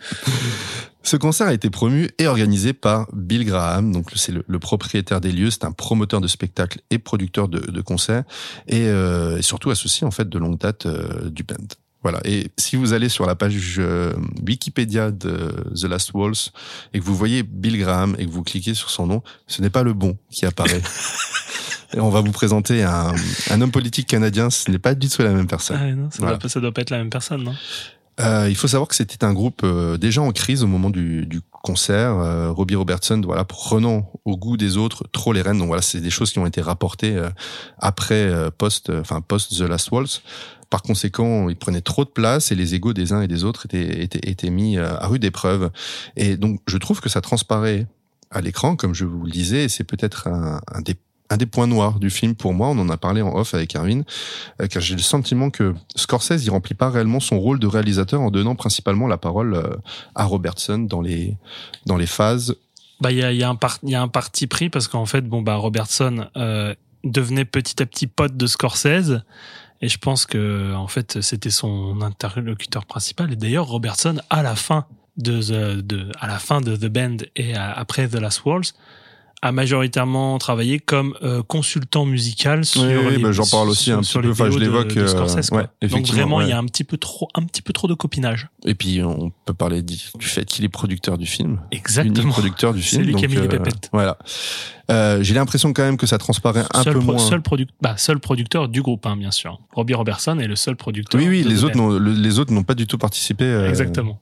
Ce concert a été promu et organisé par Bill Graham, donc c'est le, le propriétaire des lieux, c'est un promoteur de spectacles et producteur de, de concerts, et, euh, et surtout associé en fait de longue date euh, du band. Voilà. Et si vous allez sur la page euh, Wikipédia de The Last Waltz et que vous voyez Bill Graham et que vous cliquez sur son nom, ce n'est pas le bon qui apparaît. Et on va vous présenter un, un homme politique canadien, ce n'est pas du tout la même personne. Ah, ouais, non, ça, Voilà. doit pas, ça doit pas être la même personne, non? Euh, il faut savoir que c'était un groupe euh, déjà en crise au moment du, du concert. Euh, Robbie Robertson, voilà, prenant au goût des autres trop les rênes. Donc voilà, c'est des choses qui ont été rapportées euh, après euh, post, enfin euh, post The Last Waltz. Par conséquent, ils prenaient trop de place et les égos des uns et des autres étaient étaient, étaient mis euh, à rude épreuve. Et donc, je trouve que ça transparaît à l'écran, comme je vous le disais. Et c'est peut-être un, un des un des points noirs du film pour moi. On en a parlé en off avec Erwin, euh, car j'ai le sentiment que Scorsese, il remplit pas réellement son rôle de réalisateur en donnant principalement la parole euh, à Robertson dans les dans les phases. Bah il y a, y a un par, il y a un parti pris parce qu'en fait bon bah Robertson euh, devenait petit à petit pote de Scorsese et je pense que en fait c'était son interlocuteur principal. Et d'ailleurs Robertson à la fin de the, de à la fin de The Band et à, après The Last Waltz a majoritairement travaillé comme euh, consultant musical sur oui, oui, les bah, j'en parle aussi sur, un sur petit les peu. Enfin, je vidéos l'évoque. de, de Scorsese, quoi. Ouais, Donc effectivement, vraiment il ouais. y a un petit peu trop un petit peu trop de copinage. Et puis on peut parler du, du fait qu'il est producteur du film. Exactement. Unique producteur du C'est film. lui qui a donc, mis les euh, pépettes. Voilà. Euh, j'ai l'impression quand même que ça transparaît un seul peu pro- moins. Seul, produ- bah, seul producteur du groupe, hein, bien sûr. Robbie Robertson est le seul producteur. Oui, oui, de les The autres, Band. n'ont, le- les autres n'ont pas du tout participé. euh, Exactement.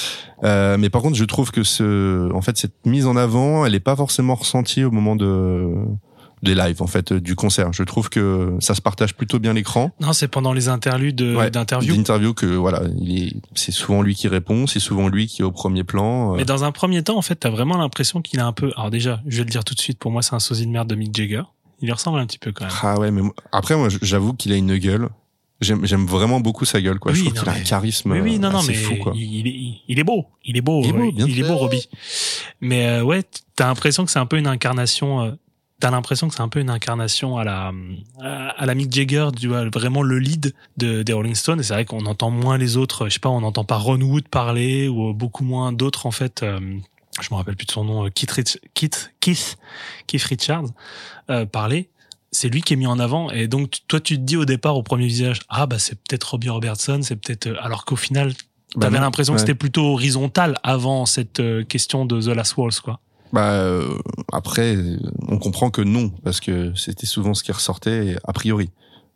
Euh, mais par contre, je trouve que ce, en fait, cette mise en avant, elle est pas forcément ressentie au moment de des lives, en fait, du concert. Je trouve que ça se partage plutôt bien l'écran. Non, c'est pendant les interludes euh, Ouais, d'interviews. D'interviews que voilà, il est, c'est souvent lui qui répond, c'est souvent lui qui est au premier plan. Mais dans un premier temps, en fait, t'as vraiment l'impression qu'il a un peu. Alors déjà, je vais le dire tout de suite. Pour moi, c'est un sosie de merde de Mick Jagger. Il lui ressemble un petit peu quand même. Ah ouais, mais moi- après, moi, j'avoue qu'il a une gueule. J'aime, j'aime vraiment beaucoup sa gueule, quoi. Oui, je trouve non, qu'il a mais- un charisme Oui, oui, non, non, assez mais fou, quoi. il, il est, il est beau. Il est beau. Il est beau, euh, bien il est sûr. beau, Robbie. Mais euh, ouais, t'as l'impression que c'est un peu une incarnation. Euh, T'as l'impression que c'est un peu une incarnation à la à, à la Mick Jagger, du vraiment le lead de des Rolling Stones. Et c'est vrai qu'on entend moins les autres. Je sais pas, on n'entend pas Ron Wood parler ou beaucoup moins d'autres en fait. Euh, je me rappelle plus de son nom. Keith Rich, Keith Keith Keith Richards euh, parler. C'est lui qui est mis en avant. Et donc toi, tu te dis au départ, au premier visage, ah bah c'est peut-être Robbie Robertson, c'est peut-être. euh, Alors qu'au final, Bah t'avais non, l'impression ouais. que c'était plutôt horizontal avant cette euh, question de The Last Waltz, quoi. Bah euh, après, on comprend que non, parce que c'était souvent ce qui ressortait a priori.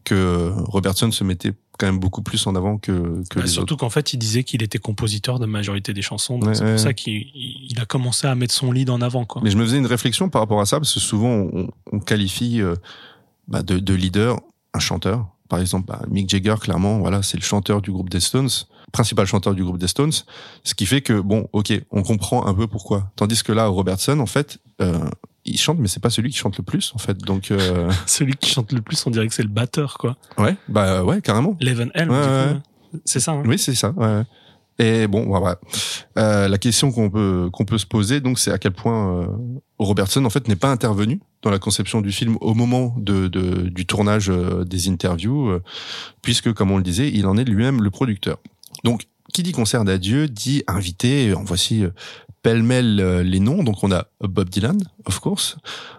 que Robertson se mettait quand même beaucoup plus en avant que, que bah, les surtout autres. qu'en fait, il disait qu'il était compositeur de majorité des chansons, donc Ouais, c'est ouais. pour ça qu'il il a commencé à mettre son lead en avant, quoi. Mais je me faisais une réflexion par rapport à ça, parce que souvent on, on qualifie euh, bah, de, de leader un chanteur. Par exemple, bah, Mick Jagger, clairement, voilà, c'est le chanteur du groupe des Stones, principal chanteur du groupe des Stones, ce qui fait que, bon, ok, on comprend un peu pourquoi. Tandis que là, Robertson, en fait, euh, il chante, mais c'est pas celui qui chante le plus, en fait. Donc, euh... Celui qui chante le plus, on dirait que c'est le batteur, quoi. ouais, bah ouais, carrément. Leven Helm, Ouais, du ouais. coup. C'est ça, hein. Oui, c'est ça. Ouais. ouais. Et bon, voilà. Euh, la question qu'on peut qu'on peut se poser, donc, c'est à quel point euh, Robertson, en fait, n'est pas intervenu dans la conception du film au moment de, de du tournage euh, des interviews, euh, puisque, comme on le disait, il en est lui-même le producteur. Donc, qui dit concert d'adieu dit invité. En voici euh, pêle-mêle euh, les noms. Donc, on a Bob Dylan, of course.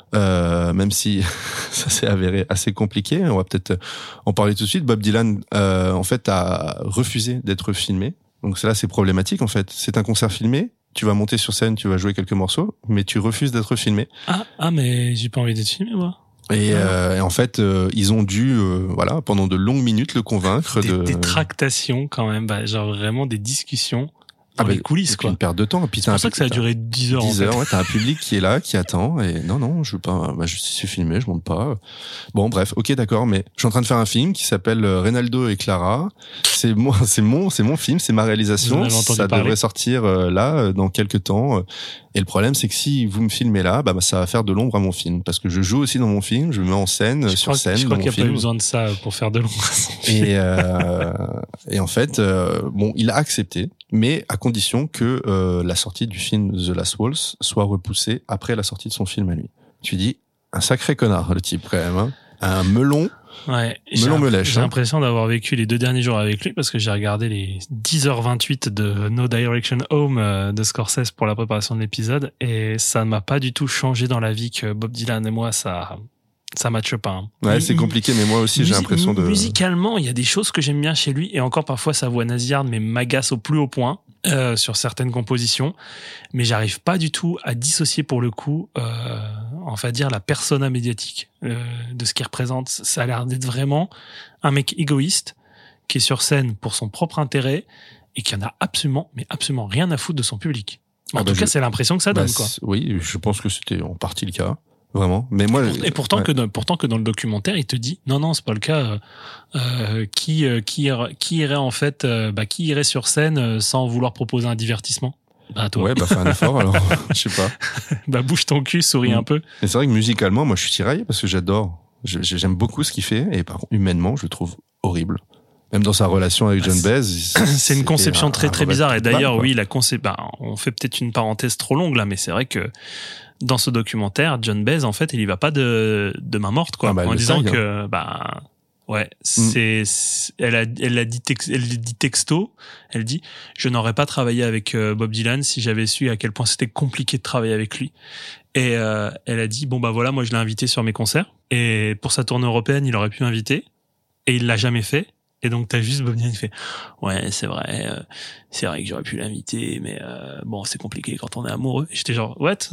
Euh, même si ça s'est avéré assez compliqué, on va peut-être en parler tout de suite. Bob Dylan, euh, en fait, a refusé d'être filmé. Donc là, c'est problématique, en fait. C'est un concert filmé, tu vas monter sur scène, tu vas jouer quelques morceaux, mais tu refuses d'être filmé. Ah, ah, mais j'ai pas envie d'être filmé, moi. Et, euh, et en fait, euh, ils ont dû, euh, voilà, pendant de longues minutes, le convaincre Des, de... des tractations, quand même, bah, genre vraiment des discussions dans Ah bah, les coulisses, et puis quoi. une perte de temps. Et puis C'est t'as pour un ça que ça a t'as- duré dix heures, dix en heures, fait. ouais, t'as un public qui est là, qui attend, et non, non, je veux pas, bah, je suis filmé, je monte pas. Bon, bref, ok, d'accord, mais je suis en train de faire un film qui s'appelle euh, Reynaldo et Clara. C'est moi, c'est mon, c'est mon film, c'est ma Vous réalisation. en avez entendu Ça parler. devrait sortir euh, là, euh, dans quelques temps. euh, Et le problème, c'est que si vous me filmez là, bah, bah, ça va faire de l'ombre à mon film, parce que je joue aussi dans mon film, je me mets en scène, euh, Je sur crois, scène, je crois dans qu'il mon n'y a pas eu film. besoin de ça pour faire de l'ombre. Et, euh, et en fait, euh, bon, il a accepté, mais à condition que euh, la sortie du film The Last Waltz soit repoussée après la sortie de son film à lui. Tu dis, un sacré connard, le type, quand même. Hein. Un melon. Ouais, Melon j'ai me lèche, j'ai hein. l'impression d'avoir vécu les deux derniers jours avec lui parce que j'ai regardé les dix heures vingt-huit de No Direction Home euh, de Scorsese pour la préparation de l'épisode et ça ne m'a pas du tout changé dans la vie que Bob Dylan et moi ça ça matche pas. Hein. Ouais, c'est M- compliqué, mais moi aussi, j'ai musi- l'impression de... Musicalement, il y a des choses que j'aime bien chez lui et encore parfois sa voix nasillarde mais m'agace au plus haut point. Euh, sur certaines compositions, mais j'arrive pas du tout à dissocier pour le coup, euh, on va dire la persona médiatique euh, de ce qu'il représente. Ça a l'air d'être vraiment un mec égoïste qui est sur scène pour son propre intérêt et qui en a absolument, mais absolument rien à foutre de son public. En Ah bah tout cas, je- c'est l'impression que ça donne, Bah, quoi. c'est- oui, je pense que c'était en partie le cas, vraiment. Mais moi, Et pourtant ouais. que dans, pourtant que dans le documentaire, il te dit non non c'est pas le cas. Euh, euh, qui euh, qui irait, qui irait en fait, euh, bah qui irait sur scène euh, sans vouloir proposer un divertissement? Bah toi. Ouais, bah fais un effort alors. Je sais pas. Bah bouge ton cul, souris Mm. un peu. Mais c'est vrai que musicalement, moi, je suis tiraillé parce que j'adore. Je- J'aime beaucoup ce qu'il fait et par contre, humainement, je le trouve horrible. Même dans sa relation avec John Ah, Baez. C'est une conception très très bizarre et d'ailleurs oui la concept bah, on fait peut-être une parenthèse trop longue là mais c'est vrai que dans ce documentaire John Baez en fait il y va pas de de main morte quoi Ah bah, en le disant taille, que bah ouais c'est c'est- elle a elle a dit tex- elle dit texto elle dit je n'aurais pas travaillé avec euh, Bob Dylan si j'avais su à quel point c'était compliqué de travailler avec lui et euh, elle a dit bon bah voilà moi je l'ai invité sur mes concerts et pour sa tournée européenne il aurait pu m'inviter et il l'a jamais fait. Et donc t'as juste Bob Dylan qui fait ouais c'est vrai euh, c'est vrai que j'aurais pu l'inviter mais euh, bon c'est compliqué quand on est amoureux. Et j'étais genre what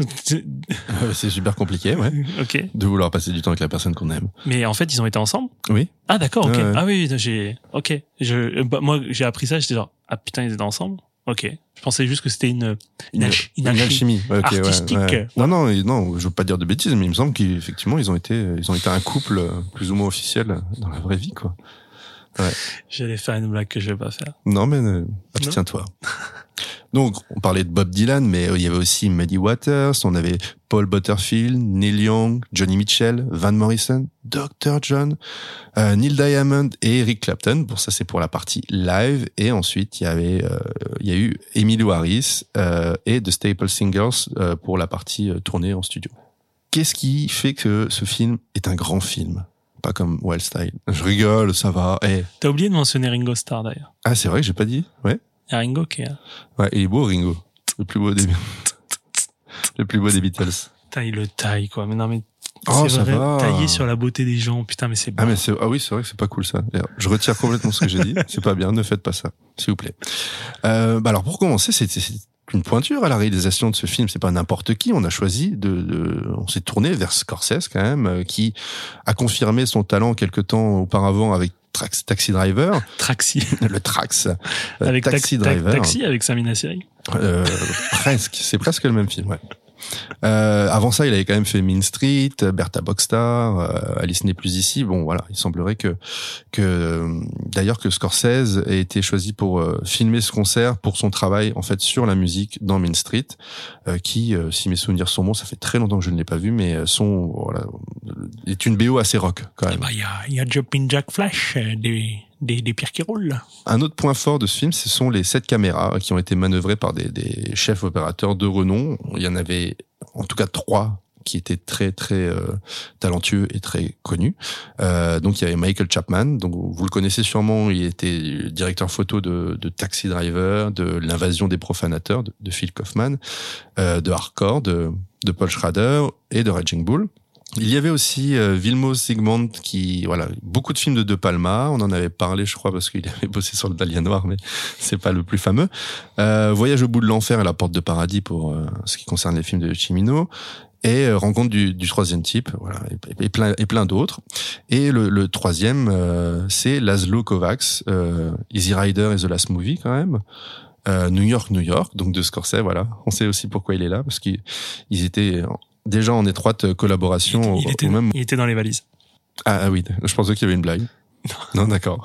Euh, c'est super compliqué, ouais. ok De vouloir passer du temps avec la personne qu'on aime. mais en fait ils ont été ensemble. Oui. Ah d'accord ok Ouais, ouais. ah oui j'ai ok je bah, moi j'ai appris ça j'étais genre ah putain ils étaient ensemble ok je pensais juste que c'était une une, alchi- une Une alchimie alchimie. Ouais, ok, ouais, artistique. ouais. Non, non, et non, je veux pas dire de bêtises, mais il me semble qu'effectivement, ils ont été, ils ont été un couple euh, plus ou moins officiel dans la vraie vie, quoi. Ouais. J'allais faire une blague que je vais pas faire. Non, mais euh, abstiens-toi. Donc, on parlait de Bob Dylan, mais euh, il y avait aussi Muddy Waters, on avait Paul Butterfield, Neil Young, Johnny Mitchell, Van Morrison, docteur John, euh, Neil Diamond et Eric Clapton. Bon, ça c'est pour la partie live. Et ensuite, il y avait, euh, il y a eu Emmylou Harris euh, et The Staple Singers euh, pour la partie euh, tournée en studio. Qu'est-ce qui fait que ce film est un grand film? Pas comme Wild Style. Je rigole, ça va. Eh. T'as oublié de mentionner Ringo Starr d'ailleurs. Ah, c'est vrai que j'ai pas dit. Ouais. Il y a Ringo qui est là. Ouais, il est beau, Ringo. Le plus beau des, le plus beau des Beatles. Putain, il le taille, quoi. Mais non, mais Oh, c'est ça vrai, va. tailler sur la beauté des gens. Putain, mais c'est Ah, bon. mais c'est, ah oui, c'est vrai que c'est pas cool, ça. D'ailleurs, je retire complètement ce que j'ai dit. C'est pas bien. Ne faites pas ça. S'il vous plaît. Euh, bah alors, pour commencer, c'est, c'est une pointure à la réalisation de ce film. C'est pas n'importe qui. On a choisi de, de on s'est tourné vers Scorsese quand même, qui a confirmé son talent quelque temps auparavant avec Trax, Taxi Driver. Traxi. Le Trax. Avec Taxi ta- ta- Driver. Taxi avec Samina Seri. Euh, presque. C'est presque le même film, ouais. Euh, avant ça, il avait quand même fait Mean Street, Bertha Boxstar, euh, Alice n'est plus ici. Bon, voilà, il semblerait que, que d'ailleurs que Scorsese ait été choisi pour euh, filmer ce concert pour son travail en fait sur la musique dans Mean Street, euh, qui, euh, si mes souvenirs sont bons, ça fait très longtemps que je ne l'ai pas vu, mais son voilà, est une B O assez rock quand Eh même. ben, il y a, il y a Jumping Jack Flash, euh, des, des, des pierres qui roulent. Un autre point fort de ce film, ce sont les sept caméras qui ont été manœuvrées par des, des chefs opérateurs de renom. Il y en avait en tout cas trois qui étaient très très euh, talentueux et très connus. Euh, donc il y avait Michael Chapman, donc vous le connaissez sûrement, il était directeur photo de, de Taxi Driver, de L'invasion des profanateurs de, de Phil Kaufman, euh, de Hardcore de, de Paul Schrader et de Raging Bull. Il y avait aussi euh, Vilmos Zsigmond qui, voilà, beaucoup de films de De Palma. On en avait parlé, je crois, parce qu'il avait bossé sur le Dahlia Noir, mais c'est pas le plus fameux. Euh, Voyage au bout de l'enfer et La porte de paradis pour euh, ce qui concerne les films de Cimino. Et euh, Rencontre du, du troisième type, voilà, et, et plein, et plein d'autres. Et le, le troisième, euh, c'est Laszlo Kovacs, euh, Easy Rider et The Last Movie, quand même. Euh, New York, New York, donc de Scorsese, voilà. On sait aussi pourquoi il est là, parce qu'ils ils étaient déjà en étroite collaboration. Il, il, au, était, au même... il était dans les valises. Ah, ah oui, je pensais qu'il y avait une blague. Non, non d'accord.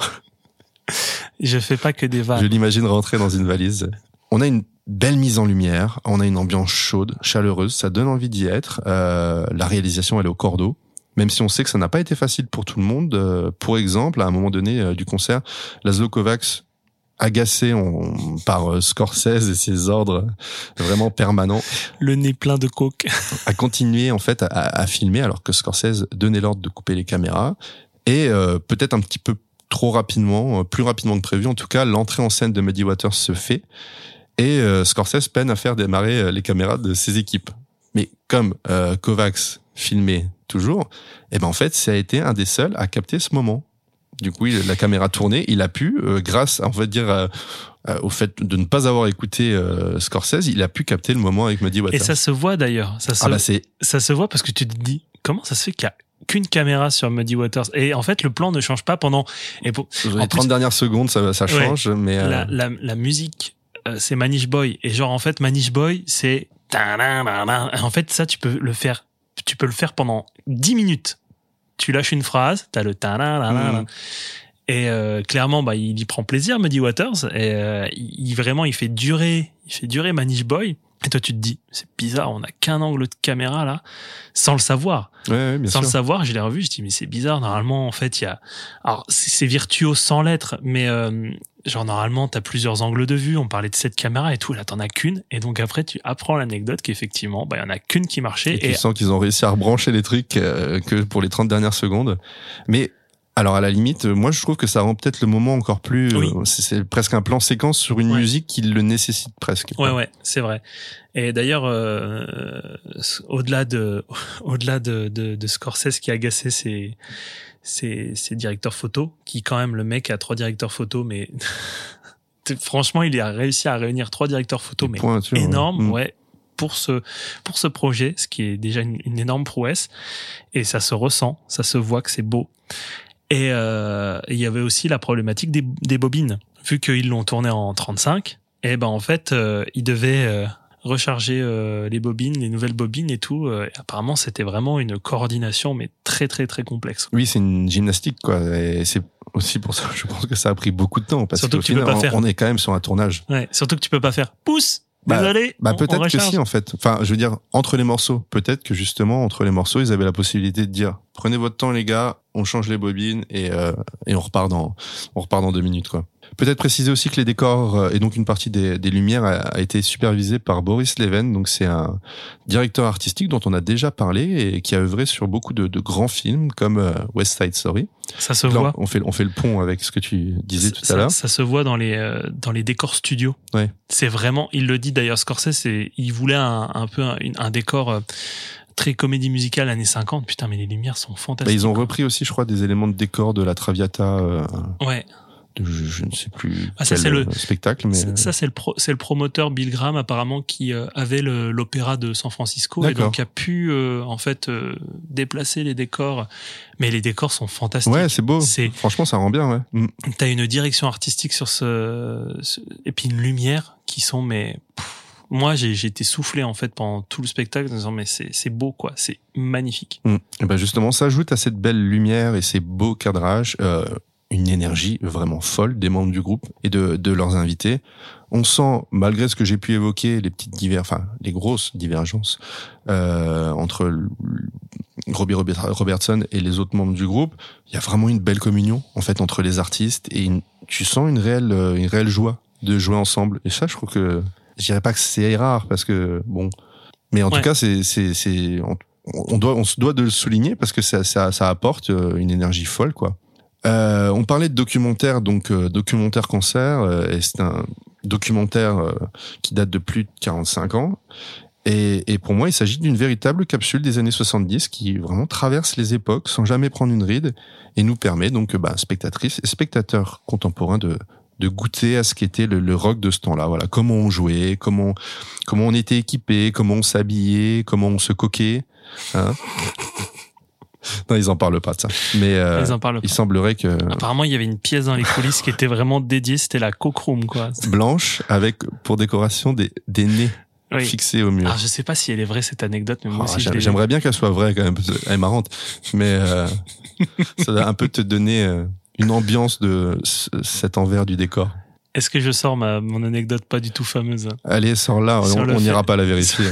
Je fais pas que des vannes. Je l'imagine rentrer dans une valise. On a une belle mise en lumière, on a une ambiance chaude, chaleureuse, ça donne envie d'y être. Euh, la réalisation, elle est au cordeau. Même si on sait que ça n'a pas été facile pour tout le monde. Euh, pour exemple, à un moment donné euh, du concert, Laszlo Kovacs, agacé on, par euh, Scorsese et ses ordres vraiment permanents, le nez plein de coke, a continué en fait à, à filmer alors que Scorsese donnait l'ordre de couper les caméras et euh, peut-être un petit peu trop rapidement, euh, plus rapidement que prévu. En tout cas, l'entrée en scène de Muddy Waters se fait et euh, Scorsese peine à faire démarrer euh, les caméras de ses équipes. Mais comme euh, Kovacs filmait toujours, et ben en fait, ça a été un des seuls à capter ce moment. Du coup, il, la caméra tournée, il a pu, euh, grâce, on va dire, euh, euh, au fait de ne pas avoir écouté euh, Scorsese, il a pu capter le moment avec Muddy Waters. Et ça se voit d'ailleurs. Ça se, ah bah c'est... ça se voit parce que tu te dis, comment ça se fait qu'il y a qu'une caméra sur Muddy Waters? Et en fait, le plan ne change pas pendant... Et pour... Les en trente plus, dernières secondes, ça, ça change, ouais, mais... Euh... La, la, la musique, euh, c'est Manish Boy. Et genre, en fait, Manish Boy, c'est... En fait, ça, tu peux le faire, tu peux le faire pendant dix minutes. Tu lâches une phrase, t'as le ta-la-la-la. Mmh. Et euh, clairement, bah, il y prend plaisir, Muddy Waters. Et euh, il vraiment, il fait durer, il fait durer Manish Boy. Et toi, tu te dis, c'est bizarre, on n'a qu'un angle de caméra là, sans le savoir. Ouais, ouais, bien sans sûr. le savoir, je l'ai revu, je dis mais c'est bizarre. Normalement, en fait, il y a, alors c'est, c'est virtuose sans l'être, mais euh, genre normalement, t'as plusieurs angles de vue. On parlait de cette caméra et tout, là t'en as qu'une. Et donc après, tu apprends l'anecdote qu'effectivement, bah il y en a qu'une qui marchait. Et, et tu sens qu'ils ont réussi à rebrancher les trucs euh, que pour les trente dernières secondes. Mais alors à la limite, moi je trouve que ça rend peut-être le moment encore plus. Oui. Euh, c'est, c'est presque un plan séquence sur une ouais. musique qui le nécessite presque. Ouais, ouais, c'est vrai. Et d'ailleurs, euh, au-delà de, au-delà de, de, de Scorsese qui a agacé ses, ses, ses directeurs photos, qui quand même le mec a trois directeurs photos, mais franchement, il a réussi à réunir trois directeurs photos, mais pointures, énormes, ouais. ouais. Pour ce, pour ce projet, ce qui est déjà une, une énorme prouesse. Et ça se ressent, ça se voit que c'est beau. Et euh, il y avait aussi la problématique des, des bobines. Vu qu'ils l'ont tourné en trente-cinq, et ben en fait, euh, ils devaient euh, recharger euh, les bobines, les nouvelles bobines et tout. Euh, et apparemment, c'était vraiment une coordination, mais très très très complexe. Oui, c'est une gymnastique, quoi. Et c'est aussi pour ça, je pense que ça a pris beaucoup de temps. Parce surtout qu'au que tu final, peux pas on, faire. on est quand même sur un tournage. Ouais, surtout que tu peux pas faire pouce. Bah, Désolé. Bah on, peut-être on que si en fait. Enfin, je veux dire entre les morceaux. Peut-être que justement entre les morceaux, ils avaient la possibilité de dire prenez votre temps les gars, on change les bobines et euh, et on repart dans on repart dans deux minutes quoi. Peut-être préciser aussi que les décors et donc une partie des, des lumières a, a été supervisée par Boris Leven. Donc c'est un directeur artistique dont on a déjà parlé et qui a œuvré sur beaucoup de, de grands films comme euh, West Side Story. Ça se Là, voit. On fait on fait le pont avec ce que tu disais ça, tout à l'heure. Ça se voit dans les euh, dans les décors studio. Ouais. C'est vraiment, il le dit d'ailleurs Scorsese, c'est, il voulait un, un peu un, un décor euh, très comédie musicale années cinquante. Putain, mais les lumières sont fantastiques. Bah, ils ont repris aussi, je crois, des éléments de décor de la Traviata. Euh, ouais. de je, je ne sais plus ah, ça, quel c'est le, spectacle. Mais ça, ça c'est le pro, c'est le promoteur Bill Graham apparemment qui euh, avait le, l'opéra de San Francisco D'accord. et donc a pu euh, en fait euh, déplacer les décors. Mais les décors sont fantastiques. ouais, c'est beau. C'est, Franchement, ça rend bien. Ouais. Mm. t'as une direction artistique sur ce, ce et puis une lumière qui sont mais pff, moi j'ai, j'ai été soufflé en fait pendant tout le spectacle en disant mais c'est, c'est beau quoi, c'est magnifique. Mm. Et ben justement, ça ajoute à cette belle lumière et ces beaux cadrages. Euh, une énergie vraiment folle des membres du groupe et de, de leurs invités. On sent, malgré ce que j'ai pu évoquer, les petites diver, enfin, les grosses divergences, euh, entre Robbie Robertson et les autres membres du groupe, il y a vraiment une belle communion, en fait, entre les artistes et une, tu sens une réelle, une réelle joie de jouer ensemble. Et ça, je trouve que, je dirais pas que c'est rare parce que, bon, mais en ouais. tout cas, c'est, c'est, c'est, on, on doit, on se doit de le souligner parce que ça, ça, ça apporte une énergie folle, quoi. Euh, on parlait de documentaire, donc euh, documentaire concert, euh, et c'est un documentaire euh, qui date de plus de quarante-cinq ans. Et, et pour moi, il s'agit d'une véritable capsule des années soixante-dix qui vraiment traverse les époques sans jamais prendre une ride et nous permet donc, bah, spectatrices et spectateurs contemporains de de goûter à ce qu'était le, le rock de ce temps-là. Voilà, comment on jouait, comment comment on était équipé, comment on s'habillait, comment on se coquait. Hein. Non, ils en parlent pas de ça. Mais euh, ils en parlent pas. Il semblerait que apparemment il y avait une pièce dans les coulisses qui était vraiment dédiée, c'était la coke room quoi. Blanche avec pour décoration des des nez oui. fixés au mur. Alors je sais pas si elle est vraie cette anecdote, mais moi oh, aussi j'aimerais, j'aimerais bien qu'elle soit vraie quand même. Elle est marrante, mais euh, ça va un peu te donner euh, une ambiance de cet envers du décor. Est-ce que je sors ma mon anecdote pas du tout fameuse? Allez, sors là, on, on n'ira pas la vérifier.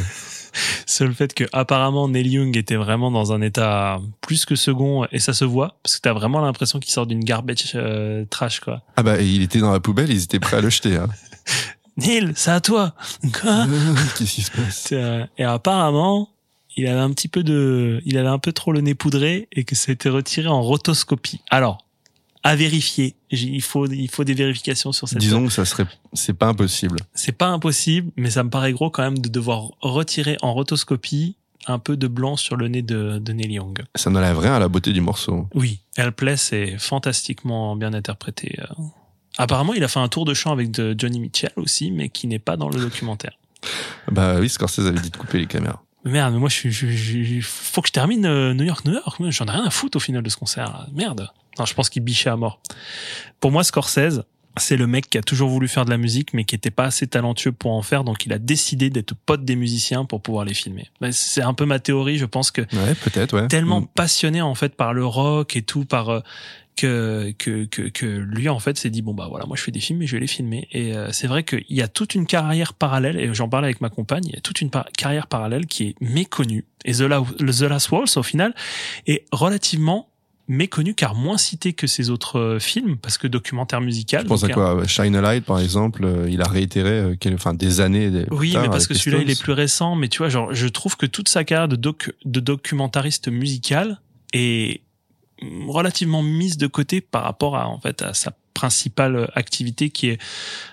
Sur le fait que apparemment Neil Young était vraiment dans un état plus que second et ça se voit parce que t'as vraiment l'impression qu'il sort d'une garbage euh, trash quoi. Ah bah il était dans la poubelle, ils étaient prêts à le jeter. Hein. Neil, c'est à toi. Quoi? Qu'est-ce qui se passe? Euh, et apparemment il avait un petit peu de, il avait un peu trop le nez poudré et que ça a été retiré en rotoscopie. Alors à vérifier. Il faut, il faut des vérifications sur cette. Disons que ça serait, c'est pas impossible. C'est pas impossible, mais ça me paraît gros quand même de devoir retirer en rotoscopie un peu de blanc sur le nez de, de Neil Young. Ça n'enlève rien à la beauté du morceau. Oui. Helpless est fantastiquement bien interprété. Apparemment, il a fait un tour de chant avec de Johnny Mitchell aussi, mais qui n'est pas dans le documentaire. Bah oui, Scorsese avait dit de couper les caméras. Merde, mais moi, je suis, je, je, faut que je termine New York, New York. J'en ai rien à foutre au final de ce concert. Merde. Non, je pense qu'il bichait à mort. Pour moi, Scorsese, c'est le mec qui a toujours voulu faire de la musique, mais qui était pas assez talentueux pour en faire, donc il a décidé d'être pote des musiciens pour pouvoir les filmer. C'est un peu ma théorie, je pense que. Ouais, peut-être, ouais. Tellement mmh. passionné, en fait, par le rock et tout, par, euh, que, que, que, que lui, en fait, s'est dit, bon, bah voilà, moi, je fais des films et je vais les filmer. Et euh, c'est vrai qu'il y a toute une carrière parallèle, et j'en parlais avec ma compagne, il y a toute une par- carrière parallèle qui est méconnue. Et The, La- The Last Waltz, au final, est relativement méconnu car moins cité que ses autres euh, films parce que documentaire musical. Je pense à quoi euh, Shine a Light par exemple, euh, il a réitéré euh, quel, enfin des années des, oui mais parce que celui-là Stones. il est plus récent, mais tu vois genre je trouve que toute sa carrière de doc de documentariste musical est relativement mise de côté par rapport à en fait à sa principale activité qui est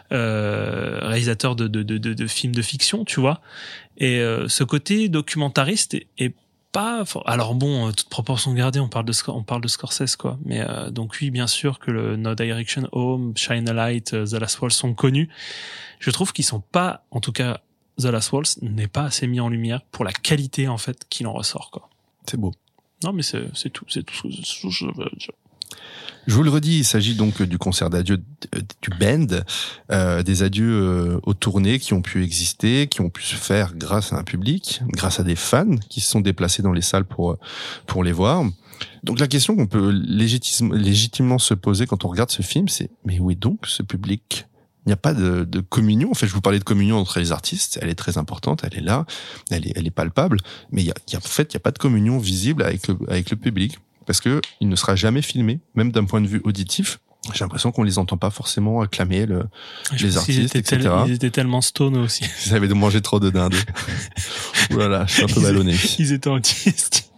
euh, réalisateur de, de de de de films de fiction, tu vois. Et euh, ce côté documentariste est, est pas fort. Alors bon, toute proportion gardée, on parle de on parle de Scorsese quoi. Mais euh, donc oui, bien sûr que le No Direction Home, Shine a Light, The Last Waltz sont connus. Je trouve qu'ils sont pas, en tout cas, The Last Waltz n'est pas assez mis en lumière pour la qualité en fait qu'il en ressort quoi. C'est beau. Non mais c'est c'est tout, c'est tout ce que je veux dire. Je vous le redis, il s'agit donc du concert d'adieu du band, euh, des adieux euh, aux tournées qui ont pu exister, qui ont pu se faire grâce à un public, grâce à des fans qui se sont déplacés dans les salles pour pour les voir. Donc la question qu'on peut légitim, légitimement se poser quand on regarde ce film, c'est mais où est donc ce public ? Il n'y a pas de, de communion. En fait, je vous parlais de communion entre les artistes. Elle est très importante. Elle est là. Elle est, elle est palpable. Mais il y a, il y a, en fait, il n'y a pas de communion visible avec le, avec le public. Parce que il ne sera jamais filmé, même d'un point de vue auditif. J'ai l'impression qu'on les entend pas forcément acclamer le, les artistes, et cetera. Tel, ils étaient tellement stone aussi. Ils avaient mangé trop de dinde. Oulala, je suis un peu ballonné. Ils étaient anti-esti.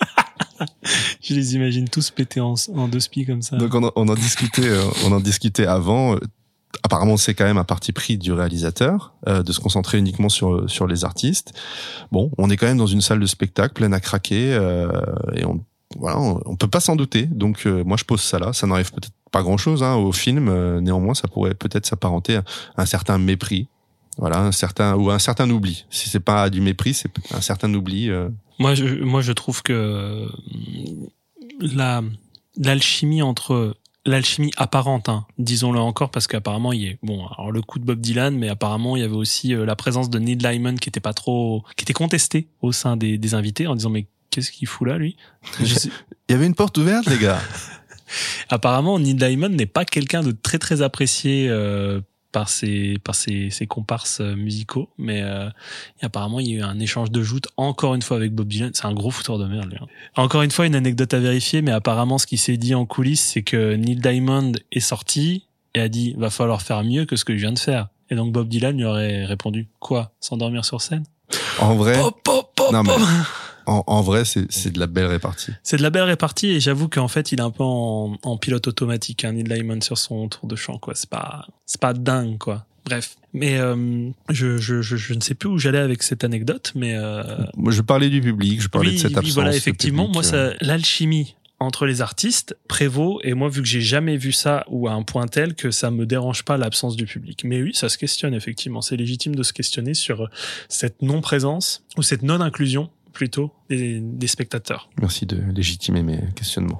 Je les imagine tous pétés en, en deux spies comme ça. Donc on en, on en discutait, on en discutait avant. Apparemment, c'est quand même un parti pris du réalisateur euh, de se concentrer uniquement sur sur les artistes. Bon, on est quand même dans une salle de spectacle pleine à craquer euh, et on Voilà, on, on peut pas s'en douter. Donc euh, moi je pose ça là. Ça n'enlève peut-être pas grand-chose hein, au film. Euh, néanmoins, ça pourrait peut-être s'apparenter à un certain mépris, voilà, un certain ou un certain oubli. Si c'est pas du mépris, c'est un certain oubli. Euh... Moi, je, moi, je trouve que la l'alchimie entre l'alchimie apparente, hein, disons-le encore, parce qu'apparemment il y a bon, alors le coup de Bob Dylan, mais apparemment il y avait aussi euh, la présence de Neil Diamond qui était pas trop, qui était contesté au sein des, des invités en disant mais qu'est-ce qu'il fout là lui? Je sais... Il y avait une porte ouverte, les gars. Apparemment, Neil Diamond n'est pas quelqu'un de très très apprécié euh, par ses par ses, ses comparses musicaux, mais euh, et apparemment il y a eu un échange de joutes encore une fois avec Bob Dylan. C'est un gros fouteur de merde, lui. Hein. Encore une fois, une anecdote à vérifier, mais apparemment ce qui s'est dit en coulisses, c'est que Neil Diamond est sorti et a dit va falloir faire mieux que ce que je viens de faire. Et donc Bob Dylan lui aurait répondu quoi? S'endormir sur scène? En vrai, pop, pop, pop, non mais. pop. En, en vrai, c'est, c'est de la belle répartie. C'est de la belle répartie et j'avoue qu'en fait, il est un peu en, en pilote automatique, hein, Neil Diamond sur son tour de chant, quoi. C'est pas, c'est pas dingue, quoi. Bref. Mais, euh, je, je, je, je ne sais plus où j'allais avec cette anecdote, mais, euh... Moi, je parlais du public, je parlais oui, de cette oui, absence. Voilà, effectivement. Public, moi, ça, euh... l'alchimie entre les artistes prévaut et moi, vu que j'ai jamais vu ça ou à un point tel que ça me dérange pas l'absence du public. Mais oui, ça se questionne, effectivement. C'est légitime de se questionner sur cette non-présence ou cette non-inclusion plutôt des, des spectateurs. Merci de légitimer mes questionnements.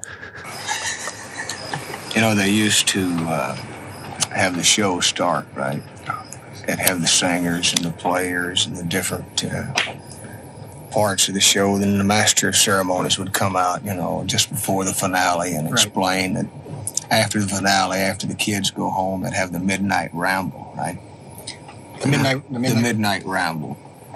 You know, they used to uh, have the show start, right? They'd have the singers and the players and the different uh, parts of the show. Then the master of ceremonies would come out, you know, just before the finale and explain right. that after the finale, after the kids go home, they'd have the midnight ramble, right? The midnight, the midnight, the midnight ramble.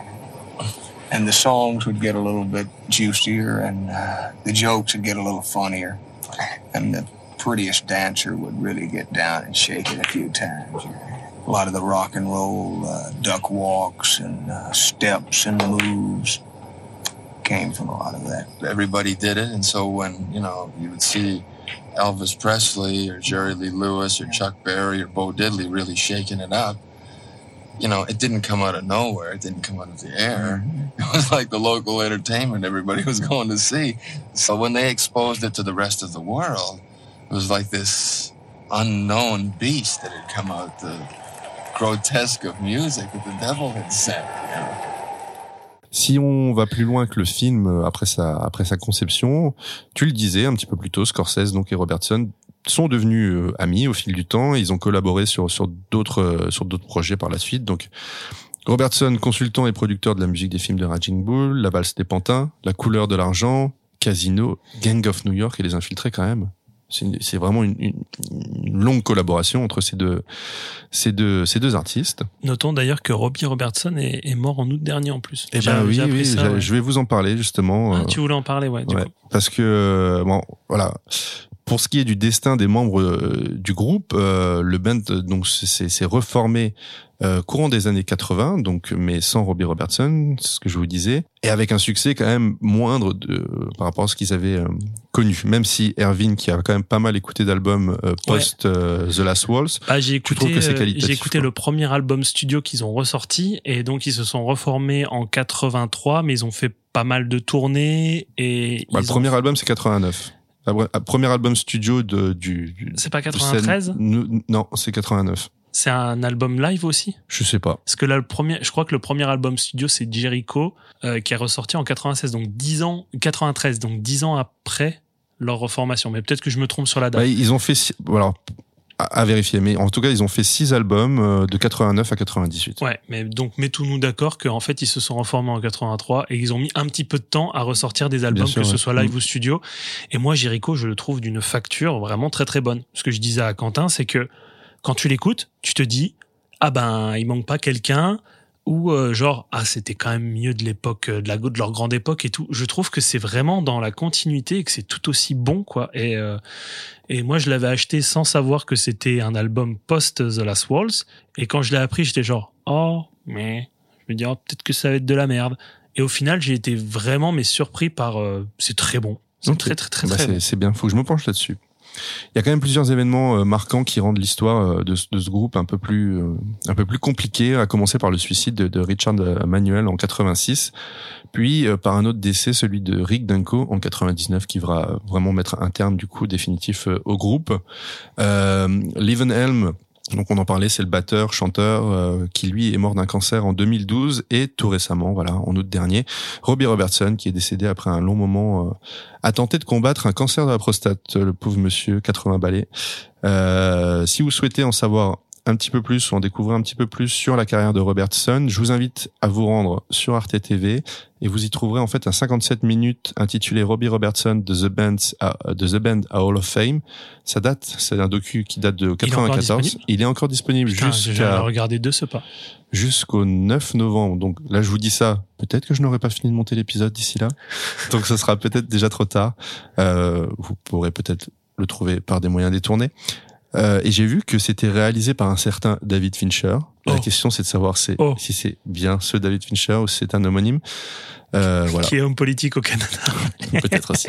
And the songs would get a little bit juicier and uh, the jokes would get a little funnier. And the prettiest dancer would really get down and shake it a few times. A lot of the rock and roll uh, duck walks and uh, steps and moves came from a lot of that. Everybody did it, and so when, you know, you would see Elvis Presley or Jerry Lee Lewis or Chuck Berry or Bo Diddley really shaking it up, you know, it didn't come out of nowhere. It didn't come out of the air. It was like the local entertainment everybody was going to see. So when they exposed it to the rest of the world, it was like this unknown beast that had come out, the grotesque of music that the devil had sent, you know. Si on va plus loin que le film après sa après sa conception, tu le disais un petit peu plus tôt, Scorsese donc et Robertson sont devenus euh, amis au fil du temps. Ils ont collaboré sur sur d'autres euh, sur d'autres projets par la suite. Donc Robertson, consultant et producteur de la musique des films de Raging Bull, La Valse des Pantins, La Couleur de l'argent, Casino, Gang of New York et Les Infiltrés quand même. C'est, une, c'est vraiment une, une, une longue collaboration entre ces deux, ces deux, ces deux artistes. Notons d'ailleurs que Robbie Robertson est, est mort en août dernier en plus. Eh ben oui, oui, ça, ouais. Je vais vous en parler justement. Ah, tu voulais en parler, ouais. Du ouais coup. Parce que bon, voilà. Pour ce qui est du destin des membres euh, du groupe, euh, le band donc c'est, c'est reformé euh, courant des années quatre-vingts, donc mais sans Robbie Robertson, c'est ce que je vous disais, et avec un succès quand même moindre de, par rapport à ce qu'ils avaient euh, connu. Même si Erwin, qui a quand même pas mal écouté d'albums euh, post ouais. euh, The Last Waltz, bah, j'ai écouté, tu trouves que c'est qualitatif, j'ai écouté quoi. Le premier album studio qu'ils ont ressorti, et donc ils se sont reformés en quatre-vingt-trois, mais ils ont fait pas mal de tournées et bah, ils le premier ont... album c'est quatre-vingt-neuf. Premier album studio de, du, du... C'est pas quatre-vingt-treize? Scène... Non, c'est quatre-vingt-neuf. C'est un album live aussi? Je sais pas. Parce que là, le premier, je crois que le premier album studio, c'est Jericho, euh, qui est ressorti en quatre-vingt-seize, donc dix ans, quatre-vingt-treize, donc dix ans après leur reformation. Mais peut-être que je me trompe sur la date. Bah, ils ont fait, alors, à, à vérifier, mais en tout cas, ils ont fait six albums euh, de quatre-vingt-neuf à quatre-vingt-dix-huit. Ouais, mais donc mettons-nous d'accord qu'en fait, ils se sont reformés en quatre-vingt-trois et ils ont mis un petit peu de temps à ressortir des albums, sûr, que ouais. ce soit live mmh. ou studio. Et moi, Jericho, je le trouve d'une facture vraiment très très bonne. Ce que je disais à Quentin, c'est que quand tu l'écoutes, tu te dis, ah ben, il manque pas quelqu'un, ou euh, genre, ah, c'était quand même mieux de l'époque, de, la, de leur grande époque et tout. Je trouve que c'est vraiment dans la continuité et que c'est tout aussi bon, quoi. Et, euh, et moi, je l'avais acheté sans savoir que c'était un album post The Last Waltz. Et quand je l'ai appris, j'étais genre, oh, mais, je me dis, oh, peut-être que ça va être de la merde. Et au final, j'ai été vraiment, mais surpris par, euh, c'est très bon. C'est okay. très, très, très, bah très c'est, bon. C'est bien, faut que je me penche là-dessus. Il y a quand même plusieurs événements euh, marquants qui rendent l'histoire euh, de, de ce groupe un peu plus euh, un peu plus compliquée, à commencer par le suicide de, de Richard Manuel en quatre-vingt-six, puis euh, par un autre décès, celui de Rick Danko en quatre-vingt-dix-neuf, qui va vraiment mettre un terme du coup définitif euh, au groupe. Euh, Levon Helm, donc on en parlait, c'est le batteur, chanteur, euh, qui lui est mort d'un cancer en deux mille douze, et tout récemment, voilà, en août dernier, Robbie Robertson, qui est décédé après un long moment, euh, a tenté de combattre un cancer de la prostate, le pauvre monsieur, quatre-vingts balais. Euh, si vous souhaitez en savoir un petit peu plus, ou en découvrir un petit peu plus sur la carrière de Robertson, je vous invite à vous rendre sur Arte T V, et vous y trouverez en fait un cinquante-sept minutes intitulé Robbie Robertson de The Band à, de The Band à Hall of Fame. Ça date, c'est un docu qui date de quatre-vingt-quatorze. Il est encore disponible, Putain, jusqu'à j'ai regardé de ce pas. Jusqu'au neuf novembre. Donc là, je vous dis ça. Peut-être que je n'aurai pas fini de monter l'épisode d'ici là. Donc ce sera peut-être déjà trop tard. Euh, vous pourrez peut-être le trouver par des moyens détournés. Euh, et j'ai vu que c'était réalisé par un certain David Fincher. La oh. question, c'est de savoir c'est, oh. si c'est bien ce David Fincher ou si c'est un homonyme. Euh, voilà. Qui est homme politique au Canada. Peut-être aussi.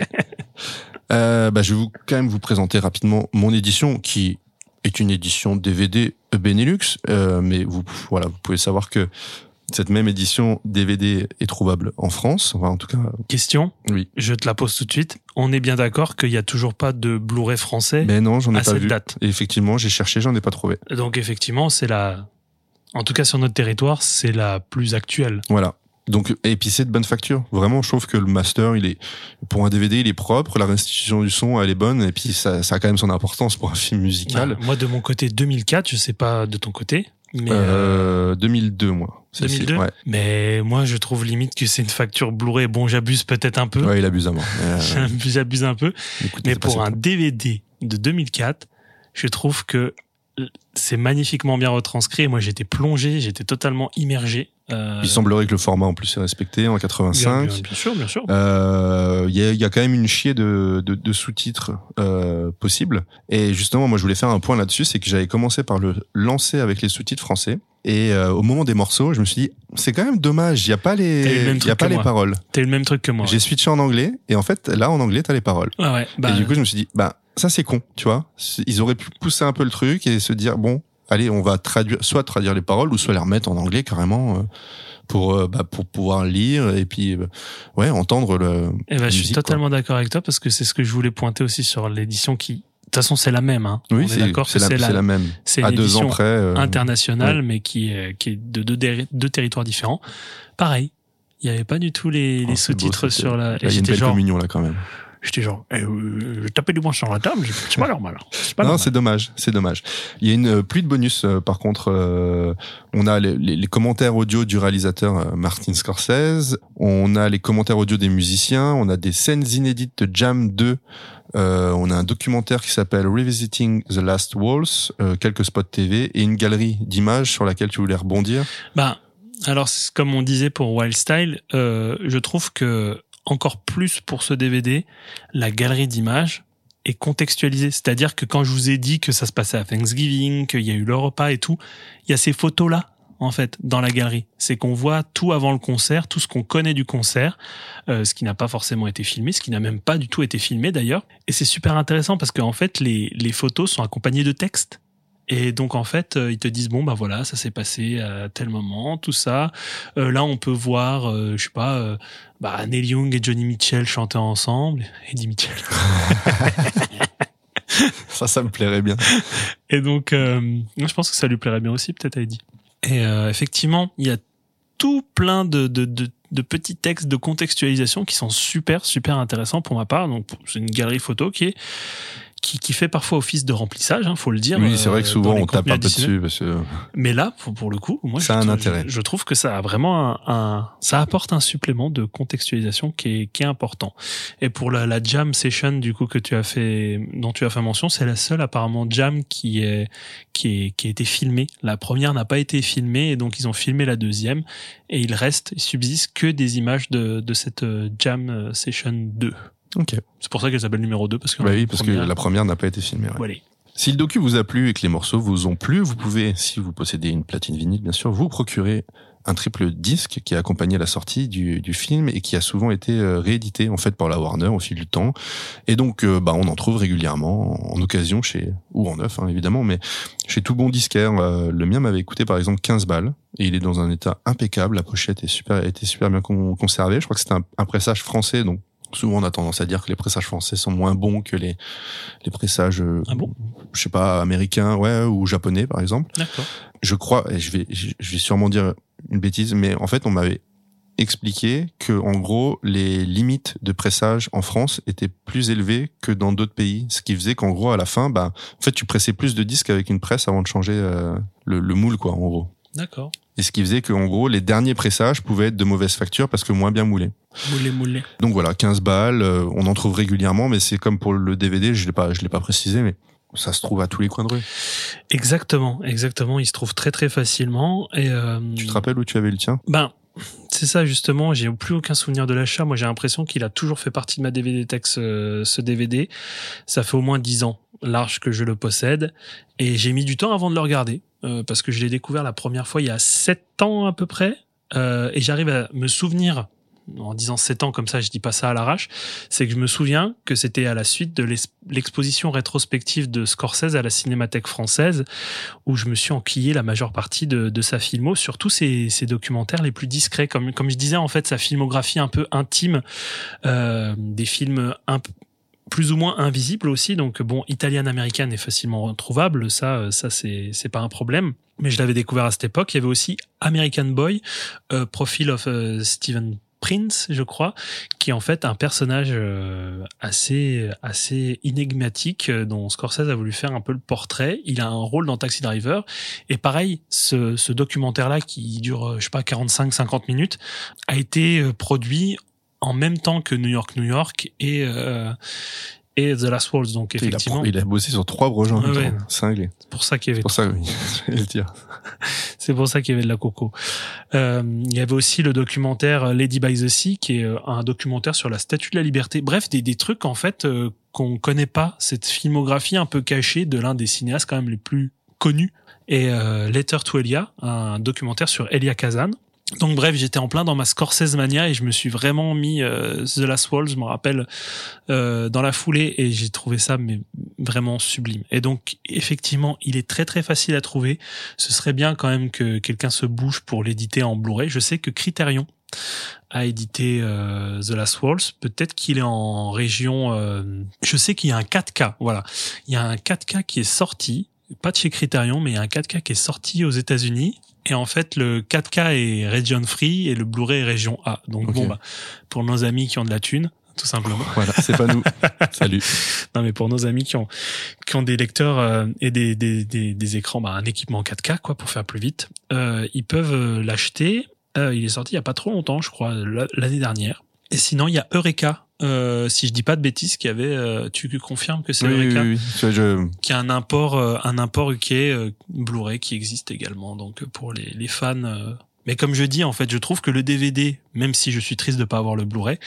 Euh, bah, je vais vous, quand même vous présenter rapidement mon édition, qui est une édition D V D Benelux. Euh, mais vous, voilà, vous pouvez savoir que cette même édition D V D est trouvable en France. Enfin, en tout cas. Question. Oui. Je te la pose tout de suite. On est bien d'accord qu'il n'y a toujours pas de Blu-ray français. Mais non, j'en ai à pas cette vu. date. Et effectivement, j'ai cherché, j'en ai pas trouvé. Donc effectivement, c'est la, en tout cas sur notre territoire, c'est la plus actuelle. Voilà. Donc, et puis c'est de bonne facture. Vraiment, je trouve que le master, il est, pour un D V D, il est propre, la restitution du son, elle est bonne, et puis ça, ça a quand même son importance pour un film musical. Bah, moi, de mon côté, deux mille quatre, je sais pas de ton côté. Mais euh, deux mille deux, moi. deux mille deux. Ouais. Mais moi, je trouve limite que c'est une facture Blu-ray. Bon, j'abuse peut-être un peu. Ouais, il abuse à moi. Euh... j'abuse un peu. Écoutez, mais pour un D V D de deux mille quatre, je trouve que c'est magnifiquement bien retranscrit. Et moi, j'étais plongé, j'étais totalement immergé. Euh... Il semblerait que le format en plus est respecté en quatre-vingt-cinq. Bien, bien, bien sûr, bien sûr. Il euh, y, a, y a quand même une chier de, de, de sous-titres euh, possibles. Et justement, moi, je voulais faire un point là-dessus, c'est que j'avais commencé par le lancer avec les sous-titres français. Et euh, au moment des morceaux, je me suis dit, c'est quand même dommage, il y a pas les, il y a pas les moi. paroles. T'as eu le même truc que moi. J'ai ouais. switché en anglais, et en fait, là, en anglais, t'as les paroles. Ouais, ouais, bah, et du coup, je me suis dit, bah, ça c'est con, tu vois. Ils auraient pu pousser un peu le truc et se dire, bon, allez, on va traduire, soit traduire les paroles, ou soit les remettre en anglais carrément. Euh, pour euh, bah, pour pouvoir lire et puis euh, ouais entendre le et bah, je suis totalement quoi. d'accord avec toi, parce que c'est ce que je voulais pointer aussi sur l'édition qui de toute façon c'est la même hein. Oui, on c'est est d'accord c'est, que la, c'est, c'est la, la même c'est à une deux ans édition près euh, internationale ouais. mais qui est qui est de deux, deux territoires différents. Pareil, il y avait pas du tout les, les oh, beau, sous-titres c'était... sur la là, il y a une belle genre... communion là quand même. J'étais genre, eh, euh, je tapais du poing sur la table, c'est pas normal. C'est pas non, normal. c'est dommage, c'est dommage. Il y a une pluie de bonus, euh, par contre. Euh, on a les, les, les commentaires audio du réalisateur euh, Martin Scorsese, on a les commentaires audio des musiciens, on a des scènes inédites de Jam deux, euh, on a un documentaire qui s'appelle Revisiting the Last Waltz, euh, quelques spots T V et une galerie d'images sur laquelle tu voulais rebondir. Bah, alors, comme on disait pour Wild Style, euh, je trouve que encore plus pour ce D V D, la galerie d'images est contextualisée. C'est-à-dire que quand je vous ai dit que ça se passait à Thanksgiving, qu'il y a eu le repas et tout, il y a ces photos-là, en fait, dans la galerie. C'est qu'on voit tout avant le concert, tout ce qu'on connaît du concert, euh, ce qui n'a pas forcément été filmé, ce qui n'a même pas du tout été filmé d'ailleurs. Et c'est super intéressant parce qu'en fait, les, les photos sont accompagnées de textes. Et donc en fait, euh, ils te disent bon bah voilà, ça s'est passé à tel moment, tout ça. Euh, là, on peut voir, euh, je sais pas, euh, bah Neil Young et Johnny Mitchell chanter ensemble. Eddie Mitchell. ça, ça me plairait bien. Et donc, euh, je pense que ça lui plairait bien aussi, peut-être à Eddie. Et euh, effectivement, il y a tout plein de, de, de, de petits textes de contextualisation qui sont super, super intéressants pour ma part. Donc c'est une galerie photo qui est Qui, qui fait parfois office de remplissage, hein, faut le dire. Oui, c'est vrai que souvent on tape un peu dessus. Parce que... Mais là, pour, pour le coup, moi, ça je, a un je, intérêt. Je, je trouve que ça a vraiment un, un, ça apporte un supplément de contextualisation qui est, qui est important. Et pour la, la jam session, du coup, que tu as fait, dont tu as fait mention, c'est la seule apparemment jam qui est, qui est, qui a été filmée. La première n'a pas été filmée, et donc ils ont filmé la deuxième. Et il reste, il subsiste que des images de, de cette jam session deux. Ok. C'est pour ça qu'elle s'appelle numéro deux, parce que, bah oui, parce première... que la première n'a pas été filmée. Ouais. Voilà. Si le docu vous a plu et que les morceaux vous ont plu, vous pouvez, si vous possédez une platine vinyle, bien sûr, vous procurer un triple disque qui a accompagné la sortie du, du film et qui a souvent été euh, réédité en fait par la Warner au fil du temps. Et donc, euh, bah, on en trouve régulièrement en, en occasion chez ou en neuf hein, évidemment, mais chez tout bon disquaire. Euh, le mien m'avait coûté par exemple quinze balles et il est dans un état impeccable. La pochette est super, était super bien con, conservée. Je crois que c'était un, un pressage français, donc. Souvent, on a tendance à dire que les pressages français sont moins bons que les les pressages, euh, ah bon je sais pas, américains, ouais, ou japonais, par exemple. D'accord. Je crois, et je vais, je vais sûrement dire une bêtise, mais en fait, on m'avait expliqué que, en gros, les limites de pressage en France étaient plus élevées que dans d'autres pays, ce qui faisait qu'en gros, à la fin, bah, en fait, tu pressais plus de disques avec une presse avant de changer euh, le, le moule, quoi, en gros. D'accord. Et ce qui faisait que, en gros, les derniers pressages pouvaient être de mauvaise facture parce que moins bien moulés. Moulé, moulé. Donc voilà, quinze balles, euh, on en trouve régulièrement, mais c'est comme pour le D V D, je l'ai pas, je l'ai pas précisé, mais ça se trouve à tous les coins de rue. Exactement, exactement. Il se trouve très très facilement. Et euh, tu te rappelles où tu avais le tien ? Ben, c'est ça justement. J'ai plus aucun souvenir de l'achat. Moi, j'ai l'impression qu'il a toujours fait partie de ma D V D Tech ce, ce D V D. Ça fait au moins dix ans large que je le possède, et j'ai mis du temps avant de le regarder euh, parce que je l'ai découvert la première fois il y a sept ans à peu près, euh, et j'arrive à me souvenir. En disant sept ans comme ça, je dis pas ça à l'arrache, c'est que je me souviens que c'était à la suite de l'exposition rétrospective de Scorsese à la Cinémathèque française où je me suis enquillé la majeure partie de, de sa filmo, surtout ses, ses documentaires les plus discrets. Comme, comme je disais, en fait, sa filmographie un peu intime, euh, des films un peu plus ou moins invisibles aussi. Donc bon, Italian American est facilement retrouvable, ça, ça c'est, c'est pas un problème. Mais je l'avais découvert à cette époque. Il y avait aussi American Boy, euh, Profile of uh, Stephen Prince, je crois, qui est en fait un personnage euh, assez assez énigmatique euh, dont Scorsese a voulu faire un peu le portrait. Il a un rôle dans Taxi Driver, et pareil, ce, ce documentaire-là qui dure, je sais pas, quarante-cinq cinquante minutes, a été euh, produit en même temps que New York, New York et euh, et The Last Waltz. Donc effectivement, il a, il a bossé sur trois projets en ouais, même ouais. temps. Cinglé. C'est pour ça qu'il y avait. C'est pour ça, oui. Je vais le dire. C'est pour ça qu'il y avait de la coco. Euh, il y avait aussi le documentaire Lady by the Sea, qui est un documentaire sur la Statue de la Liberté. Bref, des, des trucs en fait euh, qu'on connaît pas. Cette filmographie un peu cachée de l'un des cinéastes quand même les plus connus. Et euh, Letter to Elia, un documentaire sur Elia Kazan. Donc bref, j'étais en plein dans ma Scorsese mania et je me suis vraiment mis euh, The Last Waltz, je me rappelle, euh, dans la foulée, et j'ai trouvé ça mais vraiment sublime. Et donc effectivement, il est très très facile à trouver. Ce serait bien quand même que quelqu'un se bouge pour l'éditer en Blu-ray. Je sais que Criterion a édité euh, The Last Waltz. Peut-être qu'il est en région. Euh, je sais qu'il y a un quatre K. Voilà, il y a un quatre K qui est sorti, pas de chez Criterion, mais il y a un quatre K qui est sorti aux États-Unis. Et en fait, le quatre K est region free et le Blu-ray est région A. Donc okay. bon, bah, pour nos amis qui ont de la thune, tout simplement. Voilà, c'est pas nous. Salut. Non, mais pour nos amis qui ont qui ont des lecteurs euh, et des des des, des écrans, bah, un équipement quatre K quoi pour faire plus vite, euh, ils peuvent euh, l'acheter. Euh, il est sorti il y a pas trop longtemps, je crois, l'année dernière. Et sinon, il y a Eureka. Euh, si je dis pas de bêtises, qui avait, euh, tu confirmes que c'est oui, Eureka, oui, oui. Tu vois, je... qui a un import, euh, un import U K euh, Blu-ray qui existe également. Donc pour les, les fans. Euh... Mais comme je dis, en fait, je trouve que le D V D, même si je suis triste de pas avoir le Blu-ray,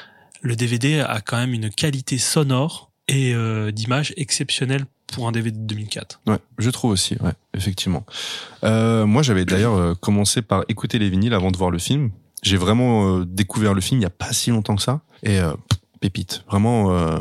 le D V D a quand même une qualité sonore et euh, d'image exceptionnelle pour un D V D de deux mille quatre. Ouais, je trouve aussi, ouais, effectivement. Euh, moi, j'avais d'ailleurs euh, commencé par écouter les vinyles avant de voir le film. J'ai vraiment euh, découvert le film il y a pas si longtemps que ça, et euh, pépite. Vraiment, euh,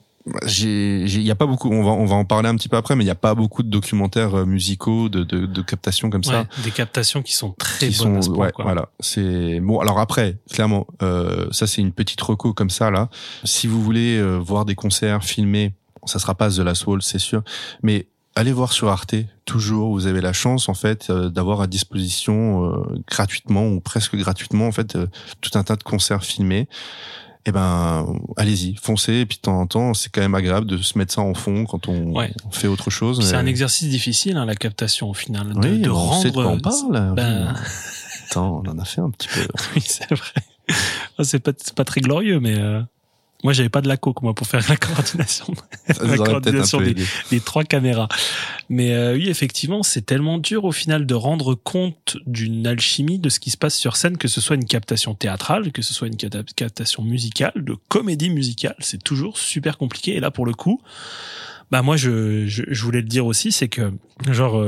j'ai, j'ai, il y a pas beaucoup. On va, on va en parler un petit peu après, mais il y a pas beaucoup de documentaires euh, musicaux, de, de, de captations comme ouais, ça. Des captations qui sont très qui bonnes. sont, à ce point, ouais, quoi. Voilà. C'est bon. Alors après, clairement, euh, ça c'est une petite reco comme ça là. Si vous voulez euh, voir des concerts filmés, ça sera pas The Last Waltz, c'est sûr, mais allez voir sur Arte, toujours, vous avez la chance en fait euh, d'avoir à disposition euh, gratuitement ou presque gratuitement en fait euh, tout un tas de concerts filmés. Eh ben, allez-y, foncez, et puis de temps en temps, c'est quand même agréable de se mettre ça en fond quand on ouais. fait autre chose. C'est mais... un exercice difficile, hein, la captation au final, de, oui, de on rendre. Sait de quoi on parle. Ben... Attends, on en a fait un petit peu. Oui, c'est vrai. C'est pas, c'est pas très glorieux, mais. Euh... Moi, j'avais pas de la coque, moi, pour faire la coordination, la coordination des, des trois caméras. Mais euh, oui, effectivement, c'est tellement dur au final de rendre compte d'une alchimie de ce qui se passe sur scène, que ce soit une captation théâtrale, que ce soit une captation musicale, de comédie musicale. C'est toujours super compliqué. Et là, pour le coup, bah moi, je, je, je voulais le dire aussi, c'est que genre. Euh,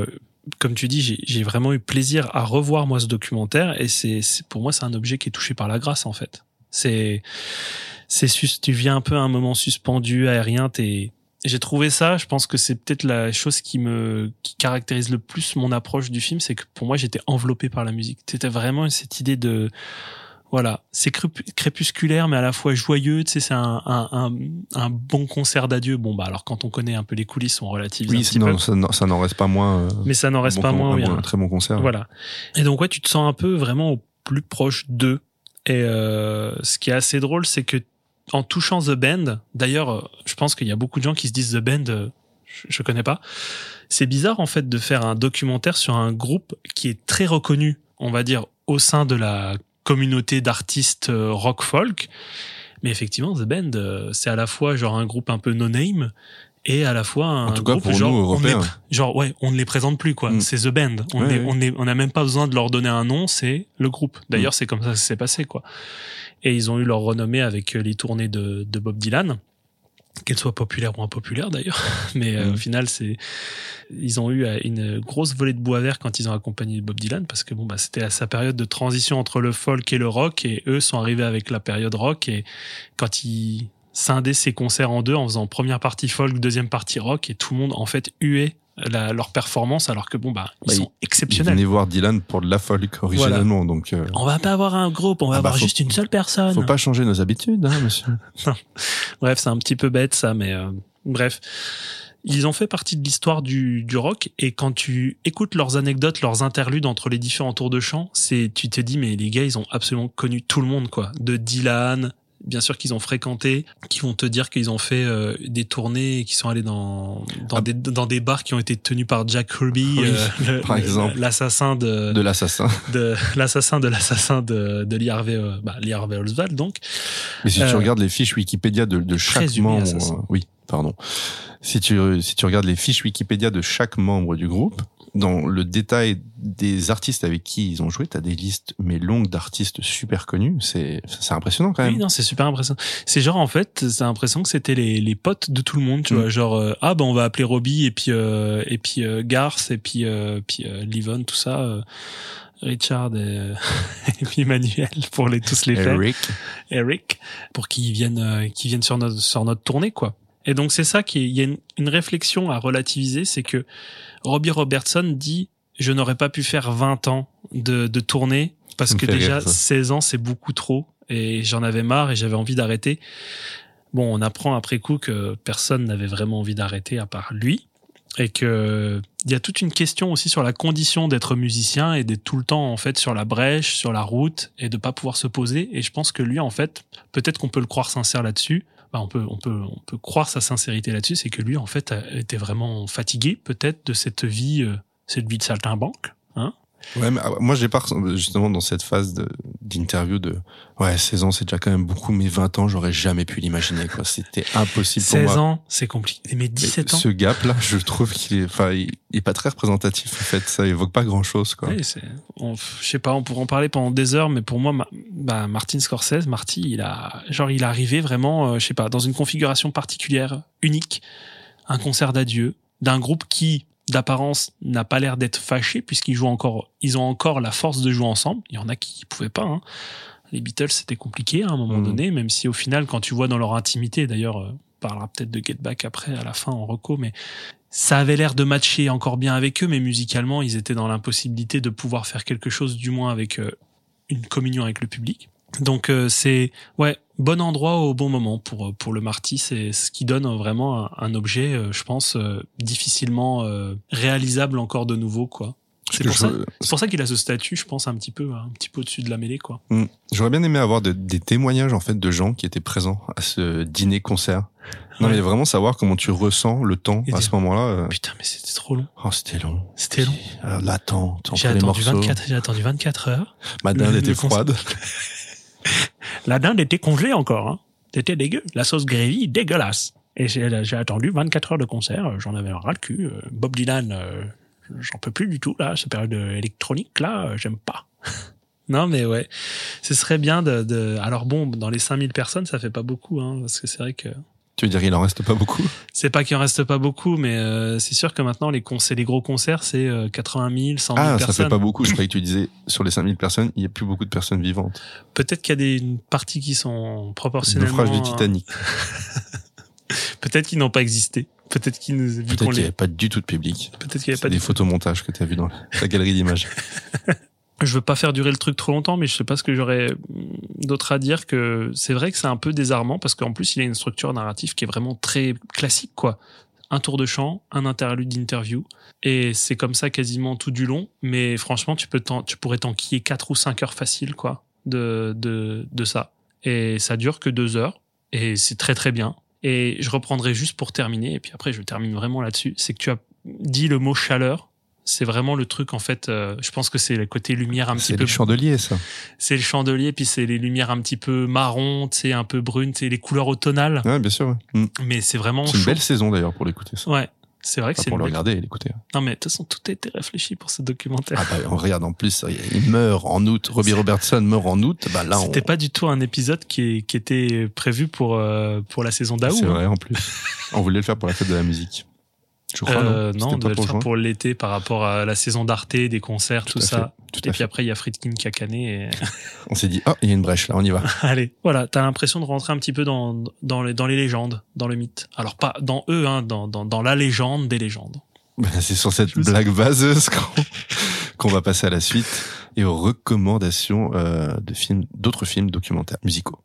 comme tu dis, j'ai, j'ai vraiment eu plaisir à revoir moi ce documentaire et c'est, c'est pour moi c'est un objet qui est touché par la grâce en fait. C'est c'est sus, tu viens un peu à un moment suspendu, aérien, t'es j'ai trouvé ça, je pense que c'est peut-être la chose qui me qui caractérise le plus mon approche du film, c'est que pour moi j'étais enveloppé par la musique. C'était vraiment cette idée de voilà, c'est crépusculaire mais à la fois joyeux, tu sais, c'est un un un, un bon concert d'adieu. Bon bah alors quand on connaît un peu les coulisses, on relativise oui, un petit non, peu. Ça, ça n'en reste pas moins. Euh, mais ça n'en reste bon pas con, moins. Un, oui, bon, un, un très bon concert. Voilà. Et donc ouais, tu te sens un peu vraiment au plus proche d'eux. Et euh, ce qui est assez drôle, c'est que en touchant The Band, d'ailleurs, je pense qu'il y a beaucoup de gens qui se disent The Band, euh, je, je connais pas. C'est bizarre en fait de faire un documentaire sur un groupe qui est très reconnu, on va dire, au sein de la communauté d'artistes euh, rock folk. Mais effectivement, The Band, euh, c'est à la fois genre un groupe un peu no-name et à la fois un en tout cas, groupe pour genre, nous, Européens. on les, genre ouais, on ne les présente plus quoi. Mm. C'est The Band. On ouais, les, ouais. on les, on n'a même pas besoin de leur donner un nom, c'est le groupe. D'ailleurs, mm. c'est comme ça que ça s'est passé quoi. Et ils ont eu leur renommée avec les tournées de, de Bob Dylan, qu'elles soient populaires ou impopulaires d'ailleurs. Mais mmh. euh, au final, c'est ils ont eu une grosse volée de bois vert quand ils ont accompagné Bob Dylan parce que bon bah c'était à sa période de transition entre le folk et le rock et eux sont arrivés avec la période rock et quand ils scindaient ses concerts en deux en faisant première partie folk, deuxième partie rock et tout le monde en fait huait La, leur performance alors que bon bah ils bah, sont ils, exceptionnels. Ils venaient voir Dylan pour de la folk originellement voilà. donc. Euh... On va pas avoir un groupe, on va ah avoir bah, juste une seule personne. Faut pas changer nos habitudes, hein, monsieur. Non. Bref, c'est un petit peu bête ça, mais euh, bref, ils ont fait partie de l'histoire du, du rock et quand tu écoutes leurs anecdotes, leurs interludes entre les différents tours de chant, c'est tu te dis mais les gars ils ont absolument connu tout le monde quoi, de Dylan. Bien sûr qu'ils ont fréquenté, qui vont te dire qu'ils ont fait euh, des tournées et qu'ils sont allés dans dans ah. des dans des bars qui ont été tenus par Jack Ruby, oui, euh, par le, exemple, l'assassin de de l'assassin de l'assassin de l'assassin de de Lee Harvey, euh, bah, Lee Harvey Oswald donc. Mais si euh, tu regardes les fiches Wikipédia de de chaque membre, euh, oui, pardon. Si tu si tu regardes les fiches Wikipédia de chaque membre du groupe, dans le détail des artistes avec qui ils ont joué, t'as des listes mais longues d'artistes super connus. C'est c'est impressionnant quand même. Oui, non, c'est super impressionnant. C'est genre en fait, c'est l'impression que c'était les les potes de tout le monde, tu mmh. vois, genre euh, ah ben on va appeler Robbie et puis euh, et puis euh, Garth et puis euh, puis euh, Livon, tout ça, euh, Richard et, et puis Emmanuel pour les tous les faire. Eric, Eric pour qu'ils viennent euh, qu'ils viennent sur notre sur notre tournée quoi. Et donc c'est ça qui est, il y a une, une réflexion à relativiser, c'est que Robbie Robertson dit je n'aurais pas pu faire vingt ans de, de tournée parce que déjà rire, seize ans c'est beaucoup trop et j'en avais marre et j'avais envie d'arrêter. Bon, on apprend après coup que personne n'avait vraiment envie d'arrêter à part lui et que il y a toute une question aussi sur la condition d'être musicien et d'être tout le temps en fait sur la brèche, sur la route et de pas pouvoir se poser et je pense que lui en fait, peut-être qu'on peut le croire sincère là-dessus. Bah on peut on peut on peut croire sa sincérité là-dessus, c'est que lui en fait était vraiment fatigué peut-être de cette vie euh, cette vie de saltimbanque, hein. Ouais, mais moi j'ai pas justement dans cette phase de d'interview de ouais seize ans c'est déjà quand même beaucoup, mais vingt ans j'aurais jamais pu l'imaginer quoi, c'était impossible pour moi. seize ans c'est compliqué, mais dix-sept ans. Ce gap là, je trouve qu'il est enfin il, il est pas très représentatif en fait, ça évoque pas grand-chose quoi. Oui, c'est on, je sais pas, on pourrait en parler pendant des heures, mais pour moi ma, bah Martin Scorsese, Marty, il a genre il est arrivé vraiment euh, je sais pas dans une configuration particulière, unique, un concert d'adieu d'un groupe qui d'apparence n'a pas l'air d'être fâché puisqu'ils jouent encore, ils ont encore la force de jouer ensemble. Il y en a qui pouvaient pas, hein. Les Beatles c'était compliqué à un moment mmh. donné, même si au final quand tu vois dans leur intimité, d'ailleurs euh, on parlera peut-être de Get Back après à la fin en reco, mais ça avait l'air de matcher encore bien avec eux, mais musicalement ils étaient dans l'impossibilité de pouvoir faire quelque chose du moins avec euh, une communion avec le public. Donc euh, c'est ouais bon endroit au bon moment pour pour le Marty, c'est ce qui donne vraiment un, un objet euh, je pense euh, difficilement euh, réalisable encore de nouveau quoi. C'est pour, ça, c'est pour ça qu'il a ce statut, je pense, un petit peu, un petit peu au-dessus de la mêlée, quoi. Mmh. J'aurais bien aimé avoir de, des témoignages, en fait, de gens qui étaient présents à ce dîner-concert. Non, ouais. mais vraiment savoir comment tu ressens le temps et à dire, ce moment-là. Euh... Putain, mais c'était trop long. Oh, c'était long. C'était long. Euh, L'attente entre j'ai les attendu morceaux. vingt-quatre, j'ai attendu vingt-quatre heures. Ma dinde le, était le froide. La dinde était congelée encore, hein. C'était dégueu. La sauce gravy, dégueulasse. Et j'ai, j'ai attendu vingt-quatre heures de concert, j'en avais ras le cul. Bob Dylan, euh, j'en peux plus du tout, là, cette période électronique, là, j'aime pas. Non, mais ouais. Ce serait bien de, de, alors bon, dans les cinq mille personnes, ça fait pas beaucoup, hein, parce que c'est vrai que Tu veux dire, il en reste pas beaucoup? C'est pas qu'il en reste pas beaucoup, mais euh, c'est sûr que maintenant, les concerts, les gros concerts, c'est euh, quatre-vingt mille, cent mille Ah, personnes. ça fait pas beaucoup. Je croyais que tu disais, sur les cinq mille personnes, il y a plus beaucoup de personnes vivantes. Peut-être qu'il y a des une parties qui sont proportionnellement... Le naufrage du Titanic. Peut-être qu'ils n'ont pas existé. Peut-être qu'ils nous... Peut-être qu'il n'y avait pas du tout de public. Peut-être qu'il y avait C'est pas des de... photomontages que tu as vu dans la galerie d'images. Je veux pas faire durer le truc trop longtemps, mais je sais pas ce que j'aurais d'autre à dire que c'est vrai que c'est un peu désarmant parce qu'en plus il a une structure narrative qui est vraiment très classique, quoi. Un tour de chant, un interlude d'interview, et c'est comme ça quasiment tout du long. Mais franchement, tu peux t'en, tu pourrais t'enquiller quatre ou cinq heures faciles, quoi, de de de ça. Et ça dure que deux heures, et c'est très très bien. Et je reprendrai juste pour terminer, et puis après je termine vraiment là-dessus. C'est que tu as dit le mot chaleur. C'est vraiment le truc, en fait, euh, je pense que c'est le côté lumière un petit peu... C'est le chandelier, ça. C'est le chandelier, puis c'est les lumières un petit peu marron, tu sais, un peu brunes, tu sais, les couleurs automnales. Ouais, bien sûr, ouais. Mm. Mais c'est vraiment C'est une chaud. belle saison, d'ailleurs, pour l'écouter, ça. Ouais, c'est vrai que Pas c'est pour une le belle- regarder et l'écouter. Non, mais de toute façon, tout a été réfléchi pour ce documentaire. Ah bah, on regarde, en plus, il meurt en août. Robbie Robertson meurt en août. Bah là, on... C'était pas du tout un épisode qui, est- qui était prévu pour, euh, pour la saison d'Aou. C'est hein. vrai, en plus. On voulait le faire pour la fête de la musique. Je crois, Euh, non, non, on C'était devait pas le faire juin. pour l'été par rapport à la saison d'Arte, des concerts, tout, à ça. fait, tout à et puis fait. après, il y a Friedkin qui a cané. Et... On s'est dit, ah, il y a une brèche, là, on y va. Allez, voilà, t'as l'impression de rentrer un petit peu dans, dans, les, dans les légendes, dans le mythe. Alors pas dans eux, hein, dans, dans, dans la légende des légendes. Bah, c'est sur cette blague vaseuse qu'on, qu'on va passer à la suite et aux recommandations euh, de films, d'autres films documentaires musicaux.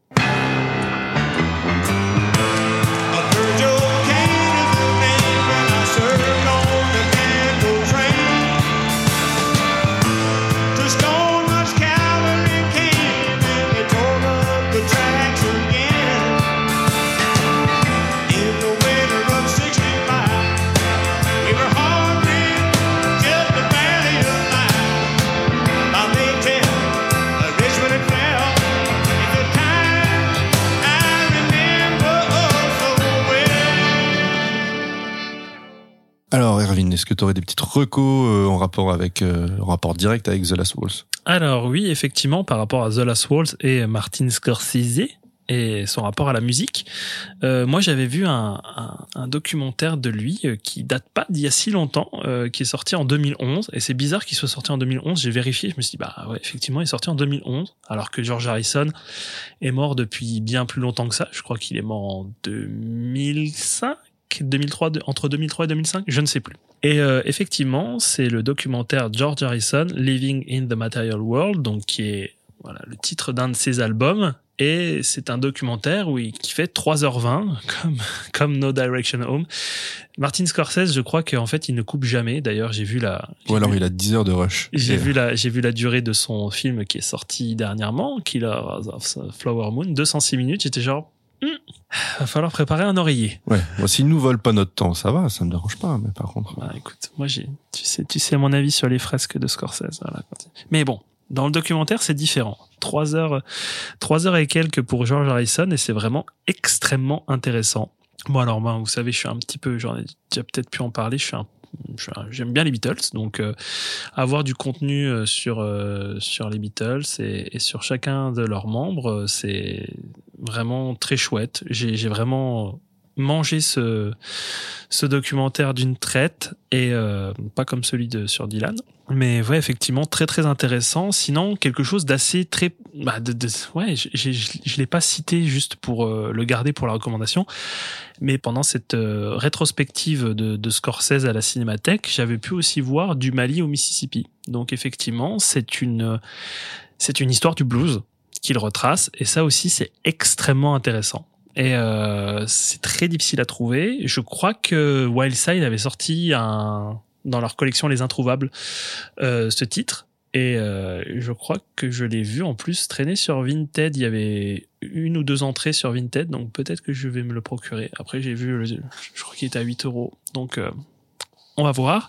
Alors, Erwin, est-ce que tu aurais des petites recos euh, en rapport avec, euh, en rapport direct avec The Last Waltz? Alors oui, effectivement, par rapport à The Last Waltz et Martin Scorsese et son rapport à la musique, euh, moi j'avais vu un, un, un documentaire de lui euh, qui date pas d'il y a si longtemps, euh, qui est sorti en deux mille onze, et c'est bizarre qu'il soit sorti en deux mille onze. J'ai vérifié, je me suis dit bah ouais, effectivement il est sorti en deux mille onze, alors que George Harrison est mort depuis bien plus longtemps que ça. Je crois qu'il est mort en deux mille cinq, deux mille trois, entre deux mille trois et deux mille cinq, je ne sais plus. Et euh, effectivement, c'est le documentaire George Harrison, Living in the Material World, donc qui est voilà le titre d'un de ses albums. Et c'est un documentaire où il, qui fait trois heures vingt, comme, comme No Direction Home. Martin Scorsese, je crois qu'en fait, il ne coupe jamais. D'ailleurs, j'ai vu la... Ou alors vu, il a dix heures de rush. J'ai Et... vu la, j'ai vu la durée de son film qui est sorti dernièrement, Killers of Flower Moon, deux cent six minutes. J'étais genre, hm, va falloir préparer un oreiller. Ouais. Bon, s'il nous vole pas notre temps, ça va, ça me dérange pas, mais par contre. Bah, écoute, moi, j'ai, tu sais, tu sais mon avis sur les fresques de Scorsese. Voilà. Mais bon. Dans le documentaire, c'est différent. Trois heures, trois heures et quelques pour George Harrison, et c'est vraiment extrêmement intéressant. Bon, alors, moi, vous savez, je suis un petit peu, j'en ai déjà peut-être pu en parler, je suis un, je suis un, j'aime bien les Beatles, donc, euh, avoir du contenu sur, euh, sur les Beatles et, et sur chacun de leurs membres, c'est vraiment très chouette. J'ai, j'ai vraiment mangé ce, ce documentaire d'une traite, et, euh, pas comme celui de, sur Dylan. Mais ouais, effectivement, très très intéressant. Sinon, quelque chose d'assez très, bah, de, de, ouais, je, je, je l'ai pas cité juste pour euh, le garder pour la recommandation, mais pendant cette euh, rétrospective de, de Scorsese à la Cinémathèque, j'avais pu aussi voir Du Mali au Mississippi. Donc effectivement, c'est une, c'est une histoire du blues qu'il retrace, et ça aussi, c'est extrêmement intéressant. Et euh, c'est très difficile à trouver. Je crois que Wildside avait sorti un dans leur collection Les Introuvables, euh, ce titre. Et euh, je crois que je l'ai vu en plus traîner sur Vinted. Il y avait une ou deux entrées sur Vinted, donc peut-être que je vais me le procurer. Après, j'ai vu, je crois qu'il était à huit euros. Donc, euh, on va voir.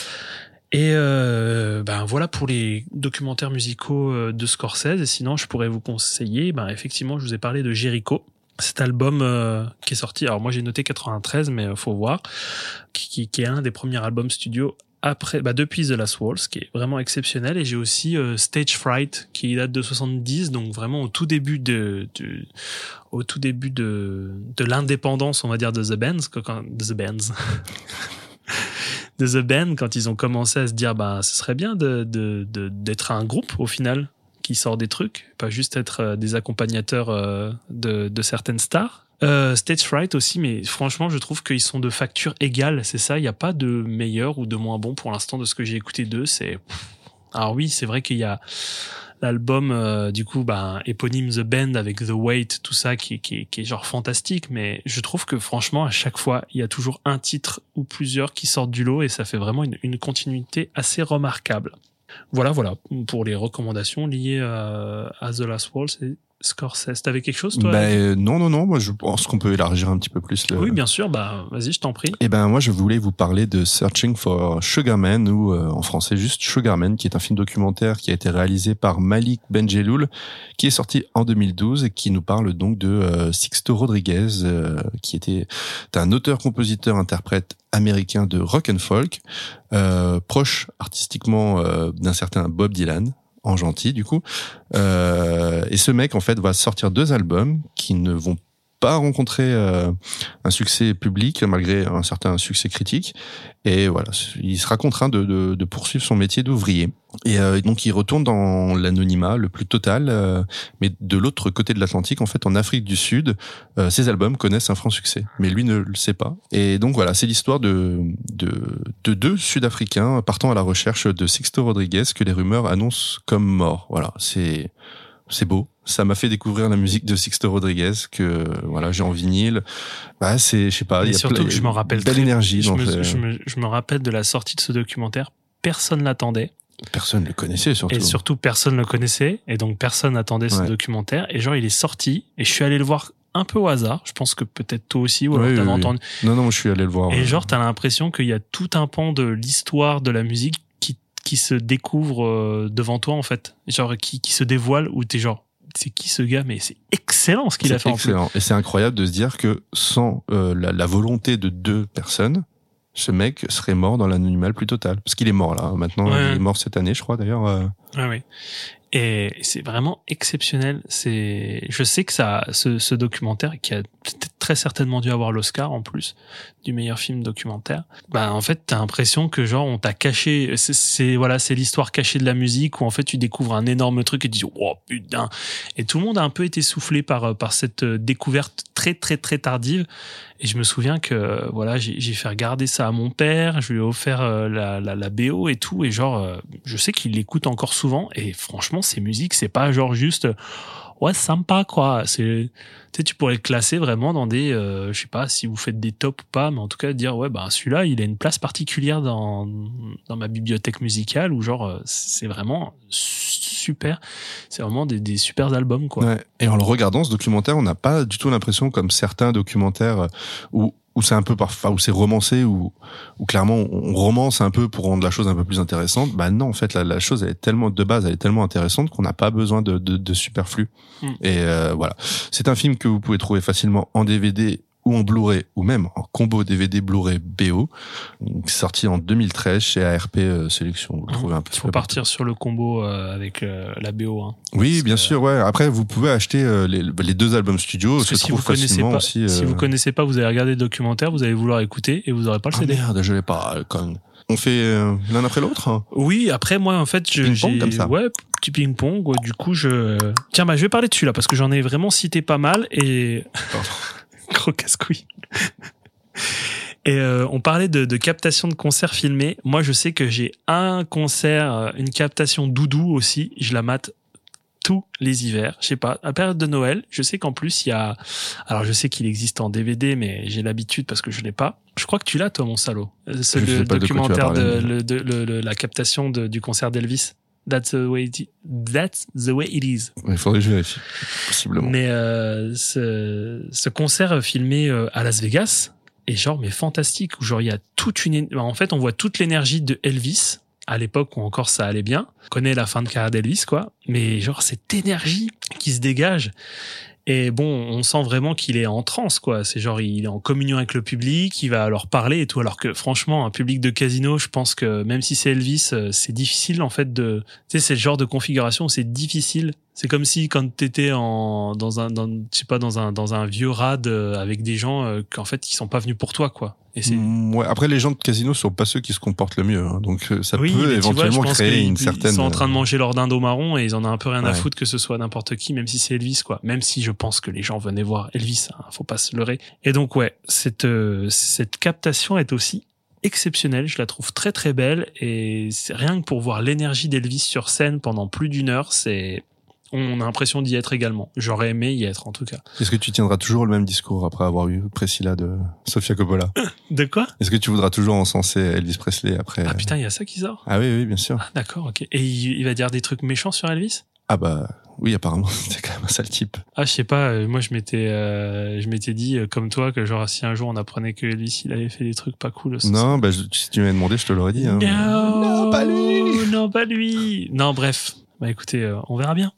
Et euh, ben voilà pour les documentaires musicaux de Scorsese. Et sinon, je pourrais vous conseiller, ben effectivement, je vous ai parlé de Jericho. Cet album euh, qui est sorti, alors moi j'ai noté quatre-vingt-treize, mais euh, faut voir, qui, qui est un des premiers albums studio après, bah, depuis The Last Waltz, qui est vraiment exceptionnel, et j'ai aussi euh, Stage Fright, qui date de soixante-dix, donc vraiment au tout début de, de au tout début de de l'indépendance, on va dire, de The Bands, quand, de The Bands. de The Band, quand ils ont commencé à se dire, bah, ce serait bien de, de, de, d'être un groupe, au final, qui sort des trucs, pas juste être des accompagnateurs euh, de, de certaines stars. Euh, Stage Fright aussi, mais franchement, je trouve qu'ils sont de facture égale, c'est ça, il n'y a pas de meilleur ou de moins bon pour l'instant de ce que j'ai écouté d'eux, c'est... Alors oui, c'est vrai qu'il y a l'album, euh, du coup, bah, éponyme The Band avec The Weight, tout ça, qui, qui, qui est genre fantastique, mais je trouve que franchement, à chaque fois, il y a toujours un titre ou plusieurs qui sortent du lot et ça fait vraiment une, une continuité assez remarquable. Voilà, voilà, pour les recommandations liées à, à The Last Waltz et Scorsese. T'avais quelque chose, toi? Ben non, non, non. Moi, je pense qu'on peut élargir un petit peu plus. Le... Oui, bien sûr. Bah, vas-y, je t'en prie. Eh ben, moi, je voulais vous parler de Searching for Sugar Man, ou euh, en français juste Sugar Man, qui est un film documentaire qui a été réalisé par Malik Benjeloul, qui est sorti en deux mille douze et qui nous parle donc de euh, Sixto Rodriguez, euh, qui était un auteur, compositeur, interprète américain de rock and folk, euh, proche artistiquement euh, d'un certain Bob Dylan, en gentil du coup. Euh, et ce mec en fait va sortir deux albums qui ne vont pas rencontrer euh, un succès public malgré un certain succès critique. Et voilà, il sera contraint de, de, de poursuivre son métier d'ouvrier. Et euh, donc il retourne dans l'anonymat le plus total, euh, mais de l'autre côté de l'Atlantique, en fait, en Afrique du Sud, euh, ses albums connaissent un franc succès, mais lui ne le sait pas. Et donc voilà, c'est l'histoire de de, de deux Sud-Africains partant à la recherche de Sixto Rodriguez que les rumeurs annoncent comme mort. Voilà, c'est c'est beau. Ça m'a fait découvrir la musique de Sixto Rodriguez que voilà, j'ai en vinyle. Bah c'est, je sais pas, il y a surtout plein, que je m'en rappelle belle très, énergie. Je dans me, ce... je, me, je me rappelle de la sortie de ce documentaire. Personne l'attendait. Personne ne le connaissait surtout. Et surtout personne le connaissait et donc personne n'attendait ce ouais. documentaire. Et genre il est sorti et je suis allé le voir un peu au hasard. Je pense que peut-être toi aussi ou alors oui, t'avais oui, entendu. Oui. Non non, je suis allé le voir. Et ouais. genre t'as l'impression qu'il y a tout un pan de l'histoire de la musique qui qui se découvre devant toi en fait. Genre qui qui se dévoile où t'es genre c'est qui ce gars, mais c'est excellent ce qu'il c'est a fait excellent. en plus. Et c'est incroyable de se dire que sans euh, la, la volonté de deux personnes, ce mec serait mort dans l'anonymat le plus total. Parce qu'il est mort là, maintenant, ouais. il est mort cette année, je crois d'ailleurs. Euh... Ouais, ouais. Et c'est vraiment exceptionnel. C'est, je sais que ça, ce, ce documentaire qui a très certainement dû avoir l'Oscar en plus du meilleur film documentaire. Bah en fait t'as l'impression que genre on t'a caché. C'est, c'est voilà, c'est l'histoire cachée de la musique où en fait tu découvres un énorme truc et tu dis oh putain. Et tout le monde a un peu été soufflé par par cette découverte très très très tardive. Et je me souviens que voilà j'ai, j'ai fait regarder ça à mon père. Je lui ai offert euh, la, la la B O et tout. Et genre euh, je sais qu'il l'écoute encore souvent. Et franchement ces musiques c'est pas genre juste ouais sympa quoi, c'est tu sais tu pourrais le classer vraiment dans des euh, je sais pas si vous faites des tops ou pas, mais en tout cas dire ouais bah celui-là il a une place particulière dans dans ma bibliothèque musicale ou genre c'est vraiment super, c'est vraiment des des super albums quoi. Ouais. Et en le regardant ce documentaire, on n'a pas du tout l'impression comme certains documentaires où où c'est un peu parfois où c'est romancé ou où clairement on romance un peu pour rendre la chose un peu plus intéressante. Bah non, en fait la, la chose elle est tellement de base, elle est tellement intéressante qu'on n'a pas besoin de de, de superflu. Mm. Et euh, voilà, c'est un film que vous pouvez trouver facilement en D V D ou en Blu-ray ou même en combo D V D Blu-ray B O, sorti en deux mille treize chez A R P euh, Sélection. Vous le trouvez un peu. Il faut partir partout. Sur le combo euh, avec euh, la B O. Hein. Oui, bien que, sûr. Ouais. Après, vous pouvez acheter euh, les, les deux albums studio. Se si trouve vous connaissez facilement pas, aussi. Euh... Si vous connaissez pas, vous allez regarder le documentaire, vous allez vouloir écouter et vous aurez pas le ah C D. Merde, je l'ai pas. Con. On fait euh, l'un après l'autre. Oui. Après, moi, en fait, je, j'ai comme ça. Ouais, petit ping pong. Ouais, du coup, je tiens, bah, je vais parler de celui-là parce que j'en ai vraiment cité pas mal et. Gros casse-couille. Et euh, on parlait de, de captation de concerts filmés. Moi, je sais que j'ai un concert, une captation doudou aussi. Je la mate tous les hivers. Je sais pas, à la période de Noël. Je sais qu'en plus, il y a... Alors, je sais qu'il existe en D V D, mais j'ai l'habitude parce que je l'ai pas. Je crois que tu l'as, toi, mon salaud. C'est le documentaire de, de, le, de, de, de la captation de, du concert d'Elvis. That's the way it is. That's the way it is. Il faudrait que je vérifie. Possiblement. Mais euh, ce, ce concert filmé à Las Vegas est genre mais fantastique. Où genre il y a toute une. En fait, on voit toute l'énergie de Elvis à l'époque où encore ça allait bien. On connaît la fin de carrière d'Elvis quoi. Mais genre cette énergie qui se dégage. Et bon, on sent vraiment qu'il est en transe, quoi. C'est genre, il est en communion avec le public, il va leur parler et tout. Alors que, franchement, un public de casino, je pense que même si c'est Elvis, c'est difficile, en fait, de, tu sais, c'est le genre de configuration où c'est difficile. C'est comme si quand t'étais en, dans un, dans, je sais pas, dans un, dans un vieux rad avec des gens, euh, qu'en fait, qui sont pas venus pour toi, quoi. Et c'est... Ouais, après, les gens de casino sont pas ceux qui se comportent le mieux, hein. Donc ça oui, peut éventuellement vois, créer une ils, certaine. Ils sont en train de manger leur dinde au marron et ils en ont un peu rien ouais. à foutre que ce soit n'importe qui, même si c'est Elvis, quoi. Même si je pense que les gens venaient voir Elvis, hein, faut pas se leurrer. Et donc ouais, cette euh, cette captation est aussi exceptionnelle, je la trouve très très belle et c'est rien que pour voir l'énergie d'Elvis sur scène pendant plus d'une heure, c'est on a l'impression d'y être également. J'aurais aimé y être, en tout cas. Est-ce que tu tiendras toujours le même discours après avoir eu Priscilla de Sofia Coppola? De quoi? Est-ce que tu voudras toujours encenser Elvis Presley après? Ah putain, il y a ça qui sort? Ah oui, oui, bien sûr. Ah, d'accord, ok. Et il, il va dire des trucs méchants sur Elvis? Ah bah oui, apparemment, c'est quand même un sale type. Ah, je sais pas, euh, moi je m'étais euh, je m'étais dit euh, comme toi que genre si un jour on apprenait que Elvis il avait fait des trucs pas cool. Non, bah je, si tu m'avais demandé, je te l'aurais dit. Hein. Non, non, pas lui. Non, pas lui. Non, bref. Bah écoutez, euh, on verra bien.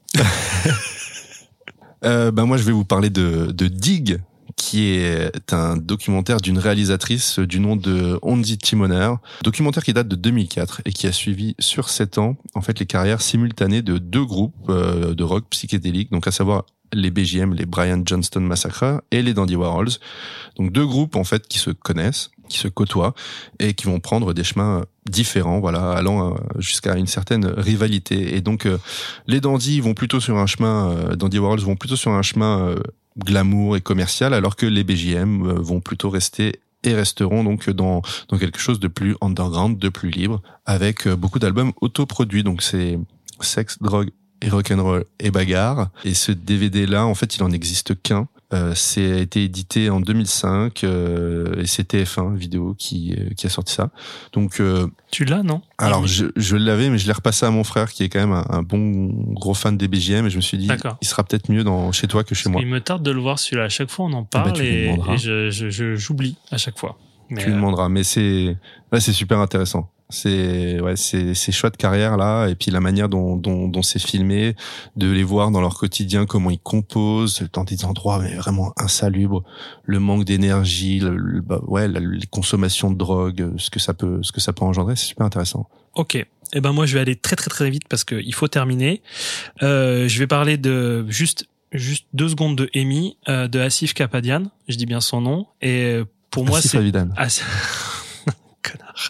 euh, bah moi je vais vous parler de de Dig, qui est un documentaire d'une réalisatrice du nom de Ondi Timoner, documentaire qui date de deux mille quatre et qui a suivi sur sept ans en fait les carrières simultanées de deux groupes euh, de rock psychédélique, donc à savoir les B J M, les Brian Johnston Massacre et les Dandy Warhols. Donc deux groupes en fait qui se connaissent, qui se côtoient et qui vont prendre des chemins différents, voilà, allant jusqu'à une certaine rivalité. Et donc euh, les Dandy vont plutôt sur un chemin, euh, Dandy Warhols vont plutôt sur un chemin euh, glamour et commercial, alors que les B J M euh, vont plutôt rester et resteront donc dans dans quelque chose de plus underground, de plus libre, avec euh, beaucoup d'albums autoproduits. Donc c'est sexe, drogue et rock'n'roll et bagarre. Et ce D V D-là, en fait, il en existe qu'un. Euh, c'est a été édité en deux mille cinq euh, et c'est T F un Vidéo qui euh, qui a sorti ça. Donc euh, tu l'as, non? Alors je je l'avais, mais je l'ai repassé à mon frère qui est quand même un, un bon gros fan des B J M et je me suis dit D'accord. il sera peut-être mieux dans chez toi que chez Parce moi. Il me tarde de le voir celui-là. À chaque fois on en parle ah bah, et, et je, je, je j'oublie à chaque fois. Mais tu lui demanderas, mais c'est ouais, c'est super intéressant. C'est ouais, c'est c'est choix de carrière là, et puis la manière dont dont dont c'est filmé, de les voir dans leur quotidien, comment ils composent dans des endroits mais vraiment insalubres, le manque d'énergie, le, le, bah, ouais, la, les consommations de drogue, ce que ça peut ce que ça peut engendrer, c'est super intéressant. Ok. Eh ben moi je vais aller très très très vite parce que il faut terminer. Euh, je vais parler de juste juste deux secondes de Amy, euh, de Asif Kapadian, je dis bien son nom, et pour moi Asif c'est Avidan. As... Connard.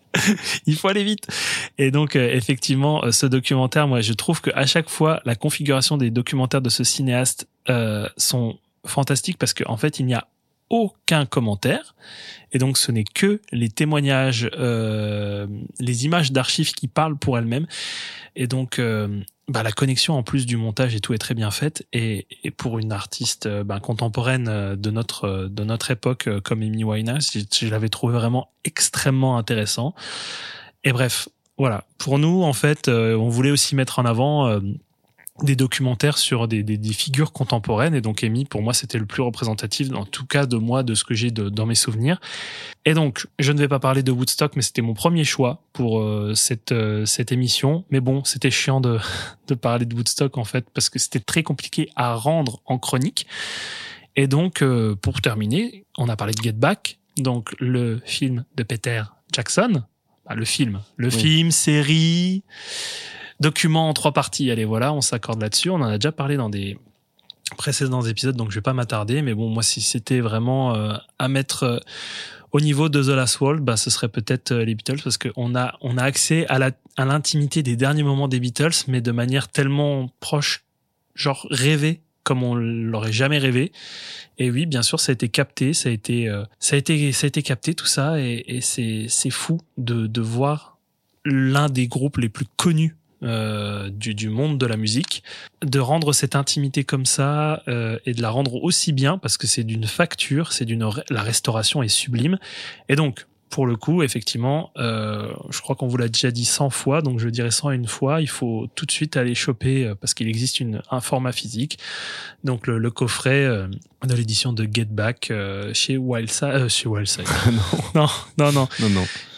Il faut aller vite. Et donc euh, effectivement, euh, ce documentaire, moi je trouve que à chaque fois la configuration des documentaires de ce cinéaste euh, sont fantastiques parce qu'en fait il n'y a aucun commentaire et donc ce n'est que les témoignages, euh, les images d'archives qui parlent pour elles-mêmes. Et donc euh, bah, la connexion en plus du montage et tout est très bien faite et, et pour une artiste bah, contemporaine de notre de notre époque comme Amy Winehouse, je, je l'avais trouvé vraiment extrêmement intéressant. Et bref, voilà. Pour nous, en fait, euh, on voulait aussi mettre en avant euh, des documentaires sur des, des, des figures contemporaines et donc Amy, pour moi, c'était le plus représentatif, en tout cas de moi, de ce que j'ai de, dans mes souvenirs. Et donc, je ne vais pas parler de Woodstock, mais c'était mon premier choix pour euh, cette euh, cette émission. Mais bon, c'était chiant de de parler de Woodstock en fait parce que c'était très compliqué à rendre en chronique. Et donc, euh, pour terminer, on a parlé de Get Back, donc le film de Peter Jackson, bah, le film, le oui. film, série. Document en trois parties, allez voilà, on s'accorde là-dessus. On en a déjà parlé dans des précédents épisodes, donc je vais pas m'attarder. Mais bon, moi, si c'était vraiment euh, à mettre euh, au niveau de The Last Waltz, bah, ce serait peut-être euh, les Beatles, parce qu'on a on a accès à la à l'intimité des derniers moments des Beatles, mais de manière tellement proche, genre rêvée, comme on l'aurait jamais rêvé. Et oui, bien sûr, ça a été capté, ça a été euh, ça a été ça a été capté tout ça, et, et c'est c'est fou de de voir l'un des groupes les plus connus Euh, du, du monde de la musique, de rendre cette intimité comme ça euh, et de la rendre aussi bien parce que c'est d'une facture, c'est d'une la restauration est sublime. Et donc pour le coup effectivement euh, je crois qu'on vous l'a déjà dit cent fois, donc je dirais cent une fois, il faut tout de suite aller choper euh, parce qu'il existe une, un format physique, donc le, le coffret euh, de l'édition de Get Back euh, chez Wildside euh, chez Wildside non. non non non non non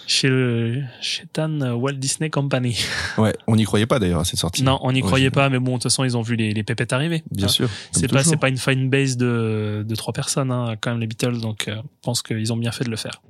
chez le chez Tan Walt Disney Company. Ouais, on n'y croyait pas d'ailleurs à cette sortie. Non, on n'y Ouais, croyait j'ai- pas, mais bon, de toute façon, ils ont vu les, les pépettes arriver. Bien hein. sûr. comme C'est pas, toujours. c'est pas une fan base de, de trois personnes, hein, quand même, les Beatles, donc euh, je pense qu'ils ont bien fait de le faire.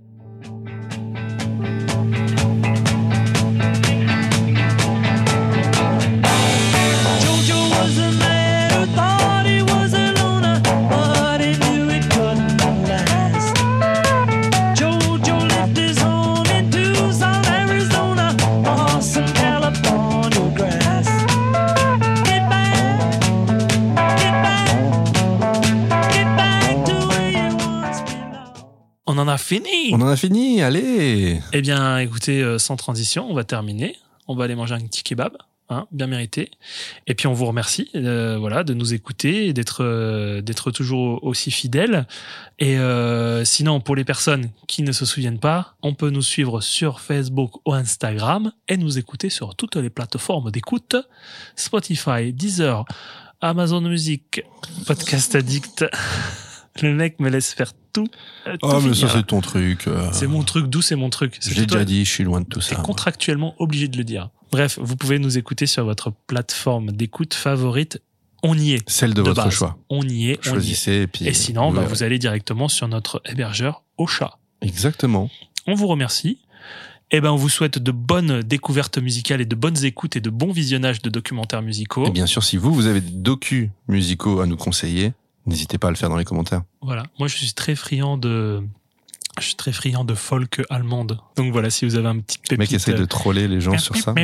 Jojo was a man who thought he was a loner, but he knew it couldn't last. Jojo left his home in Tucson, Arizona, on some California grass. Get back, get back, get back to where you once belonged. On en a fini. On en a fini, allez. Eh bien, écoutez, euh, sans transition, on va terminer. On va aller manger un petit kebab, hein, bien mérité. Et puis, on vous remercie, euh, voilà, de nous écouter et d'être, euh, d'être toujours aussi fidèles. Et euh, sinon, pour les personnes qui ne se souviennent pas, on peut nous suivre sur Facebook ou Instagram et nous écouter sur toutes les plateformes d'écoute, Spotify, Deezer, Amazon Music, Podcast Addict. Le mec me laisse faire tout. euh, tout Oh, mais ça, finir. c'est ton truc. euh. C'est mon truc, d'où c'est mon truc. C'est J'ai toi- déjà dit, je suis loin de tout T'es ça. moi. contractuellement obligé de le dire. Bref, vous pouvez nous écouter sur votre plateforme d'écoute favorite. On y est. Celle de, de votre base. choix. On y est. On y est. Choisissez et puis. Et sinon, bah, verrez. vous allez directement sur notre hébergeur Ocha. Exactement. On vous remercie. Et ben, on vous souhaite de bonnes découvertes musicales et de bonnes écoutes et de bons visionnages de documentaires musicaux. Et bien sûr, si vous, vous avez des docus musicaux à nous conseiller, n'hésitez pas à le faire dans les commentaires. Voilà. Moi, je suis très friand de, je suis très friand de folk allemande. Donc voilà, si vous avez un petit pépite. Le mec essaye de troller les gens sur ça.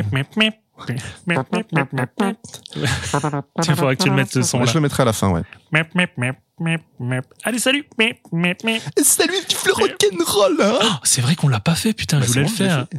Il faudra que tu le mettes ce son Ouais, là. je le mettrai à la fin, ouais. Allez, salut. Salut, vive le rock'n'roll, hein. Oh, c'est vrai qu'on l'a pas fait, putain, Bah, je voulais le c'est bon, je l'ai faire. fait.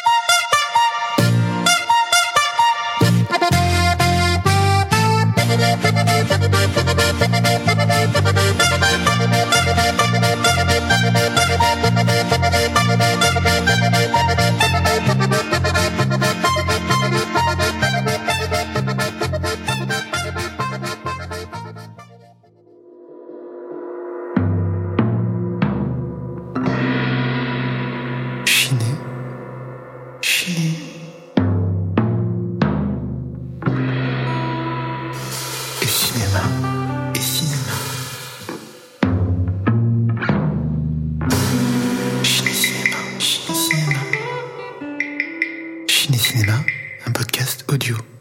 Chiné, chiné. Et cinéma, et cinéma. Chiné cinéma, chiné cinéma. Chiné cinéma, un podcast audio.